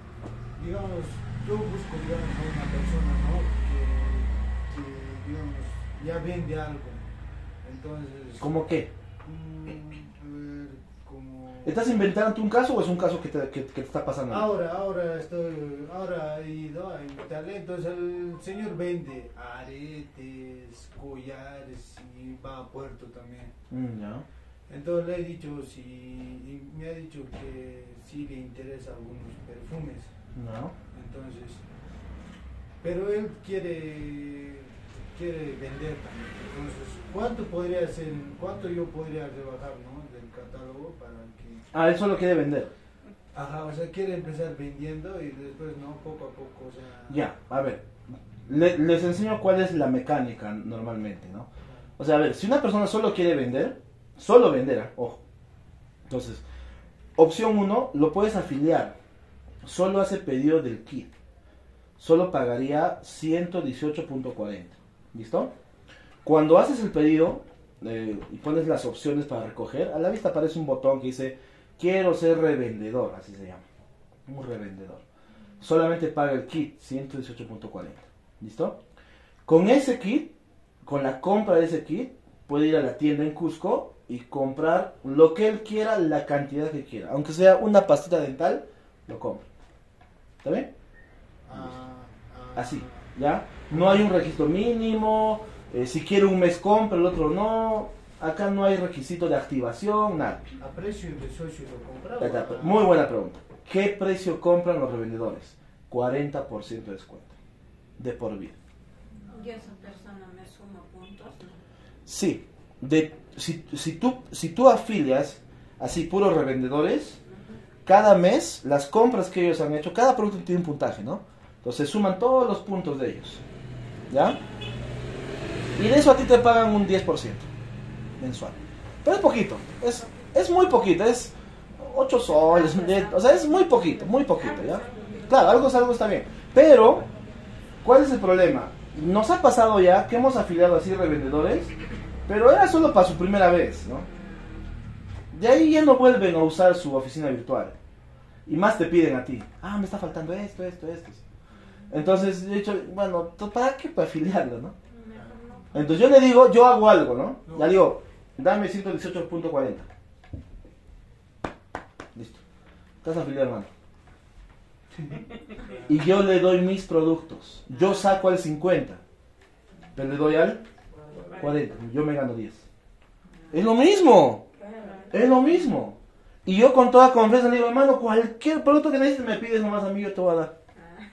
yo busco, digamos, a una persona, ¿no? Que digamos, ya vende algo. Entonces... ¿Cómo qué? a ver, como... ¿Estás inventando un caso o es un caso que te está pasando? Ahora he ido a invitarle, entonces el señor vende aretes, collares y va a Puerto también. Ya. Entonces le he dicho y me ha dicho que sí le interesa algunos perfumes. No. Entonces, pero él quiere vender también. Entonces, ¿cuánto yo podría rebajar, ¿no? Del catálogo para que... Él solo quiere vender. Ajá, o sea, quiere empezar vendiendo y después, ¿no? Poco a poco, o sea... Ya, a ver. Les enseño cuál es la mecánica normalmente, ¿no? O sea, a ver, si una persona solo quiere vender, solo venderá, ojo. Entonces, opción 1, lo puedes afiliar. Solo hace pedido del kit. Solo pagaría 118.40. ¿Listo? Cuando haces el pedido y pones las opciones para recoger, a la vista aparece un botón que dice quiero ser revendedor, así se llama. Un revendedor. Solamente paga el kit, 118.40. ¿Listo? Con ese kit, con la compra de ese kit, puede ir a la tienda en Cusco y comprar lo que él quiera, la cantidad que quiera. Aunque sea una pastita dental, lo compra. ¿Está bien? Así, ¿ya? No hay un registro mínimo, si quiere un mes compra, el otro no. Acá no hay requisito de activación, nada. ¿A precio de socio lo compraba? Muy buena pregunta. ¿Qué precio compran los revendedores? 40% de descuento. de por vida. Y esa persona me suma puntos, ¿no? Sí, si tú afilias así puros revendedores, cada mes las compras que ellos han hecho, cada producto tiene un puntaje, ¿no? Entonces suman todos los puntos de ellos, ¿ya? Y de eso a ti te pagan un 10% mensual. Pero es poquito, es muy poquito, es 8 soles, o sea, es muy poquito, ¿ya? Claro, algo está bien. Pero, ¿cuál es el problema? Nos ha pasado ya que hemos afiliado así revendedores, pero era solo para su primera vez, ¿no? De ahí ya no vuelven a usar su oficina virtual. Y más te piden a ti. Ah, me está faltando esto. Entonces, he dicho, bueno, ¿para qué? Para afiliarlo, ¿no? Entonces yo le digo, yo hago algo, ¿no? Ya digo, dame 118.40. Listo. Estás afiliado, hermano. Y yo le doy mis productos. Yo saco al 50. Pero le doy al 40. Yo me gano 10. Es lo mismo. Es lo mismo. Y yo con toda confianza le digo, hermano, cualquier producto que necesites me pides nomás a mí, yo te voy a dar.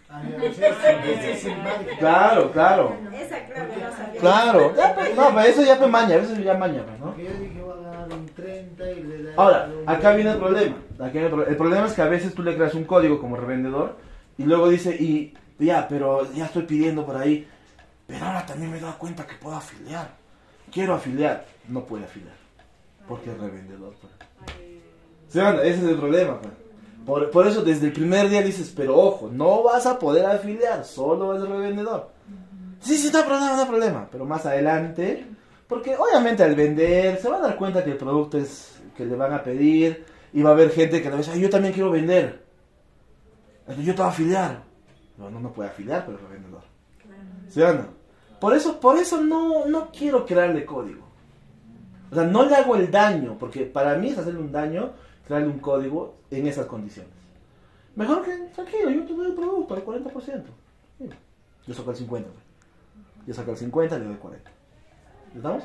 Claro. Esa clave no sabía. Claro. Ya, pues, no, pero eso ya fue maña, eso ya maña, ¿no? Porque yo dije, voy a ganar un 30 y le da... Ahora, acá viene el problema. El problema es que a veces tú le creas un código como revendedor y luego dice, pero ya estoy pidiendo por ahí, pero ahora también me he dado cuenta que puedo afiliar. Quiero afiliar. No puede afiliar. Porque es revendedor. Pues. ¿Sí, ese es el problema. Pues. Por eso desde el primer día dices, pero ojo, no vas a poder afiliar, solo es revendedor. Sí, no hay problema. Pero más adelante, porque obviamente al vender se van a dar cuenta que el producto es que le van a pedir y va a haber gente que le va a decir, yo también quiero vender. Entonces yo te voy a afiliar. No puede afiliar, pero es revendedor. ¿Sí o no? Por eso no quiero crearle código. O sea, no le hago el daño, porque para mí es hacerle un daño crearle un código en esas condiciones. Mejor que, tranquilo, yo te doy el producto al 40%. Sí. Yo saco el 50%. Yo saco el 50%, le doy 40%. ¿Estamos?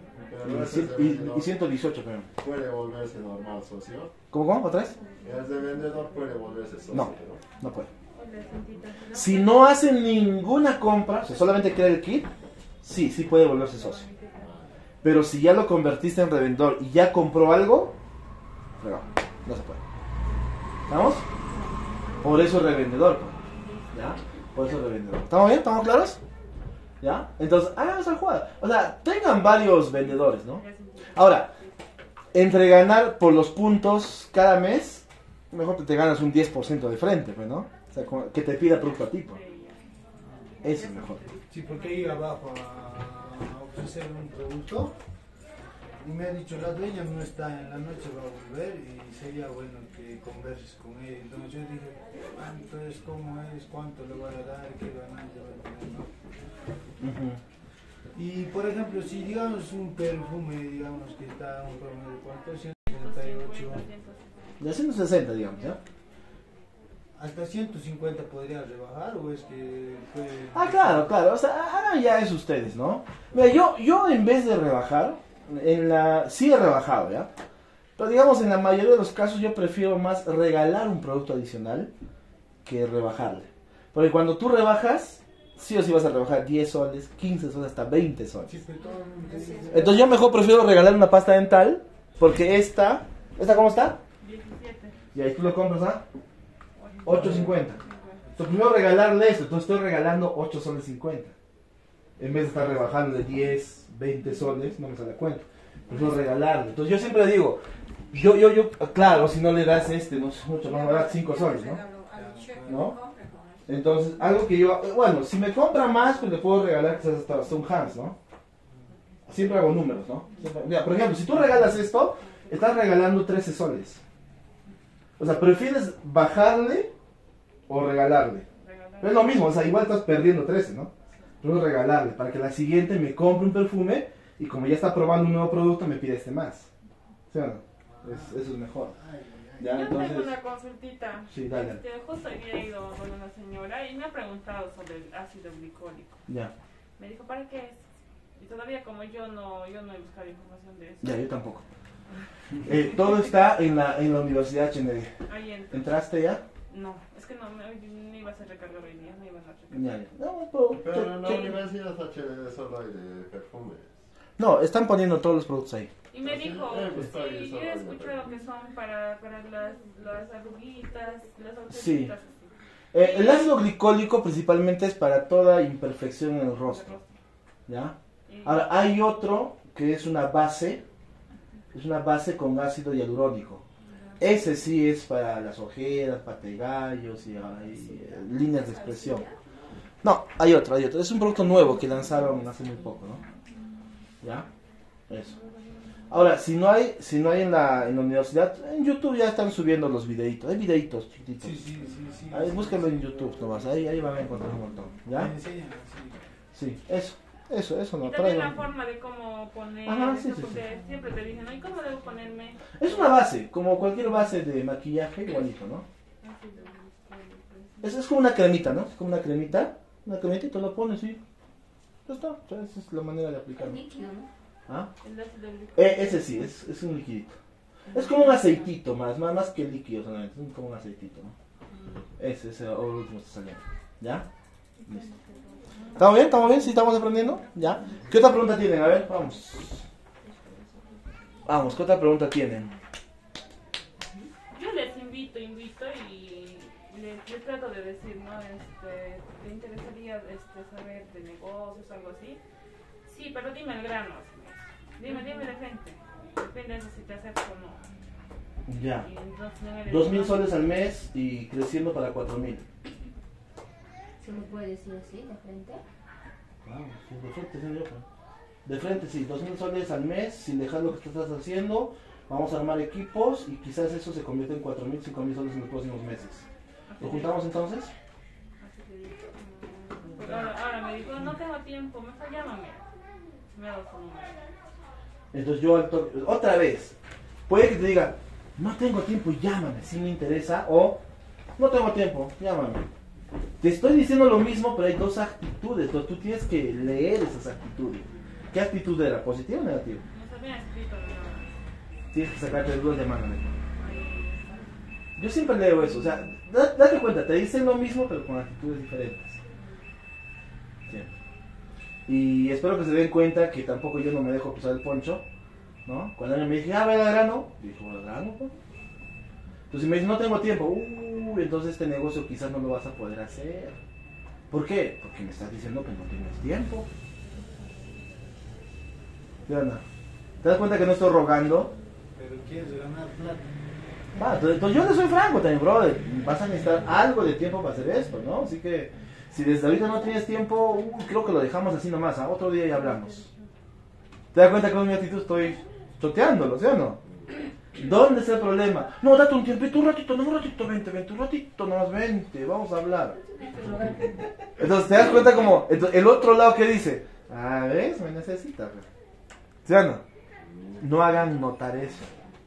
Y 118, pero. ¿Puede volverse normal socio? ¿Cómo? ¿Otra vez? El de vendedor puede volverse socio. No puede. Si no hacen ninguna compra, o sea, solamente crea el kit, sí puede volverse socio. Pero si ya lo convertiste en revendedor y ya compró algo, no se puede. ¿Estamos? Por eso es revendedor. ¿Ya? Por eso es revendedor. ¿Estamos bien? ¿Estamos claros? ¿Ya? Entonces, hagan esa jugada. O sea, tengan varios vendedores, ¿no? Ahora, entre ganar por los puntos cada mes, mejor que te ganas un 10% de frente, pues, ¿no? O sea, que te pida producto a ti, pues. Eso es mejor. Sí, porque iba abajo a ofrecer un producto y me ha dicho, la dueña no está en la noche, va a volver y sería bueno que converses con ella. Entonces yo dije, entonces ¿cómo es? ¿Cuánto le voy a dar? ¿Qué ganancia va a tener? ¿No? Y por ejemplo, si digamos un perfume, digamos que está un promedio de ¿cuánto? 168. De 160, digamos, ¿ya? ¿Hasta 150 podría rebajar o es que puede...? Claro, o sea, ahora ya es ustedes, ¿no? Mira, yo en vez de rebajar, sí he rebajado, ¿ya? Pero digamos, en la mayoría de los casos yo prefiero más regalar un producto adicional que rebajarle. Porque cuando tú rebajas, sí o sí vas a rebajar 10 soles, 15 soles, hasta 20 soles. Sí, pero todo el mundo te dice... Entonces yo mejor prefiero regalar una pasta dental, porque ¿esta cómo está? 17. Y ahí tú lo compras a 8.50. Entonces primero regalarle esto, entonces estoy regalando 8 soles 50. En vez de estar rebajando de 10, 20 soles, no me sale a cuenta. Prefiero regalarle. Entonces yo siempre digo, yo, claro, si no le das no es mucho más barato, 5 soles, ¿no? Entonces, algo que yo, bueno, si me compra más, pues le puedo regalar quizás hasta un Hans, ¿no? Siempre hago números, ¿no? Mira, por ejemplo, si tú regalas esto, estás regalando 13 soles. O sea, ¿prefieres bajarle o regalarle? Es lo mismo, o sea, igual estás perdiendo 13, ¿no? Prefiero regalarle para que la siguiente me compre un perfume y como ya está probando un nuevo producto, me pide más. ¿Sí o no? Eso es mejor. Ya, Yo entonces... tengo una consultita. Sí, dale. Justo había ido con una señora y me ha preguntado sobre el ácido glicólico. Ya. Me dijo, ¿para qué es? Y todavía como yo no he buscado información de eso. Ya, yo tampoco. Todo está en la Universidad HND. Ahí entra. ¿Entraste ya? No, es que no iba a hacer recarga hoy día, no iba a hacer Ya, recarga. ya. No, Pero en la che- universidad solo hay de perfumes. no, están poniendo todos los productos ahí. Y me Así, dijo, pues, está bien, sí, yo solo he hay escuchado de que son para las arruguitas, las Sí. arruguitas así. El ácido glicólico principalmente es para toda imperfección en el de rostro, ¿ya? Y- Ahora, hay otro que es una base con ácido hialurónico. Ese sí es para las ojeras, pategallos y líneas de expresión. No, hay otro. Es un producto nuevo que lanzaron hace muy poco, ¿no? ¿Ya? Eso. Ahora, si no hay en la universidad, en YouTube ya están subiendo los videitos. Hay videitos chiquitos. Sí. Ahí, búsquenlo en YouTube nomás, ahí van a encontrar un montón. ¿Ya? Me enseñan, sí. Sí, eso no. Y por ahí también va. la forma de cómo poner, Ajá, sí, eso, sí, porque siempre te dicen, ¿y cómo debo ponerme? Es una base, como cualquier base de maquillaje, igualito, ¿no? Así de- Es como una cremita, ¿no? Es como una cremita y tú lo pones y ya está. O sea, esa es la manera de aplicarlo. Líquido, ¿no? ¿Ah? el ácido glicólico. Ese sí, es un liquidito. Es como un aceitito más que líquido solamente, es como un aceitito, ¿no? Ese último está saliendo. ¿Ya? Listo. ¿Estamos bien? ¿Estamos bien? ¿Sí estamos aprendiendo? ¿Ya? ¿Qué otra pregunta tienen? A ver, vamos. Vamos, ¿qué otra pregunta tienen? Yo les invito y les trato de decir, ¿no? ¿Te interesaría saber de negocios, algo así? Sí, pero dime el grano, así. Dime de frente. Depende de eso si te acepto o no. Ya. Y entonces, no eres- 2.000 soles al mes y creciendo para 4.000. ¿Se me puede decir así, de frente? Vamos, de frente, señor. De frente, sí, 2.000 soles al mes, sin dejar lo que tú estás haciendo. Vamos a armar equipos y quizás eso se convierta en 4.000, 5.000 soles en los próximos meses. ¿Lo juntamos entonces? Así te digo. Pues ahora me dijo, no tengo tiempo, mejor llámame. Me ha dado su número. Entonces yo otra vez, puede que te diga, no tengo tiempo, llámame, si me interesa, o no tengo tiempo, llámame. Te estoy diciendo lo mismo, pero hay dos actitudes, entonces tú tienes que leer esas actitudes. ¿Qué actitud era? ¿Positiva o negativa? Nos habían escrito, ¿no? Tienes que sacarte dudas de mano. Yo siempre leo eso, o sea, date cuenta, te dicen lo mismo, pero con actitudes diferentes. Siempre. Y espero que se den cuenta que tampoco yo no me dejo pisar el poncho, ¿no? Cuando alguien me dice, ve al grano, dijo, al grano, pues. Entonces si me dice, no tengo tiempo, entonces este negocio quizás no lo vas a poder hacer. ¿Por qué? Porque me estás diciendo que no tienes tiempo. ¿Qué onda? ¿Te das cuenta que no estoy rogando? Pero quieres ganar plata. Va, entonces yo le soy franco también, brother. Vas a necesitar algo de tiempo para hacer esto, ¿no? Así que si desde ahorita no tienes tiempo, creo que lo dejamos así nomás. ¿Ah? Otro día ya hablamos. ¿Te das cuenta que con mi actitud estoy choteándolo, ¿sí o no? ¿Dónde está el problema? No, date un tiempito, un ratito, vente, un ratito, nomás vente, vamos a hablar. Entonces te das cuenta como el otro lado que dice, ¿ves? Me necesitas. ¿Sí o no? No hagan notar eso.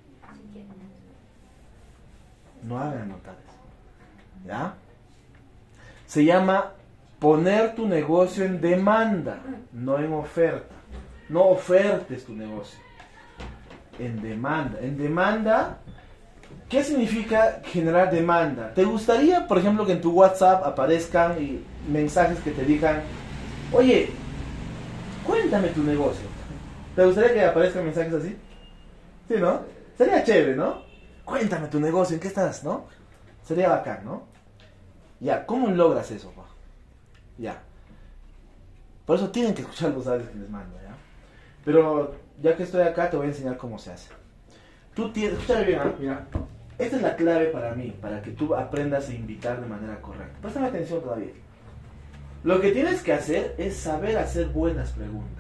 No hagan notar eso. ¿Ya? Se llama poner tu negocio en demanda, no en oferta. No ofertes tu negocio. En demanda. En demanda, ¿qué significa generar demanda? ¿Te gustaría, por ejemplo, que en tu WhatsApp aparezcan mensajes que te digan, oye, cuéntame tu negocio? ¿Te gustaría que aparezcan mensajes así? Sí, ¿no? Sería chévere, ¿no? Cuéntame tu negocio, ¿en qué estás, no? Sería bacán, ¿no? Ya, ¿cómo logras eso, pa? Ya. Por eso tienen que escuchar los audios que les mando, ¿ya? Pero ya que estoy acá, te voy a enseñar cómo se hace. Tú tienes, escúchame bien, ¿eh? Mira. Esta es la clave para mí, para que tú aprendas a invitar de manera correcta. Préstame atención todavía. Lo que tienes que hacer es saber hacer buenas preguntas.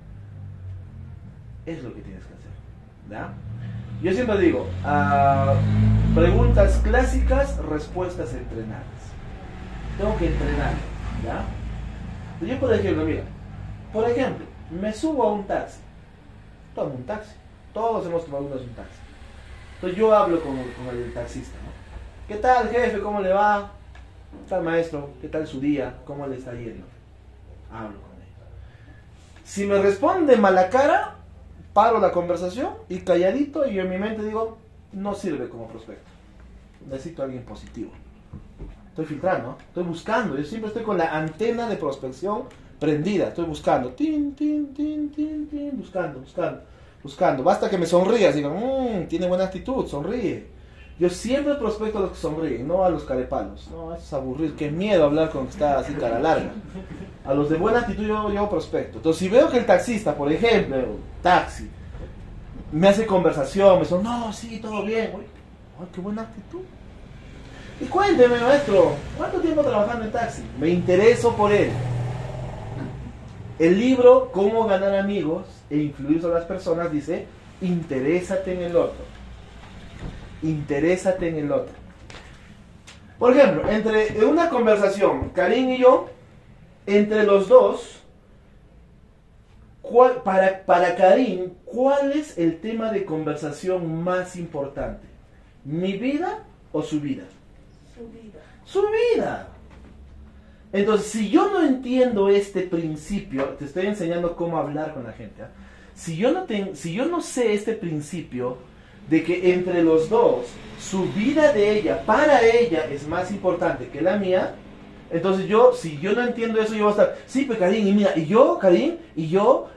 Es lo que tienes que hacer, ¿ya? Yo siempre digo, preguntas clásicas, respuestas entrenadas. Tengo que entrenar, ¿ya? Yo por ejemplo, mira, me subo a un taxi. Tomo un taxi. Todos hemos tomado un taxi. Entonces yo hablo con el taxista, ¿no? ¿Qué tal, jefe? ¿Cómo le va? ¿Qué tal, maestro? ¿Qué tal su día? ¿Cómo le está yendo? Hablo con él. Si me responde mala cara, paro la conversación y calladito, y en mi mente digo, no sirve como prospecto. Necesito a alguien positivo. Estoy filtrando, ¿no? Estoy buscando. Yo siempre estoy con la antena de prospección prendida. Estoy buscando. Tin, tin, tin, tin, tin. Buscando, buscando, buscando. Basta que me sonrías. Digo, tiene buena actitud, sonríe. Yo siempre prospecto a los que sonríen, no a los carepalos. No, eso es aburrido. Qué miedo hablar con que está así cara larga. A los de buena actitud yo prospecto. Entonces, si veo que el taxista, por ejemplo, taxi, me hace conversación, me dice, no, sí, todo bien. Ay, qué buena actitud. Y cuénteme, maestro, ¿cuánto tiempo trabajando en taxi? Me intereso por él. El libro Cómo ganar amigos e influir sobre las personas dice, interésate en el otro. Interésate en el otro. Por ejemplo, en una conversación, Karim y yo, entre los dos, para Karim, ¿cuál es el tema de conversación más importante? ¿Mi vida o su vida? Su vida. Su vida. Entonces, si yo no entiendo este principio, te estoy enseñando cómo hablar con la gente, ¿eh? Si yo no sé este principio de que entre los dos, su vida de ella, para ella, es más importante que la mía, entonces si yo no entiendo eso, yo voy a estar, sí, pues Karim, y mira, y yo, Karim, y yo,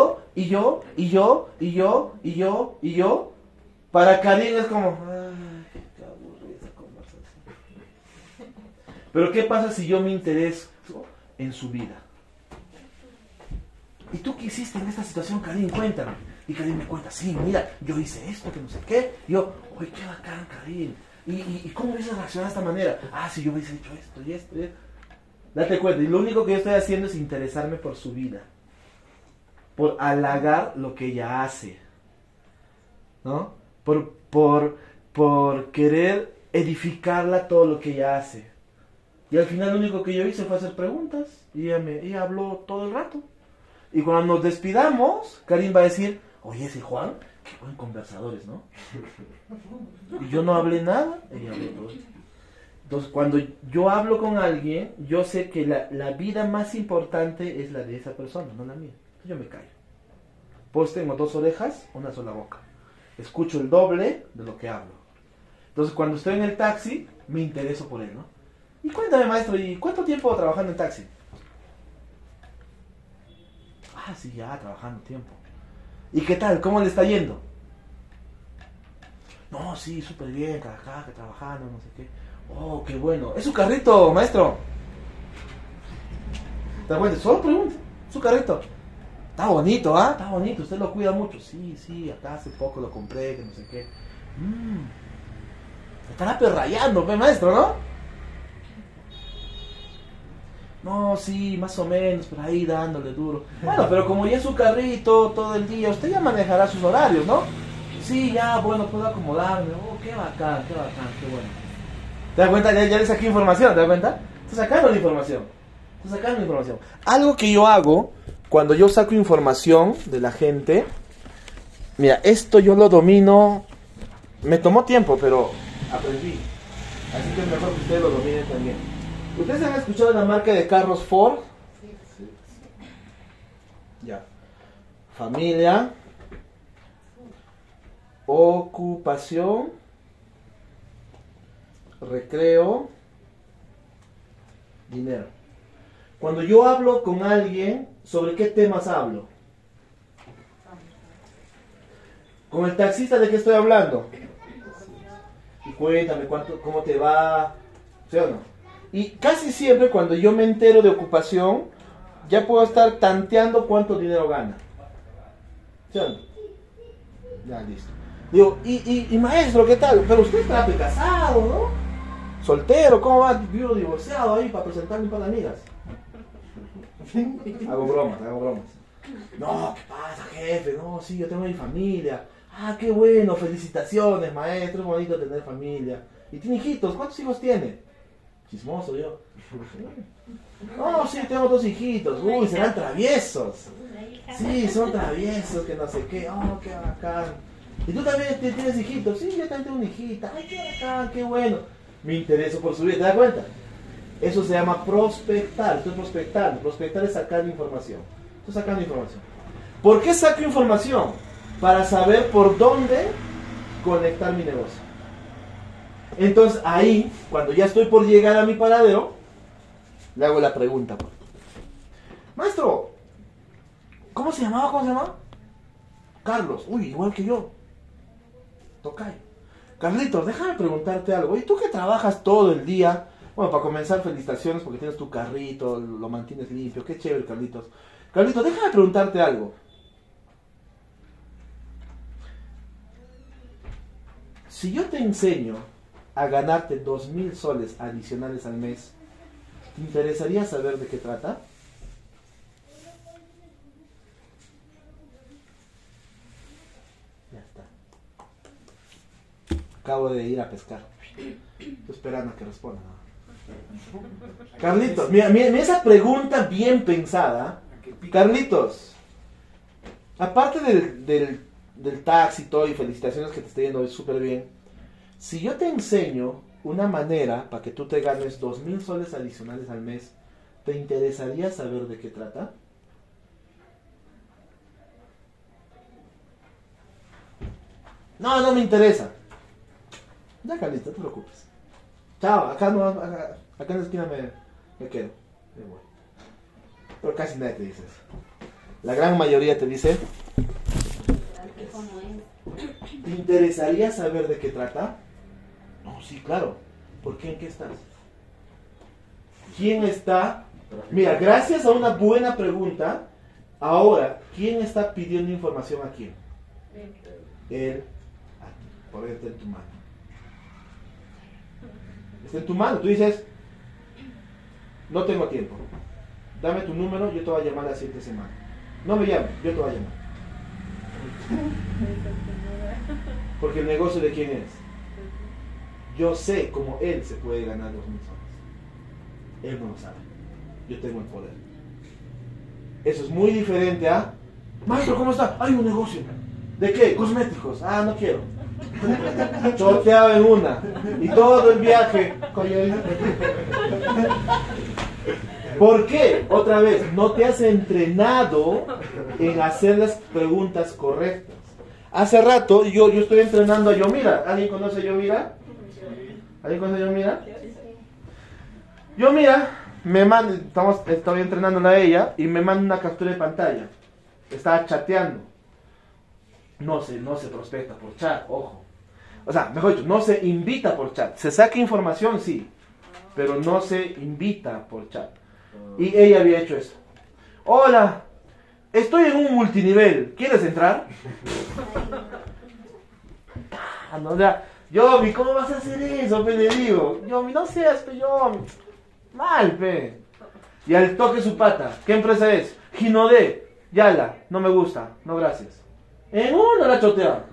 para Karim es como, ay, qué aburrida esa conversación. Pero ¿qué pasa si yo me intereso en su vida? ¿Y tú qué hiciste en esta situación, Karim? Cuéntame. Y Karim me cuenta, sí, mira, yo hice esto, que no sé qué. Yo, oye, qué bacán, Karim. ¿Y cómo hubiese reaccionado de esta manera? Ah, sí, yo hubiese hecho esto y esto y esto. Date cuenta, y lo único que yo estoy haciendo es interesarme por su vida. Por halagar lo que ella hace. ¿No? Por querer edificarla todo lo que ella hace. Y al final lo único que yo hice fue hacer preguntas. Y ella habló todo el rato. Y cuando nos despidamos, Karim va a decir, oye, ese Juan, qué buen conversadores, ¿no? Y yo no hablé nada, ella habló todo. Entonces, cuando yo hablo con alguien, yo sé que la vida más importante es la de esa persona, no la mía. Entonces yo me callo. Pues tengo 2 orejas, una sola boca. Escucho el doble de lo que hablo. Entonces, cuando estoy en el taxi, me intereso por él, ¿no? Y cuéntame, maestro, ¿y cuánto tiempo trabajando en taxi? Ah, sí, ya, trabajando tiempo. ¿Y qué tal? ¿Cómo le está yendo? No, sí, súper bien, acá, trabajando, no sé qué. Oh, qué bueno. ¿Es su carrito, maestro? ¿Te das cuenta? Solo pregunta. ¿Su carrito? Está bonito, ¿ah? Está bonito, usted lo cuida mucho. Sí, acá hace poco lo compré, que no sé qué. Estará perrayando, maestro, ¿no? No, sí, más o menos, por ahí dándole duro. Bueno, pero como ya es su carrito todo el día, usted ya manejará sus horarios, ¿no? Sí, ya, bueno, puedo acomodarme. Oh, qué bacán, qué bueno. ¿Te das cuenta? Ya le saqué información, ¿te das cuenta? Estoy sacando la información. Algo que yo hago cuando yo saco información de la gente, mira, esto yo lo domino, me tomó tiempo, pero aprendí. Así que es mejor que ustedes lo dominen también. ¿Ustedes han escuchado la marca de carros Ford? Sí. Ya. Familia, ocupación, recreo, dinero. Cuando yo hablo con alguien, ¿sobre qué temas hablo? Con el taxista, ¿de qué estoy hablando? Y cuéntame cómo te va, ¿sí o no? Y casi siempre cuando yo me entero de ocupación, ya puedo estar tanteando cuánto dinero gana. ¿Sí o no? Ya, listo. Digo, y maestro, ¿qué tal? Pero usted está casado, ¿no? Soltero, ¿cómo va? Vivo divorciado ahí para presentarme para amigas. Hago bromas. No, ¿qué pasa, jefe? No, sí, yo tengo mi familia. Ah, qué bueno, felicitaciones, maestro, es bonito tener familia. ¿Y tiene hijitos? ¿Cuántos hijos tiene? Chismoso yo. No, sí, tengo 2 hijitos. Uy, serán traviesos. Sí, son traviesos, que no sé qué. Oh, qué bacán. ¿Y tú también tienes hijitos? Sí, yo también tengo una hijita. Ay, qué bacán, qué bueno. Me intereso por su vida, ¿te das cuenta? Eso se llama prospectar. Estoy prospectando. Prospectar es sacar información. Estoy sacando información. ¿Por qué saco información? Para saber por dónde conectar mi negocio. Entonces ahí, cuando ya estoy por llegar a mi paradero, le hago la pregunta. Maestro, ¿cómo se llamaba? ¿Cómo se llamaba? Carlos. Uy, igual que yo. Tocayo. Carlitos, déjame preguntarte algo. ¿Y tú que trabajas todo el día? Bueno, para comenzar, felicitaciones porque tienes tu carrito, lo mantienes limpio. Qué chévere, Carlitos. Carlitos, déjame preguntarte algo. Si yo te enseño a ganarte 2.000 soles adicionales al mes, ¿te interesaría saber de qué trata? Ya está. Acabo de ir a pescar. Estoy esperando a que responda. Carlitos, mira esa pregunta bien pensada. Carlitos, aparte del taxi y todo, y felicitaciones que te esté yendo súper bien, si yo te enseño una manera para que tú te ganes 2.000 soles adicionales al mes, ¿te interesaría saber de qué trata? No, no me interesa. Ya, Carlitos, no te preocupes. Chao, acá en la esquina me quedo. Me voy. Pero casi nadie te dice eso. La gran mayoría te dice, ¿Cómo es? ¿te interesaría saber de qué trata? No, sí, claro. ¿Por qué? ¿En qué estás? ¿Quién está? Mira, gracias a una buena pregunta, ahora, ¿quién está pidiendo información a quién? Él, a ti, porque está en tu mano. Está en tu mano. Tú dices, no tengo tiempo. Dame tu número, yo te voy a llamar la siguiente semana. No me llames, yo te voy a llamar. Porque el negocio de quién es. Yo sé cómo él se puede ganar 2.000 soles. Él no lo sabe. Yo tengo el poder. Eso es muy diferente a, maestro, ¿cómo está? Hay un negocio. ¿De qué? Cosméticos. Ah, no quiero. Choteado en una. Y todo el viaje. ¿Por qué? Otra vez, no te has entrenado en hacer las preguntas correctas. Hace rato yo estoy entrenando a Yomira. ¿Alguien conoce a Yomira? ¿Alguien conoce a Yomira? Yomira me manda, estoy entrenándola a ella y me manda una captura de pantalla. Estaba chateando. No se prospecta por chat, ojo. O sea, mejor dicho, no se invita por chat. Se saca información, sí, pero no se invita por chat. Y ella había hecho eso. Hola, estoy en un multinivel, ¿quieres entrar? No, o sea, Yomi, ¿cómo vas a hacer eso? Pe, le digo, Yomi, no seas, pe, Yomi. Mal, pe. Y al toque su pata, ¿qué empresa es? Ginodé, Yala, no me gusta, no gracias. En uno la chotea.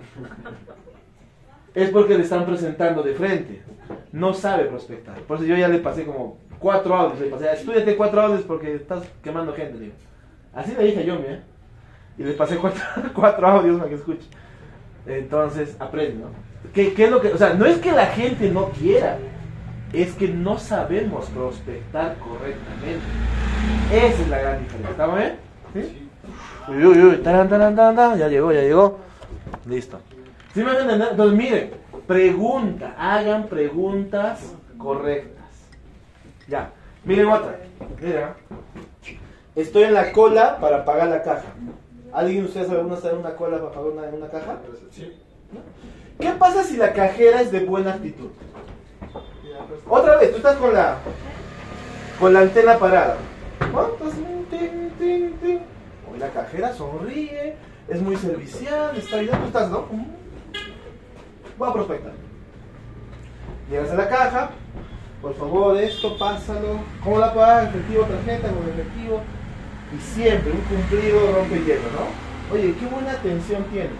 Es porque le están presentando de frente. No sabe prospectar. Por eso yo ya le pasé como 4 audios. Le pasé, estudiate 4 audios porque estás quemando gente. Digo. Así le dije a Yomi, ¿eh? Y le pasé 4 audios para que escuche. Entonces, aprende, ¿no? ¿Qué es lo que...? O sea, no es que la gente no quiera. Es que no sabemos prospectar correctamente. Esa es la gran diferencia. ¿Estamos bien? ¿Sí? Uy, taran, ya llegó. Listo. ¿Sí me hacen entender? Entonces, miren, hagan preguntas correctas. Ya, miren otra. Mira, estoy en la cola para pagar la caja. ¿Alguien de ustedes sabe uno está en una cola para pagar una caja? Sí. ¿Qué pasa si la cajera es de buena actitud? Otra vez, tú estás con la antena parada. ¿No? Entonces, ting. Hoy la cajera sonríe, es muy servicial, está bien, tú estás, ¿no? Voy a prospectar. Llegas a la caja, por favor, esto, pásalo. ¿Cómo la pagas? ¿Efectivo, tarjeta, con efectivo? Y siempre un cumplido rompe hielo, ¿no? Oye, qué buena atención tienes.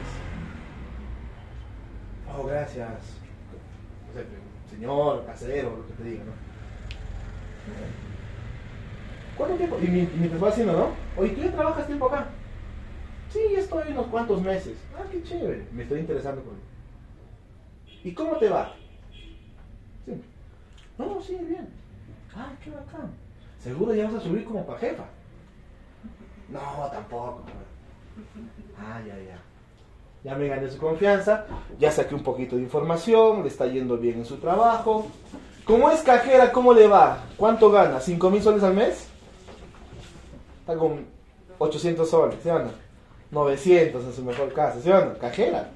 Oh, gracias. O sea, señor, casero, lo que te diga, ¿no? ¿Cuánto tiempo? Y mientras va haciendo, ¿no? Oye, ¿tú ya trabajas tiempo acá? Sí, ya estoy unos cuantos meses. Ah, qué chévere. Me estoy interesando por él. ¿Y cómo te va? Sí. No, sí, bien. Ah, qué bacán. Seguro ya vas a subir como para jefa. No, tampoco. Ah, ya. Ya me gané su confianza, ya saqué un poquito de información, le está yendo bien en su trabajo. Como es cajera, ¿cómo le va? ¿Cuánto gana? ¿5.000 soles al mes? Está con 800 soles, ¿sí o no? 900 en su mejor caso, ¿sí o no? Cajera.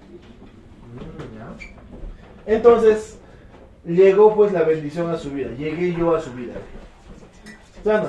Entonces, llegó pues la bendición a su vida. Llegué yo a su vida. ¿Sí o no?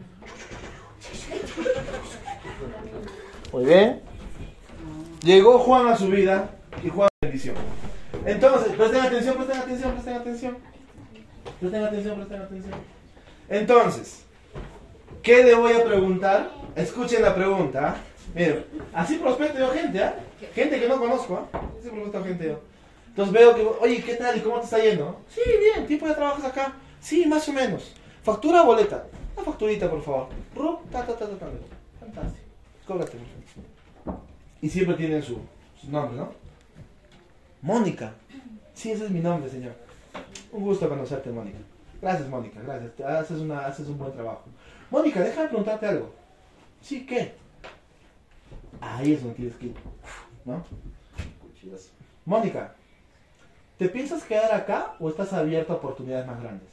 Muy bien. Llegó Juan a su vida y Juan bendición. Entonces, presten atención, presten atención, presten atención. Presten atención, presten atención. Entonces, ¿qué le voy a preguntar? Escuchen la pregunta. Miren, así prospecto yo gente, ¿ah? Gente que no conozco, ¿ah? Así prospecto gente yo. Entonces veo que, oye, ¿qué tal? ¿Y cómo te está yendo? Sí, bien. ¿Tiempo de trabajas acá? Sí, más o menos. ¿Factura o boleta? Una facturita, por favor. Fantástico. Cóbrate, por favor. Y siempre tienen su nombre, ¿no? Mónica. Sí, ese es mi nombre, señor. Un gusto conocerte, Mónica. Gracias, Mónica, gracias. Haces un buen trabajo. Mónica, déjame preguntarte algo. ¿Sí qué? Ahí es donde tienes que ir, ¿no? Mónica, ¿te piensas quedar acá o estás abierto a oportunidades más grandes?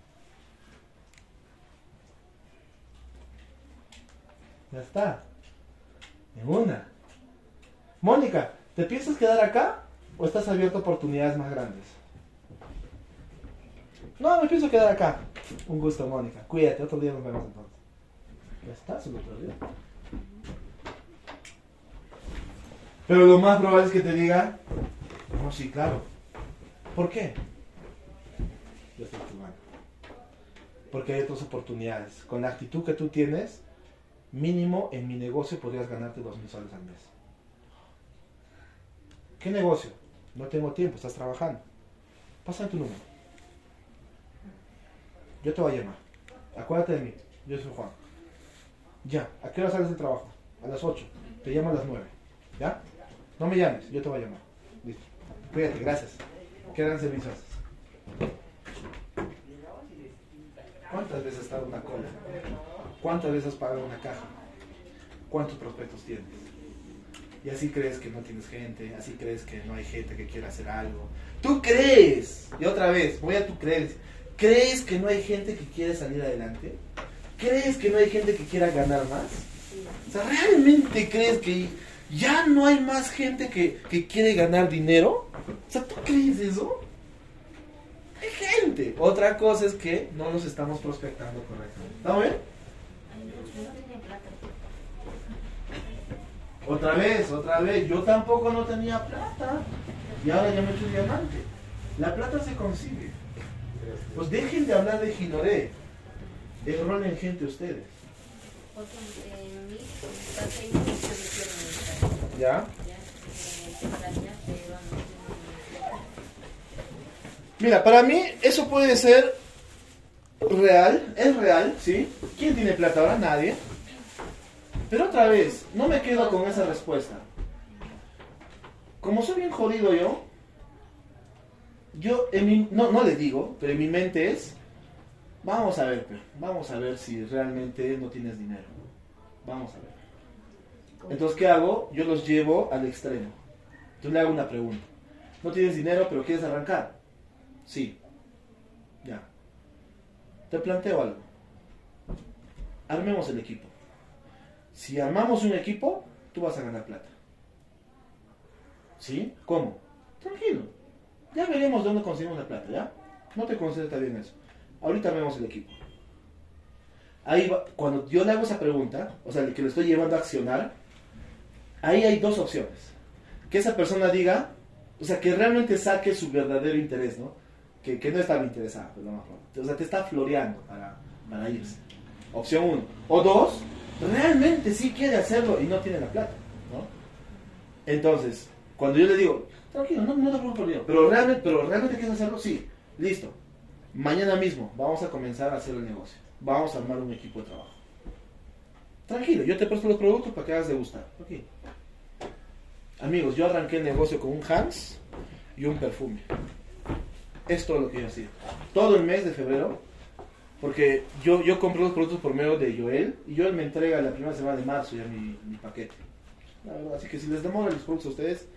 Ya está. En una. Mónica, ¿te piensas quedar acá o estás abierto a oportunidades más grandes? No, me pienso quedar acá. Un gusto, Mónica. Cuídate, otro día nos vemos entonces. Ya está, solo otro día. Pero lo más probable es que te diga, no, sí, claro. ¿Por qué? Yo estoy jugando. Porque hay otras oportunidades. Con la actitud que tú tienes, mínimo en mi negocio podrías ganarte 2.000 soles al mes. ¿Qué negocio? No tengo tiempo, estás trabajando. Pásame tu número. Yo te voy a llamar. Acuérdate de mí. Yo soy Juan. Ya. ¿A qué hora sales del trabajo? A las 8. Te llamo a las 9. ¿Ya? No me llames. Yo te voy a llamar. Listo. Cuídate. Gracias. ¿Qué gran servicio haces? ¿Cuántas veces has estado en una cola? ¿Cuántas veces has pagado una caja? ¿Cuántos prospectos tienes? Y así crees que no tienes gente, así crees que no hay gente que quiera hacer algo. ¡Tú crees! Y otra vez, voy a tu creer. ¿Crees que no hay gente que quiere salir adelante? ¿Crees que no hay gente que quiera ganar más? O sea, ¿realmente crees que ya no hay más gente que quiere ganar dinero? O sea, ¿tú crees eso? Hay gente. Otra cosa es que no nos estamos prospectando correctamente. ¿Estamos bien? Otra vez. Yo tampoco no tenía plata. Y ahora ya me he hecho diamante. La plata se consigue. Pues dejen de hablar de ginoré. Enrolen gente ustedes. ¿Ya? Mira, para mí eso puede ser real. Es real, ¿sí? ¿Quién tiene plata ahora? Nadie. Pero otra vez, no me quedo con esa respuesta. Como soy bien jodido yo no le digo, pero en mi mente es, vamos a ver si realmente no tienes dinero. Vamos a ver. Entonces, ¿qué hago? Yo los llevo al extremo. Yo le hago una pregunta. ¿No tienes dinero, pero quieres arrancar? Sí. Ya. Te planteo algo. Armemos el equipo. Si armamos un equipo, tú vas a ganar plata. ¿Sí? ¿Cómo? Tranquilo. Ya veremos dónde conseguimos la plata, ¿ya? No te concentres bien en eso. Ahorita vemos el equipo. Ahí va, cuando yo le hago esa pregunta, o sea, que lo estoy llevando a accionar, ahí hay dos opciones. Que esa persona diga, o sea, que realmente saque su verdadero interés, ¿no? Que no estaba interesada, pues, no, o sea, te está floreando para irse. Opción 1. O 2, realmente sí quiere hacerlo y no tiene la plata, ¿no? Entonces, cuando yo le digo, tranquilo, no te preocupes por dinero, pero realmente quieres hacerlo, sí, listo. Mañana mismo vamos a comenzar a hacer el negocio. Vamos a armar un equipo de trabajo. Tranquilo, yo te presto los productos para que hagas degustar. Okay. Amigos, yo arranqué el negocio con un Hans y un perfume. Es todo lo que yo hacía. Todo el mes de febrero, porque yo compré los productos por medio de Joel, y Joel me entrega la primera semana de marzo ya mi paquete. La verdad, así que si les demora los productos a ustedes,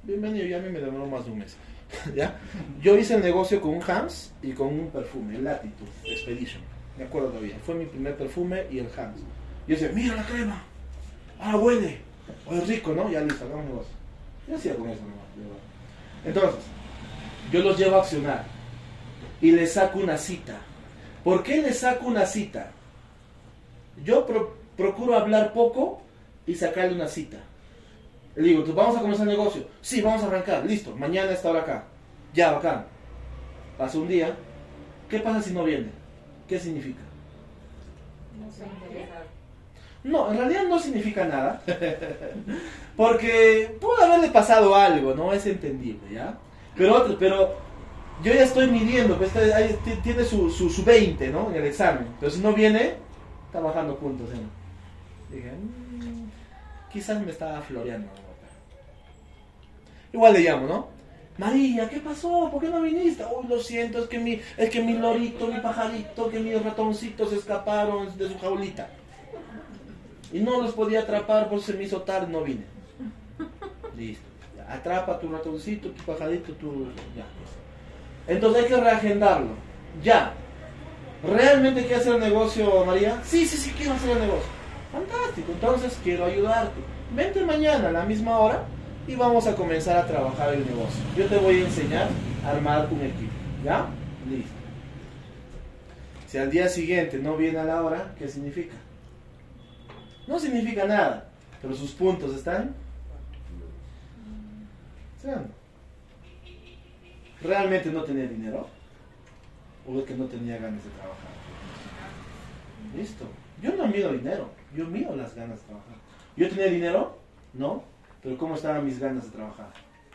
bienvenido, ya a mí me demoró más de un mes. ¿Ya? Yo hice el negocio con un Hams y con un perfume, el Latitude Expedition. Me acuerdo todavía. Fue mi primer perfume y el Hams. Yo decía, mira la crema. Ah, huele. O es rico, ¿no? Ya listo, hagamos negocio. Yo hacía con eso nomás. Entonces, yo los llevo a accionar y les saco una cita. ¿Por qué les saco una cita? Yo procuro hablar poco y sacarle una cita. Le digo, ¿tú vamos a comenzar el negocio? Sí, vamos a arrancar, listo, mañana a esta hora acá. Ya, bacán. Pasa un día, ¿qué pasa si no viene? ¿Qué significa? No se interesa. No, en realidad no significa nada. Porque pudo haberle pasado algo, ¿no? Es entendible, ¿ya? Pero yo ya estoy midiendo, pues ahí tiene su 20, ¿no? En el examen. Pero si no viene, está bajando puntos, ¿eh? Dije, quizás me estaba floreando, ¿no? Igual le llamo, ¿no? María, ¿qué pasó? ¿Por qué no viniste? Uy, lo siento, es que mi lorito, mi pajarito, que mis ratoncitos se escaparon de su jaulita. Y no los podía atrapar, por eso se me hizo tarde, no vine. Listo. Ya, atrapa tu ratoncito, tu pajarito, ya. Entonces hay que reagendarlo. Ya. ¿Realmente quieres hacer el negocio, María? Sí, quiero hacer el negocio. Fantástico, entonces quiero ayudarte. Vente mañana a la misma hora y vamos a comenzar a trabajar el negocio. Yo te voy a enseñar a armar un equipo. ¿Ya? Listo. Si al día siguiente no viene a la hora, ¿qué significa? No significa nada, pero sus puntos están. ¿Realmente no tenía dinero? ¿O es que no tenía ganas de trabajar? Listo. Yo no mido dinero, yo mido las ganas de trabajar. ¿Yo tenía dinero? No. Pero ¿cómo estaban mis ganas de trabajar?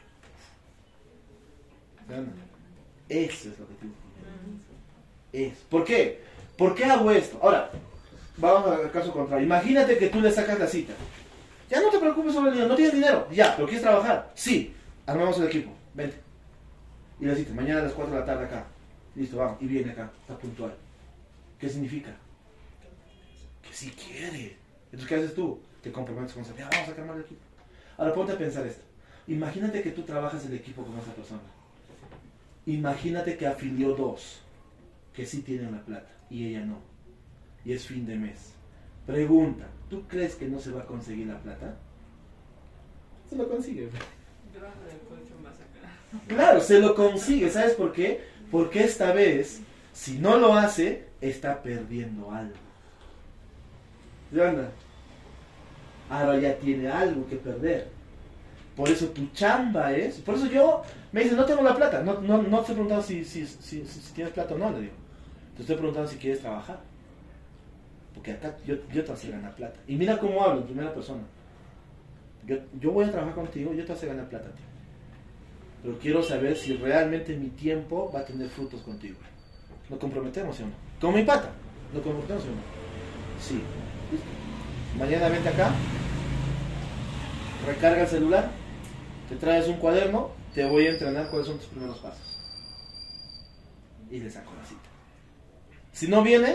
Eso es lo que tienes que mirar. ¿Por qué? ¿Por qué hago esto? Ahora, vamos al caso contrario. Imagínate que tú le sacas la cita. Ya no te preocupes sobre el dinero, no tienes dinero. Ya, pero ¿quieres trabajar? Sí. Armamos el equipo, vente. Y le cita, mañana a las 4 de la tarde acá. Listo, vamos. Y viene acá, está puntual. ¿Qué significa? Que sí quiere. Entonces, ¿qué haces tú? Te comprometes con esa, ya vamos a armar el equipo. Ahora ponte a pensar esto. Imagínate que tú trabajas el equipo con esa persona. Imagínate que afilió 2 que sí tienen la plata y ella no. Y es fin de mes. Pregunta, ¿tú crees que no se va a conseguir la plata? Se lo consigue. Debajo del colchón más acá. Claro, se lo consigue. ¿Sabes por qué? Porque esta vez, si no lo hace, está perdiendo algo. ¿Ya anda? Ahora ya tiene algo que perder. Por eso tu chamba es... Por eso yo... Me dice, no tengo la plata. No te estoy preguntando si tienes plata o no, le digo. Te estoy preguntando si quieres trabajar. Porque acá yo te voy a hacer ganar plata. Y mira cómo hablo en primera persona. Yo voy a trabajar contigo, yo te voy a hacer ganar plata, tío. Pero quiero saber si realmente mi tiempo va a tener frutos contigo. ¿Nos comprometemos, sí o no? Como mi pata. ¿Nos comprometemos, sí o no? Sí. ¿Listo? Mañana vente acá. Recarga el celular. Te traes un cuaderno. Te voy a entrenar cuáles son tus primeros pasos. Y le saco la cita. Si no viene,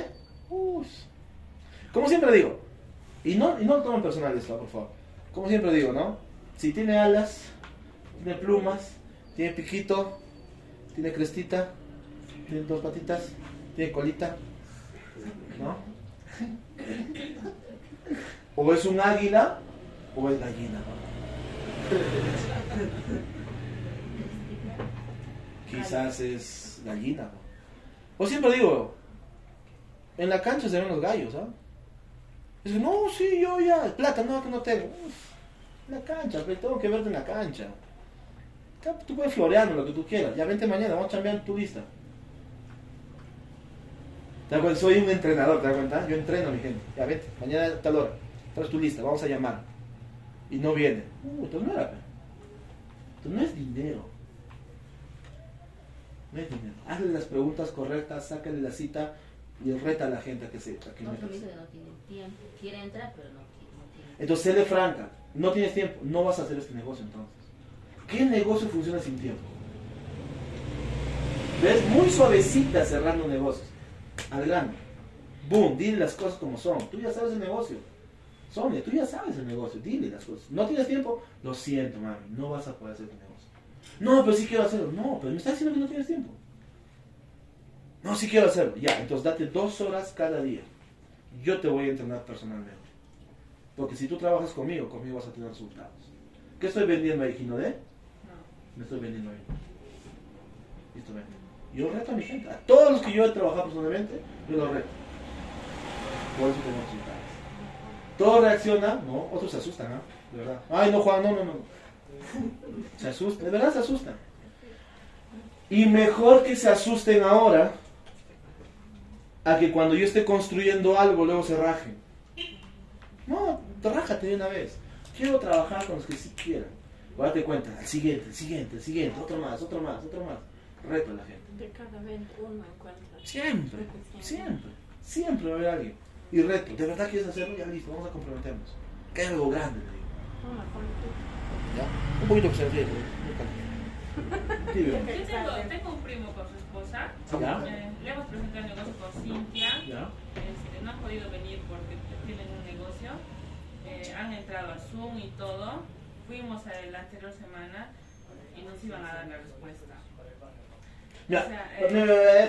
como siempre digo, y no lo tomen personal esto, por favor. Como siempre digo, ¿no? Si tiene alas, tiene plumas, tiene piquito, tiene crestita, tiene 2 patitas, tiene colita, ¿no? O es un águila o es gallina, ¿no? Quizás es gallina, ¿no? O siempre digo, en la cancha se ven los gallos, ¿ah? Es que no, sí, yo ya, plata, no, que no tengo. En la cancha, pero tengo que verte en la cancha. Tú puedes florearme lo que tú quieras. Ya vente mañana, vamos a cambiar tu lista. ¿Te das cuenta? Soy un entrenador, ¿te das cuenta? Yo entreno a mi gente. Ya vente, mañana a tal hora. Traes tu lista, vamos a llamar. Y no viene. Entonces no era. Entonces no es dinero. No es dinero. Hazle las preguntas correctas, sácale la cita y reta a la gente a que se... No, tú dices que no tiene tiempo. Quiere entrar, pero no tiene. Entonces, séle franca. No tienes tiempo, no vas a hacer este negocio entonces. ¿Qué negocio funciona sin tiempo? ¿Ves? Muy suavecita cerrando negocios. Al grano. Boom, dile las cosas como son. Tú ya sabes el negocio. Sonia, tú ya sabes el negocio, dile las cosas. ¿No tienes tiempo? Lo siento, mami, no vas a poder hacer tu negocio. No, pero sí quiero hacerlo. No, pero me estás diciendo que no tienes tiempo. No, sí quiero hacerlo. Ya, entonces date 2 horas cada día. Yo te voy a entrenar personalmente. Porque si tú trabajas conmigo vas a tener resultados. ¿Qué estoy vendiendo ahí, Ginodé? No. Me estoy vendiendo ahí. Listo, ven. Yo reto a mi gente. A todos los que yo he trabajado personalmente, yo los reto. Por eso tenemos resultados. Todos reaccionan, no, otros se asustan, ¿ah? De verdad. Ay, no, Juan, no. Se asustan, de verdad se asustan. Y mejor que se asusten ahora a que cuando yo esté construyendo algo luego se rajen. No, rájate de una vez. Quiero trabajar con los que sí quieran. Date cuenta, al siguiente, otro más. Reto a la gente. De cada 20 uno encuentra. Siempre va a haber alguien. Y reto, ¿de verdad quieres hacerlo? Ya listo, vamos a comprometernos. Que hay algo grande, le digo. ¿Ya? Un poquito que se ríe, Yo tengo un primo con su esposa. ¿Ya? Le hemos presentado el negocio con Cintia. ¿Ya? No han podido venir porque tienen un negocio. Han entrado a Zoom y todo. Fuimos la anterior semana y nos iban a dar la respuesta. Ya, O sea,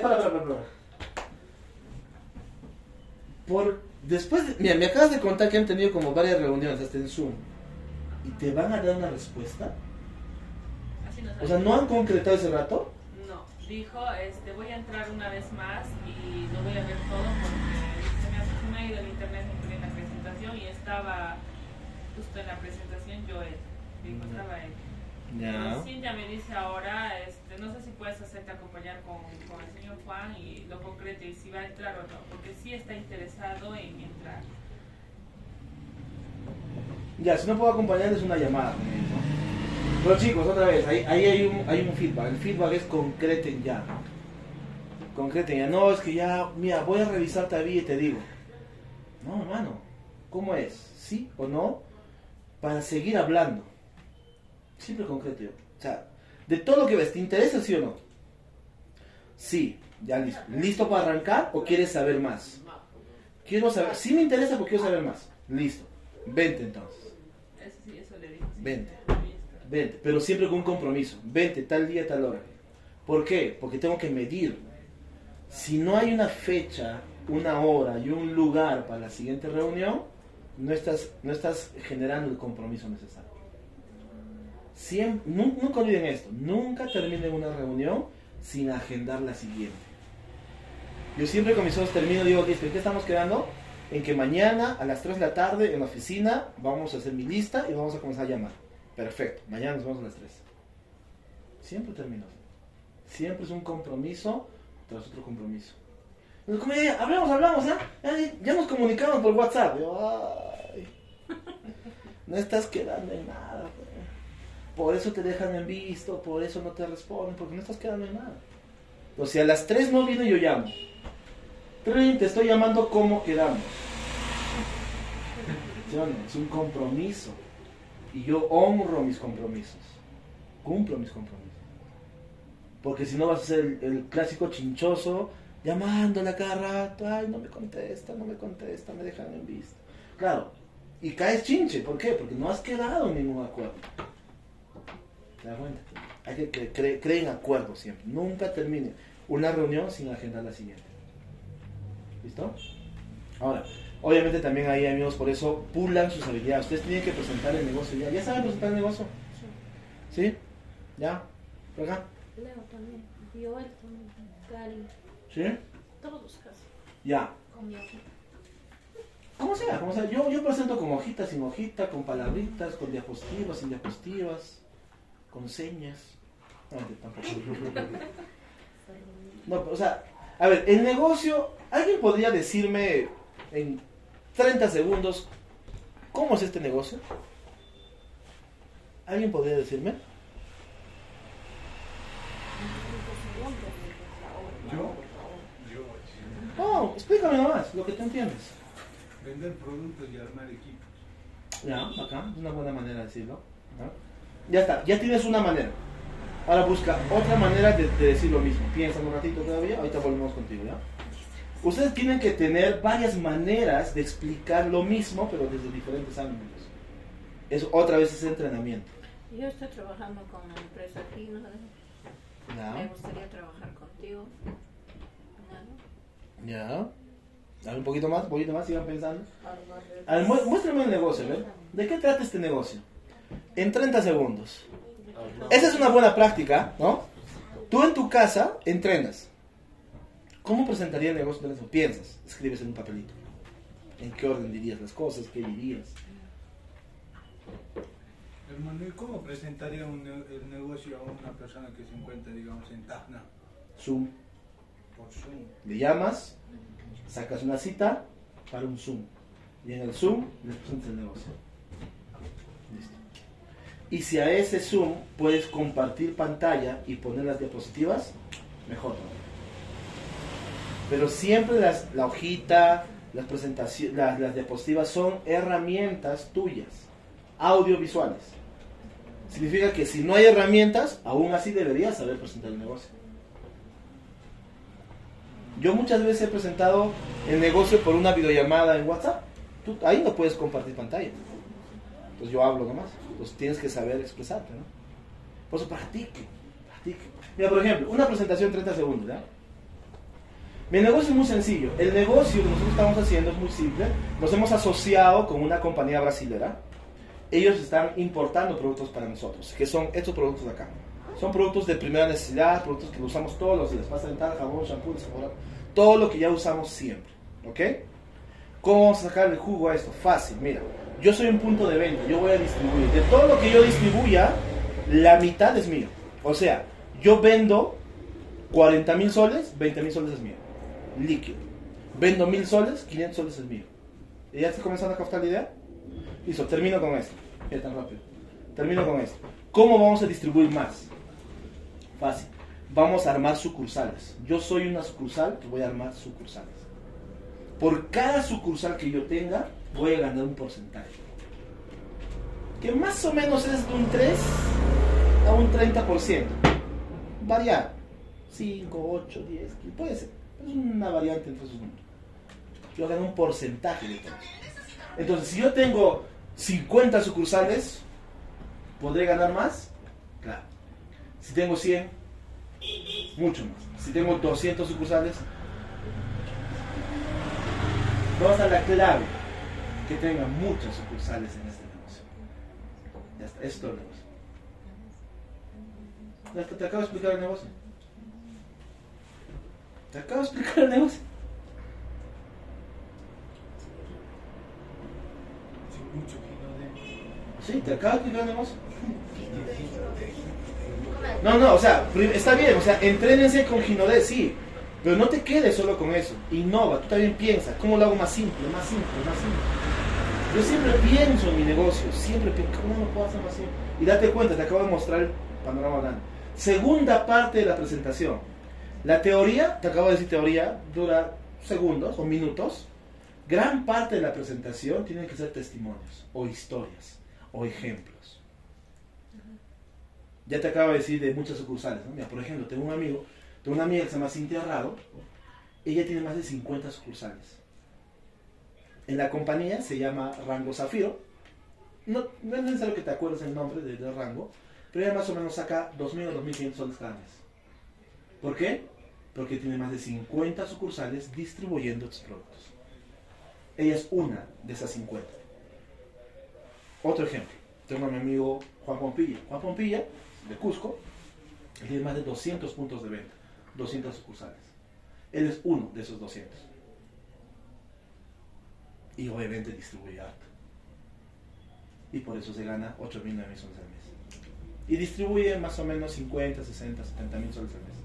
para. Mira, me acabas de contar que han tenido como varias reuniones hasta en Zoom y te van a dar una respuesta. Así nos O sea, ¿no han concretado ese rato? No, dijo, voy a entrar una vez más y lo voy a ver todo porque se me ha ido el internet en la presentación y estaba justo en la presentación Joel. Dijo, estaba él. Ya. Cintia me dice ahora, no sé si puedes hacerte acompañar con el señor Juan y lo concrete y si va a entrar o no, porque sí está interesado en entrar. Ya, si no puedo acompañarles una llamada, ¿no? Pero chicos, otra vez, ahí hay un feedback. El feedback es concreten ya. Concreten ya. No, es que ya, mira, voy a revisar todavía y te digo. No, hermano, ¿cómo es? ¿Sí o no? Para seguir hablando. Siempre concreto yo. O sea, de todo lo que ves, ¿te interesa sí o no? Sí, ya listo. ¿Listo para arrancar o quieres saber más? Quiero saber, sí me interesa porque quiero saber más. Listo. Vente entonces. Eso sí, eso le dijo. Sí, Vente, pero siempre con un compromiso. Vente tal día, tal hora. ¿Por qué? Porque tengo que medir. Si no hay una fecha, una hora y un lugar para la siguiente reunión, no estás generando el compromiso necesario. Nunca olviden esto, nunca terminen una reunión sin agendar la siguiente. Yo siempre con mis socios termino y digo, listo, ¿en qué estamos quedando? En que mañana a las 3 de la tarde en la oficina vamos a hacer mi lista y vamos a comenzar a llamar. Perfecto, mañana nos vemos a las 3. Siempre termino. Siempre es un compromiso tras otro compromiso. Entonces, como ya, hablamos, ya nos comunicamos por WhatsApp. Yo, ay, no estás quedando en nada, pues. Por eso te dejan en visto, por eso no te responden, porque no estás quedando en nada. O sea, a las 3 no vino y yo llamo. 3 te estoy llamando como quedamos. ¿Sí o no? Es un compromiso. Y yo honro mis compromisos. Cumplo mis compromisos. Porque si no vas a ser el clásico chinchoso, llamándole a cada rato, ay, no me contesta, me dejan en visto. Claro, y caes chinche, ¿por qué? Porque no has quedado en ningún acuerdo. ¿Te das cuenta? Hay que creer en acuerdo siempre. Nunca termine una reunión sin agendar la siguiente. ¿Listo? Ahora, obviamente también hay amigos, por eso pulan sus habilidades. Ustedes tienen que presentar el negocio ya. ¿Ya saben presentar el negocio? ¿Sí? ¿Ya? ¿Por acá? Leo también, Joel también, Gary, ¿Sí? Todos casi. Ya. con mi hojita. Como sea. Yo presento con hojita, sin hojita, con palabritas, con diapositivas, sin diapositivas, con señas. No, tampoco. No, o sea, a ver, el negocio, ¿alguien podría decirme en 30 segundos cómo es este negocio? ¿Alguien podría decirme? Oh, explícame nomás lo que te entiendes. Vender productos y armar equipos. Ya, acá, es una buena manera de decirlo. ¿No? Ya está, ya tienes una manera. Ahora busca otra manera de decir lo mismo. Piensa un ratito todavía, ahorita volvemos contigo, ¿ya? Ustedes tienen que tener varias maneras de explicar lo mismo, pero desde diferentes ángulos. Eso otra vez es entrenamiento. Yo estoy trabajando con una empresa aquí, ¿no? Me gustaría trabajar contigo. ¿No? Ya. A ver, un poquito más, sigan pensando. A ver, muéstrame el negocio, ¿ver? ¿De qué trata este negocio? En 30 segundos. Esa es una buena práctica, ¿no? Tú en tu casa entrenas. ¿Cómo presentaría el negocio? Piensas, escribes en un papelito. ¿En qué orden dirías las cosas? ¿Qué dirías? Hermano, ¿y cómo presentaría el negocio a una persona que se encuentra, digamos, en Tacna? Zoom. Por Zoom. Le llamas, sacas una cita para un Zoom. Y en el Zoom les presentas el negocio. Listo. Y si a ese Zoom puedes compartir pantalla y poner las diapositivas, mejor. Pero siempre la hojita, las presentaciones, las diapositivas son herramientas tuyas, audiovisuales. Significa que si no hay herramientas, aún así deberías saber presentar el negocio. Yo muchas veces he presentado el negocio por una videollamada en WhatsApp. Tú ahí no puedes compartir pantalla. Pues yo hablo nomás. Pues tienes que saber expresarte, ¿no? Por eso practique. Mira, por ejemplo, una presentación 30 segundos, ¿ya? Mi negocio es muy sencillo. El negocio que nosotros estamos haciendo es muy simple. Nos hemos asociado con una compañía brasilera. Ellos están importando productos para nosotros, que son estos productos de acá. Son productos de primera necesidad, productos que usamos todos los días. Pasta dental, jabón, shampoo, desodorante. Todo lo que ya usamos siempre. ¿Ok? ¿Cómo vamos a sacar el jugo a esto? Fácil, mira. Yo soy un punto de venta, yo voy a distribuir. De todo lo que yo distribuya, la mitad es mío. O sea, yo vendo 40.000 soles, 20.000 soles es mío. Líquido. Vendo 1.000 soles, 500 soles es mío. ¿Y ya estás comenzando a captar la idea? Listo, termino con esto. Ya tan rápido. Termino con esto. ¿Cómo vamos a distribuir más? Fácil. Vamos a armar sucursales. Yo soy una sucursal que voy a armar sucursales. Por cada sucursal que yo tenga, voy a ganar un porcentaje. Que más o menos es de un 3 a un 30%. Variar. 5, 8, 10, 15, puede ser. Es una variante entre esos números. Yo gano un porcentaje de todo. Entonces, si yo tengo 50 sucursales, ¿podré ganar más? Claro. Si tengo 100, mucho más. Si tengo 200 sucursales, ¿dónde está la clave? Que tenga muchas sucursales en este negocio. Ya está, esto es todo el negocio. Ya está, te acabo de explicar el negocio. Te acabo de explicar el negocio. Sí, te acabo de explicar el negocio. No, o sea, está bien, o sea, entrénense con Ginodé, sí. Pero no te quedes solo con eso. Innova, tú también piensas, ¿cómo lo hago más simple? Yo siempre pienso en mi negocio, siempre pienso, ¿cómo lo puedo hacer más simple? Y date cuenta, te acabo de mostrar el panorama grande. Segunda parte de la presentación. La teoría, te acabo de decir teoría, dura segundos o minutos. Gran parte de la presentación tienen que ser testimonios, o historias, o ejemplos. Ya te acabo de decir de muchas sucursales, ¿no? Mira, por ejemplo, tengo una amiga que se llama Cintia Rado. Ella tiene más de 50 sucursales. En la compañía se llama Rango Zafiro. No es necesario que te acuerdes el nombre de Rango, pero ella más o menos saca 2.000 o 2.500 soles cada mes. ¿Por qué? Porque tiene más de 50 sucursales distribuyendo estos productos. Ella es una de esas 50. Otro ejemplo. Tengo a mi amigo Juan Pompilla. Juan Pompilla, de Cusco, él tiene más de 200 puntos de venta, 200 sucursales. Él es uno de esos 200. Y obviamente distribuye harto. Y por eso se gana 8.000, 9.000 soles al mes. Y distribuye más o menos 50, 60, 70.000 soles al mes.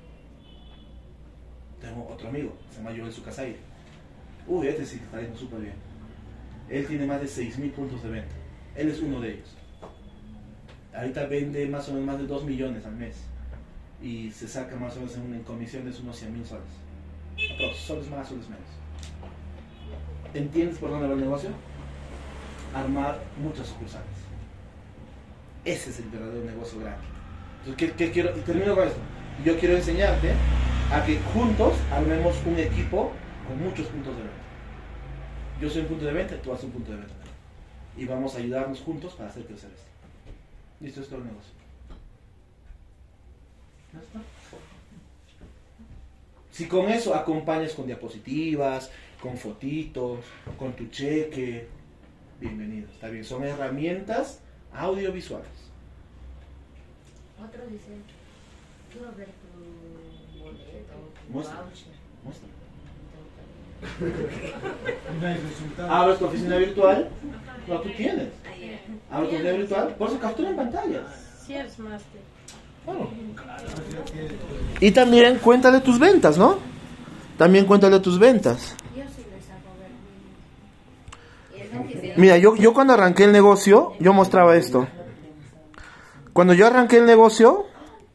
Tengo otro amigo, se llama Joel Sucasaire. Uy, este sí que está yendo súper bien. Él tiene más de 6.000 puntos de venta. Él es uno de ellos. Ahorita vende más o menos más de 2 millones al mes. Y se saca más o menos en comisiones unos 100.000 soles. Aprox, soles más, soles menos. ¿Entiendes por dónde va el negocio? Armar muchas sucursales. Ese es el verdadero negocio grande. Entonces, ¿qué quiero? Y termino con esto. Yo quiero enseñarte a que juntos armemos un equipo con muchos puntos de venta. Yo soy un punto de venta, tú haces un punto de venta. Y vamos a ayudarnos juntos para hacer crecer esto. Listo, esto es el negocio. ¿Ya está? Si con eso acompañas con diapositivas, con fotitos, con tu cheque, bienvenido, está bien. Son herramientas audiovisuales. Otro dice, quiero ver tu boleto, tu Muestra. voucher. Muestra. No hay resultado. Abres tu oficina virtual. No, tú tienes. Ahí, Abres tu oficina virtual. Por eso captura en pantalla. Sí, es máster. Claro. O sea que- Y también cuéntale tus ventas, ¿no? También cuéntale tus ventas. Yo sí les hago ver. Y es lo que se- Mira, yo cuando arranqué el negocio, yo mostraba esto. Cuando yo arranqué el negocio,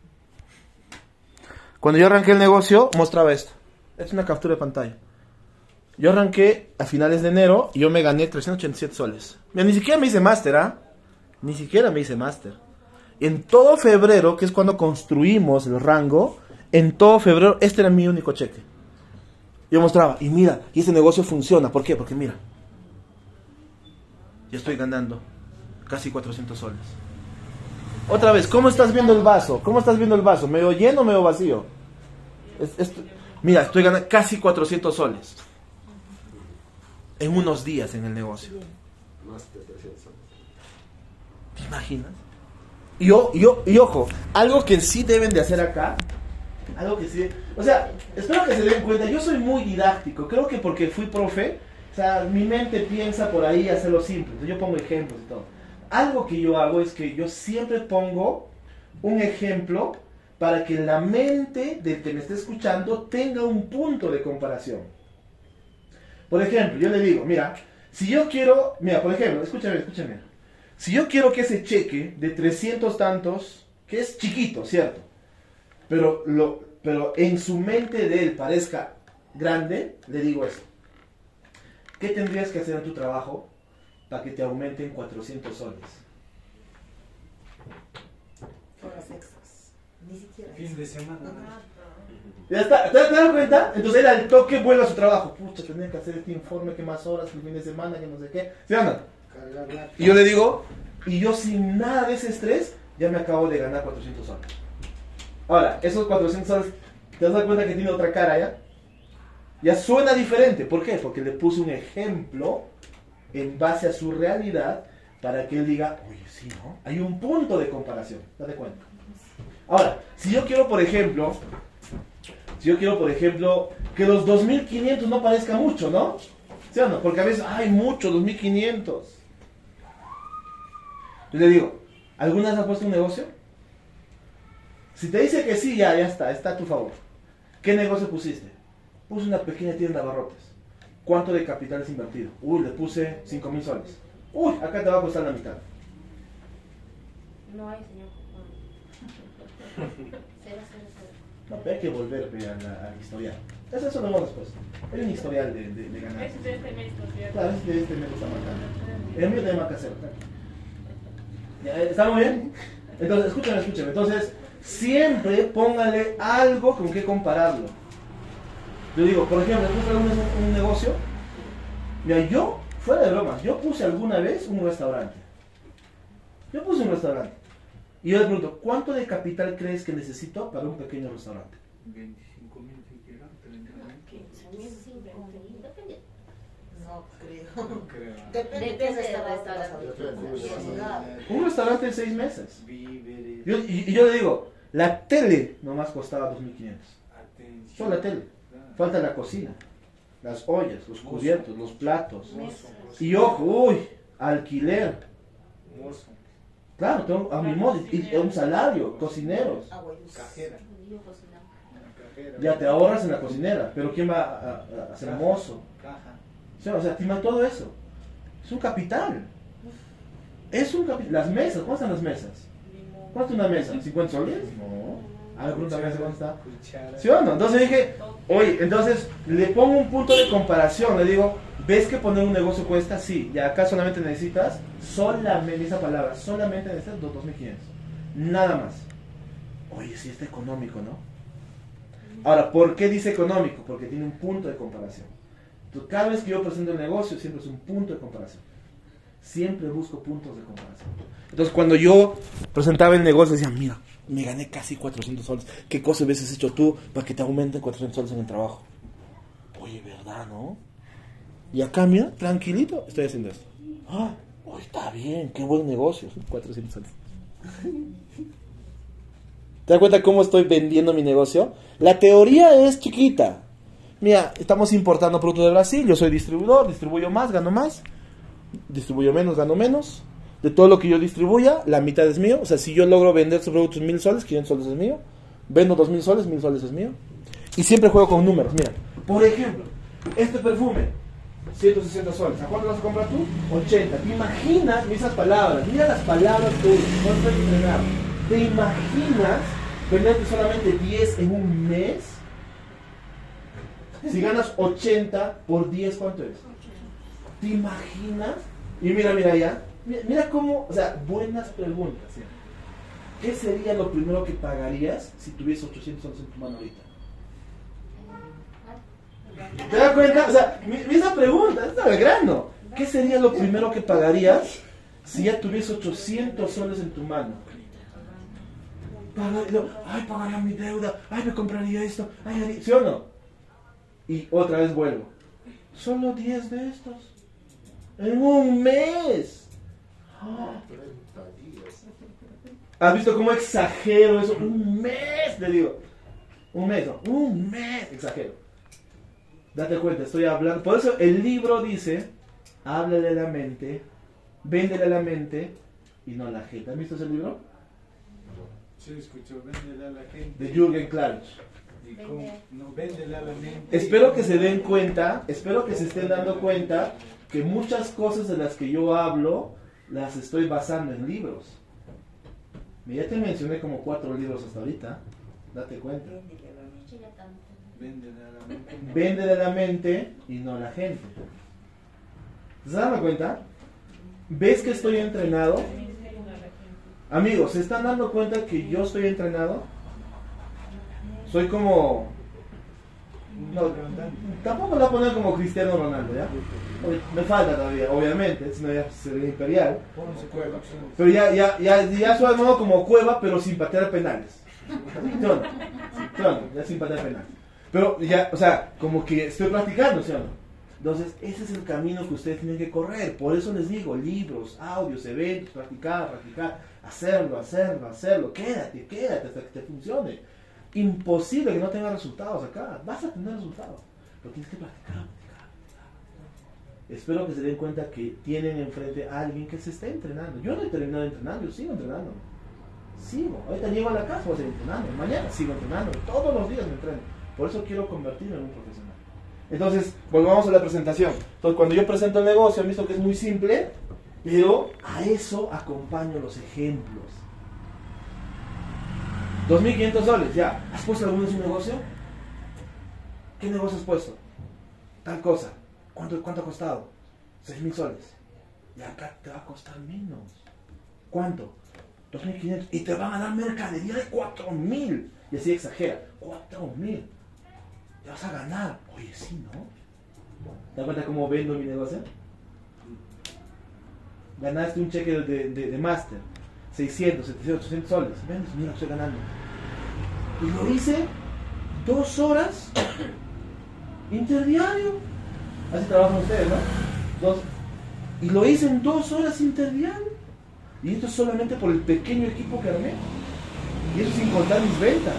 mostraba esto. Es una captura de pantalla. Yo arranqué a finales de enero y yo me gané 387 soles. Mira, ni siquiera me hice máster, ¿ah? Ni siquiera me hice máster. En todo febrero, que es cuando construimos el rango, en todo febrero, este era mi único cheque. Yo mostraba, y mira, y este negocio funciona. ¿Por qué? Porque mira, yo estoy ganando casi 400 soles. Otra vez, ¿cómo estás viendo el vaso? ¿Cómo estás viendo el vaso? ¿Medio lleno o medio vacío? Mira, estoy ganando casi 400 soles. En unos días en el negocio. Más de 300 soles. ¿Te imaginas? Y ojo, algo que sí deben de hacer acá, algo que sí, o sea, espero que se den cuenta, yo soy muy didáctico, creo que porque fui profe, o sea, mi mente piensa por ahí hacerlo simple, entonces yo pongo ejemplos y todo. Algo que yo hago es que yo siempre pongo un ejemplo para que la mente del que me esté escuchando tenga un punto de comparación. Por ejemplo, yo le digo, mira, si yo quiero, mira, por ejemplo, escúchame. Si yo quiero que ese cheque de 300 tantos, que es chiquito, ¿cierto? Pero en su mente de él parezca grande, le digo esto. ¿Qué tendrías que hacer en tu trabajo para que te aumenten 400 soles? Horas extras. Ni siquiera Fin de semana. ¿Ya está? ¿Te das cuenta? Entonces él al toque vuelve a su trabajo. Pucha, tenía que hacer este informe, que más horas, el fin de semana, que no sé qué. ¿Sí o no? Y yo le digo, y yo sin nada de ese estrés, ya me acabo de ganar 400 soles. Ahora, esos 400 soles, ¿te das cuenta que tiene otra cara ya? Ya suena diferente. ¿Por qué? Porque le puse un ejemplo en base a su realidad para que él diga, oye, sí, ¿no? Hay un punto de comparación. Date cuenta. Ahora, si yo quiero, por ejemplo, que los 2.500 no parezca mucho, ¿no? ¿Sí o no? Porque a veces, hay mucho, 2.500. Yo le digo, ¿alguna vez has puesto un negocio? Si te dice que sí, ya está a tu favor. ¿Qué negocio pusiste? Puse una pequeña tienda de abarrotes. ¿Cuánto de capital es invertido? Uy, le puse 5.000 soles. Uy, acá te va a costar la mitad. No hay, señor. Cero. No, pero hay que volver al historial. Eso lo vemos después. Hay un historial de ganancias. Es de este mes, ¿no es cierto? Claro, este me está marcando. El mío también marca cero. ¿Está muy bien? Entonces, escúchame. Entonces, siempre póngale algo con que compararlo. Yo digo, por ejemplo, ¿puse alguna vez un negocio? Mira, yo, fuera de bromas, yo puse alguna vez un restaurante. Y yo le pregunto, ¿cuánto de capital crees que necesito para un pequeño restaurante? 25.000 siquiera, 30.000. 5.000, depende. No creo. No creo. Depende de Depende qué del restaurante vas a restaurante. abrir. Un restaurante en 6 meses. Víveres. Y yo le digo, la tele nomás costaba 2.500. Atención. Solo la tele. Falta la cocina, las ollas, los cubiertos, los platos. Mozo. Y ojo, alquiler. Mozo. Claro, tengo a mi modo, y un salario, cocineros. Agua y luz. Cajera. Yo cocinaba. Cajera. Ya te ahorras en la cocinera, pero ¿quién va a hacer mozo? Caja. O sea, estima todo eso. Es un capital. Las mesas, ¿cuántas están las mesas? ¿Cuánto es una mesa? ¿50 soles? No. A ver, pregúntame cuánto está. Cuchara. ¿Sí o no? Entonces dije, oye, entonces le pongo un punto de comparación. Le digo, ¿ves que poner un negocio cuesta? Sí. Y acá solamente necesitas, esa palabra, solamente necesitas 2.500. Nada más. Oye, sí está económico, ¿no? Ahora, ¿por qué dice económico? Porque tiene un punto de comparación. Entonces, cada vez que yo presento el negocio, siempre es un punto de comparación. Siempre busco puntos de comparación. Entonces, cuando yo presentaba el negocio, decían, mira, me gané casi 400 soles. ¿Qué cosa hubieses hecho tú para que te aumenten 400 soles en el trabajo? Oye, ¿verdad, no? Y acá, mira, tranquilito, estoy haciendo esto. Ah, oye, está bien, qué buen negocio. 400 soles. ¿Te das cuenta cómo estoy vendiendo mi negocio? La teoría es chiquita. Mira, estamos importando productos de Brasil. Yo soy distribuidor, distribuyo más, gano más. Distribuyo menos, gano menos. De todo lo que yo distribuya, la mitad es mío. O sea, si yo logro vender sus productos 1.000 soles, 500 soles es mío. Vendo 2.000 soles, 1.000 soles es mío. Y siempre juego con números. Mira, por ejemplo, este perfume, 160 soles. ¿A cuánto lo vas a comprar tú? 80. ¿Te imaginas esas palabras? Mira las palabras que no estoy entrenado. ¿Te imaginas venderte solamente 10 en un mes? Si ganas 80 por 10, ¿cuánto es? ¿Te imaginas? Y mira ya. Mira cómo, o sea, buenas preguntas. ¿Sí? ¿Qué sería lo primero que pagarías si tuvieses 800 soles en tu mano ahorita? ¿Te das cuenta? O sea, esa pregunta está de grano. ¿Qué sería lo primero que pagarías si ya tuvieses 800 soles en tu mano? Pagaría mi deuda. Ay, me compraría esto. Ay, ¿sí o no? Y otra vez vuelvo. Solo 10 de estos. En un mes. ¿Has visto cómo exagero eso? Un mes, le digo. Un mes, no. Un mes, exagero. Date cuenta, estoy hablando. Por eso el libro dice, háblale a la mente, véndele a la mente y no a la gente. ¿Has visto ese libro? Sí, escucho, véndele a la gente. De Jürgen Klarich. No, véndele a la mente. Espero que se den cuenta, espero que se estén dando cuenta que muchas cosas de las que yo hablo las estoy basando en libros. Ya te mencioné como 4 libros hasta ahorita. Date cuenta. Véndele a la mente y no a la gente. ¿Se dan cuenta? ¿Ves que estoy entrenado? Amigos, ¿se están dando cuenta que yo estoy entrenado? Soy como... No, tampoco la voy a poner como Cristiano Ronaldo, ¿ya? Me falta todavía, obviamente, si no ya sería imperial. Pero ya soy modo como Cueva, pero sin patear penales. Ya sin patear penales. Pero ya, o sea, como que estoy practicando, ¿sí o no? Entonces, ese es el camino que ustedes tienen que correr. Por eso les digo, libros, audios, eventos, practicar, hacerlo. Quédate hasta que te funcione. Imposible que no tengas resultados acá. Vas a tener resultados. Pero tienes que practicar. Espero que se den cuenta que tienen enfrente a alguien que se está entrenando. Yo no he terminado entrenando, yo sigo entrenando. Ahorita llego a la casa, voy a seguir entrenando. Mañana sigo entrenando. Todos los días me entreno. Por eso quiero convertirme en un profesional. Entonces, volvamos a la presentación. Entonces, cuando yo presento el negocio, han visto que es muy simple, pero a eso acompaño los ejemplos. 2.500 soles, ya. ¿Has puesto alguno en su negocio? ¿Qué negocio has puesto? Tal cosa. ¿Cuánto ha costado? 6.000 soles. Y acá te va a costar menos. ¿Cuánto? 2.500. Y te van a dar mercadería de 4.000. Y así exagera. 4.000. Te vas a ganar. Oye, sí, ¿no? ¿Te das cuenta cómo vendo mi negocio? Ganaste un cheque de máster. 600, 700, 800 soles. ¿Ven? Mira, estoy ganando. Y lo hice 2 horas interdiario. Así trabajan ustedes, ¿no? Y lo hice en 2 horas interdiario. Y esto es solamente por el pequeño equipo que armé. Y eso sin contar mis ventas.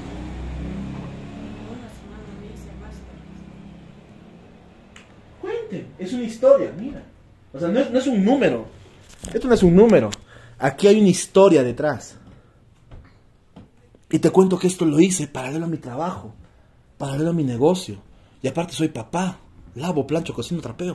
Cuenten, es una historia, mira. O sea, no es un número. Esto no es un número. Aquí hay una historia detrás. Y te cuento que esto lo hice paralelo a mi trabajo, paralelo a mi negocio. Y aparte soy papá. Lavo, plancho, cocino, trapeo.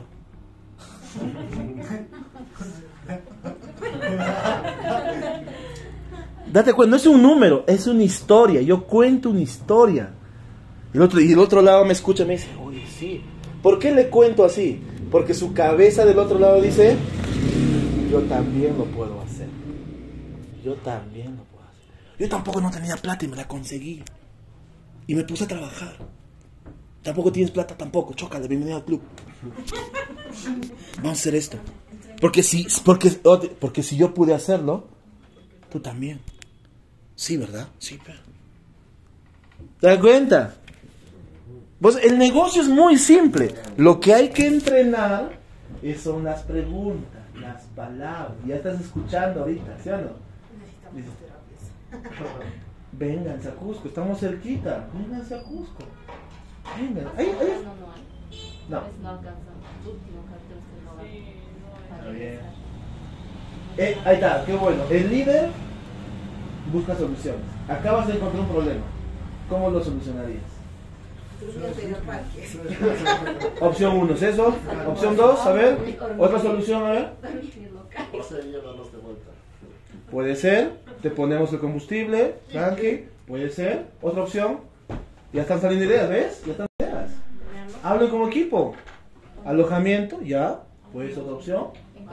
Date cuenta, no es un número, es una historia. Yo cuento una historia. Y el otro lado me escucha y me dice, oye, sí. ¿Por qué le cuento así? Porque su cabeza del otro lado dice, yo también lo puedo hacer. Yo también lo puedo hacer. Yo tampoco no tenía plata y me la conseguí. Y me puse a trabajar. Tampoco tienes plata, tampoco. Chócale, bienvenido al club. Vamos a hacer esto. Porque si yo pude hacerlo, tú también. Sí, ¿verdad? Sí, pero... ¿Te das cuenta? Pues el negocio es muy simple. Lo que hay que entrenar son las preguntas, las palabras. Ya estás escuchando ahorita, ¿sí o no? Dices, vénganse a Cusco, estamos cerquita. Vénganse a Cusco. Vengan. Ahí. No. No alcanzan. Último cartel que no va. Está bien. Ahí está, qué bueno. El líder busca soluciones. Acabas de encontrar un problema. ¿Cómo lo solucionarías? Opción 1 es eso. Opción 2, a ver. Otra solución, a ver. Puede ser. Te ponemos el combustible. Tranqui. Puede ser. Otra opción. Ya están saliendo ideas, ¿ves? Ya están ideas. Hablen como equipo. Alojamiento, ya. Pues otra opción.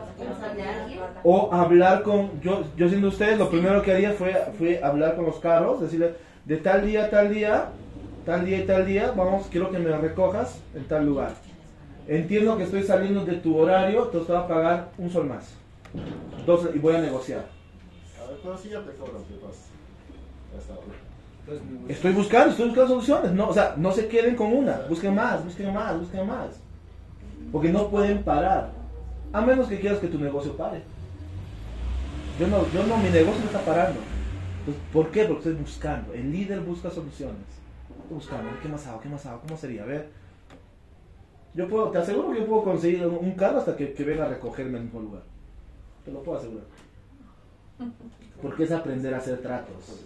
O hablar con... Yo siendo ustedes, lo primero que haría fue hablar con los carros. Decirle, de tal día a tal día, tal día y tal día, vamos, quiero que me recojas en tal lugar. Entiendo que estoy saliendo de tu horario, entonces te voy a pagar un sol más. Entonces, y voy a negociar. A ver, pero si ya te cobran, ¿qué pasa? Ya está, ¿no? Estoy buscando soluciones. No, o sea, no se queden con una. Busquen más. Porque no pueden parar. A menos que quieras que tu negocio pare. Yo no, mi negocio no está parando. Entonces, ¿por qué? Porque estoy buscando. El líder busca soluciones. Estoy buscando. ¿Qué más hago? ¿Cómo sería? A ver. Te aseguro que yo puedo conseguir un carro hasta que venga a recogerme en el mismo lugar. Te lo puedo asegurar. Porque es aprender a hacer tratos.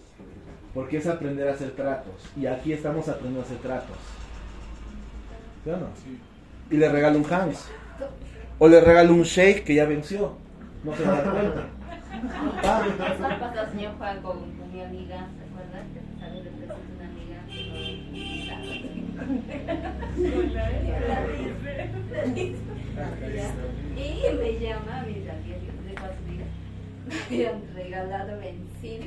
Y aquí estamos aprendiendo a hacer tratos. ¿Sí o no? Sí. Y le regalo un Hans. O le regalo un shake que ya venció. No se va a dar cuenta. Pasó señor Juan con mi amiga, ¿te acuerdas? Que salió de presente una amiga. Y me llama a mis amigas de 4 días. Me habían regalado benzina.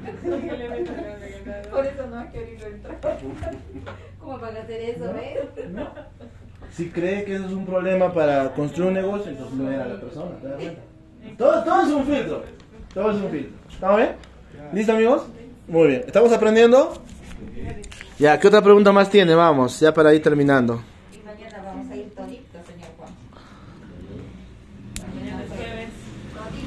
Por eso no ha querido entrar. ¿Cómo van a hacer eso, ves? No. Si cree que eso es un problema para construir un negocio, entonces no era la persona, ¿te das cuenta? Todo es un filtro. ¿Estamos bien? ¿Listo, amigos? Muy bien. ¿Estamos aprendiendo? Ya, ¿qué otra pregunta más tiene? Vamos, ya para ir terminando.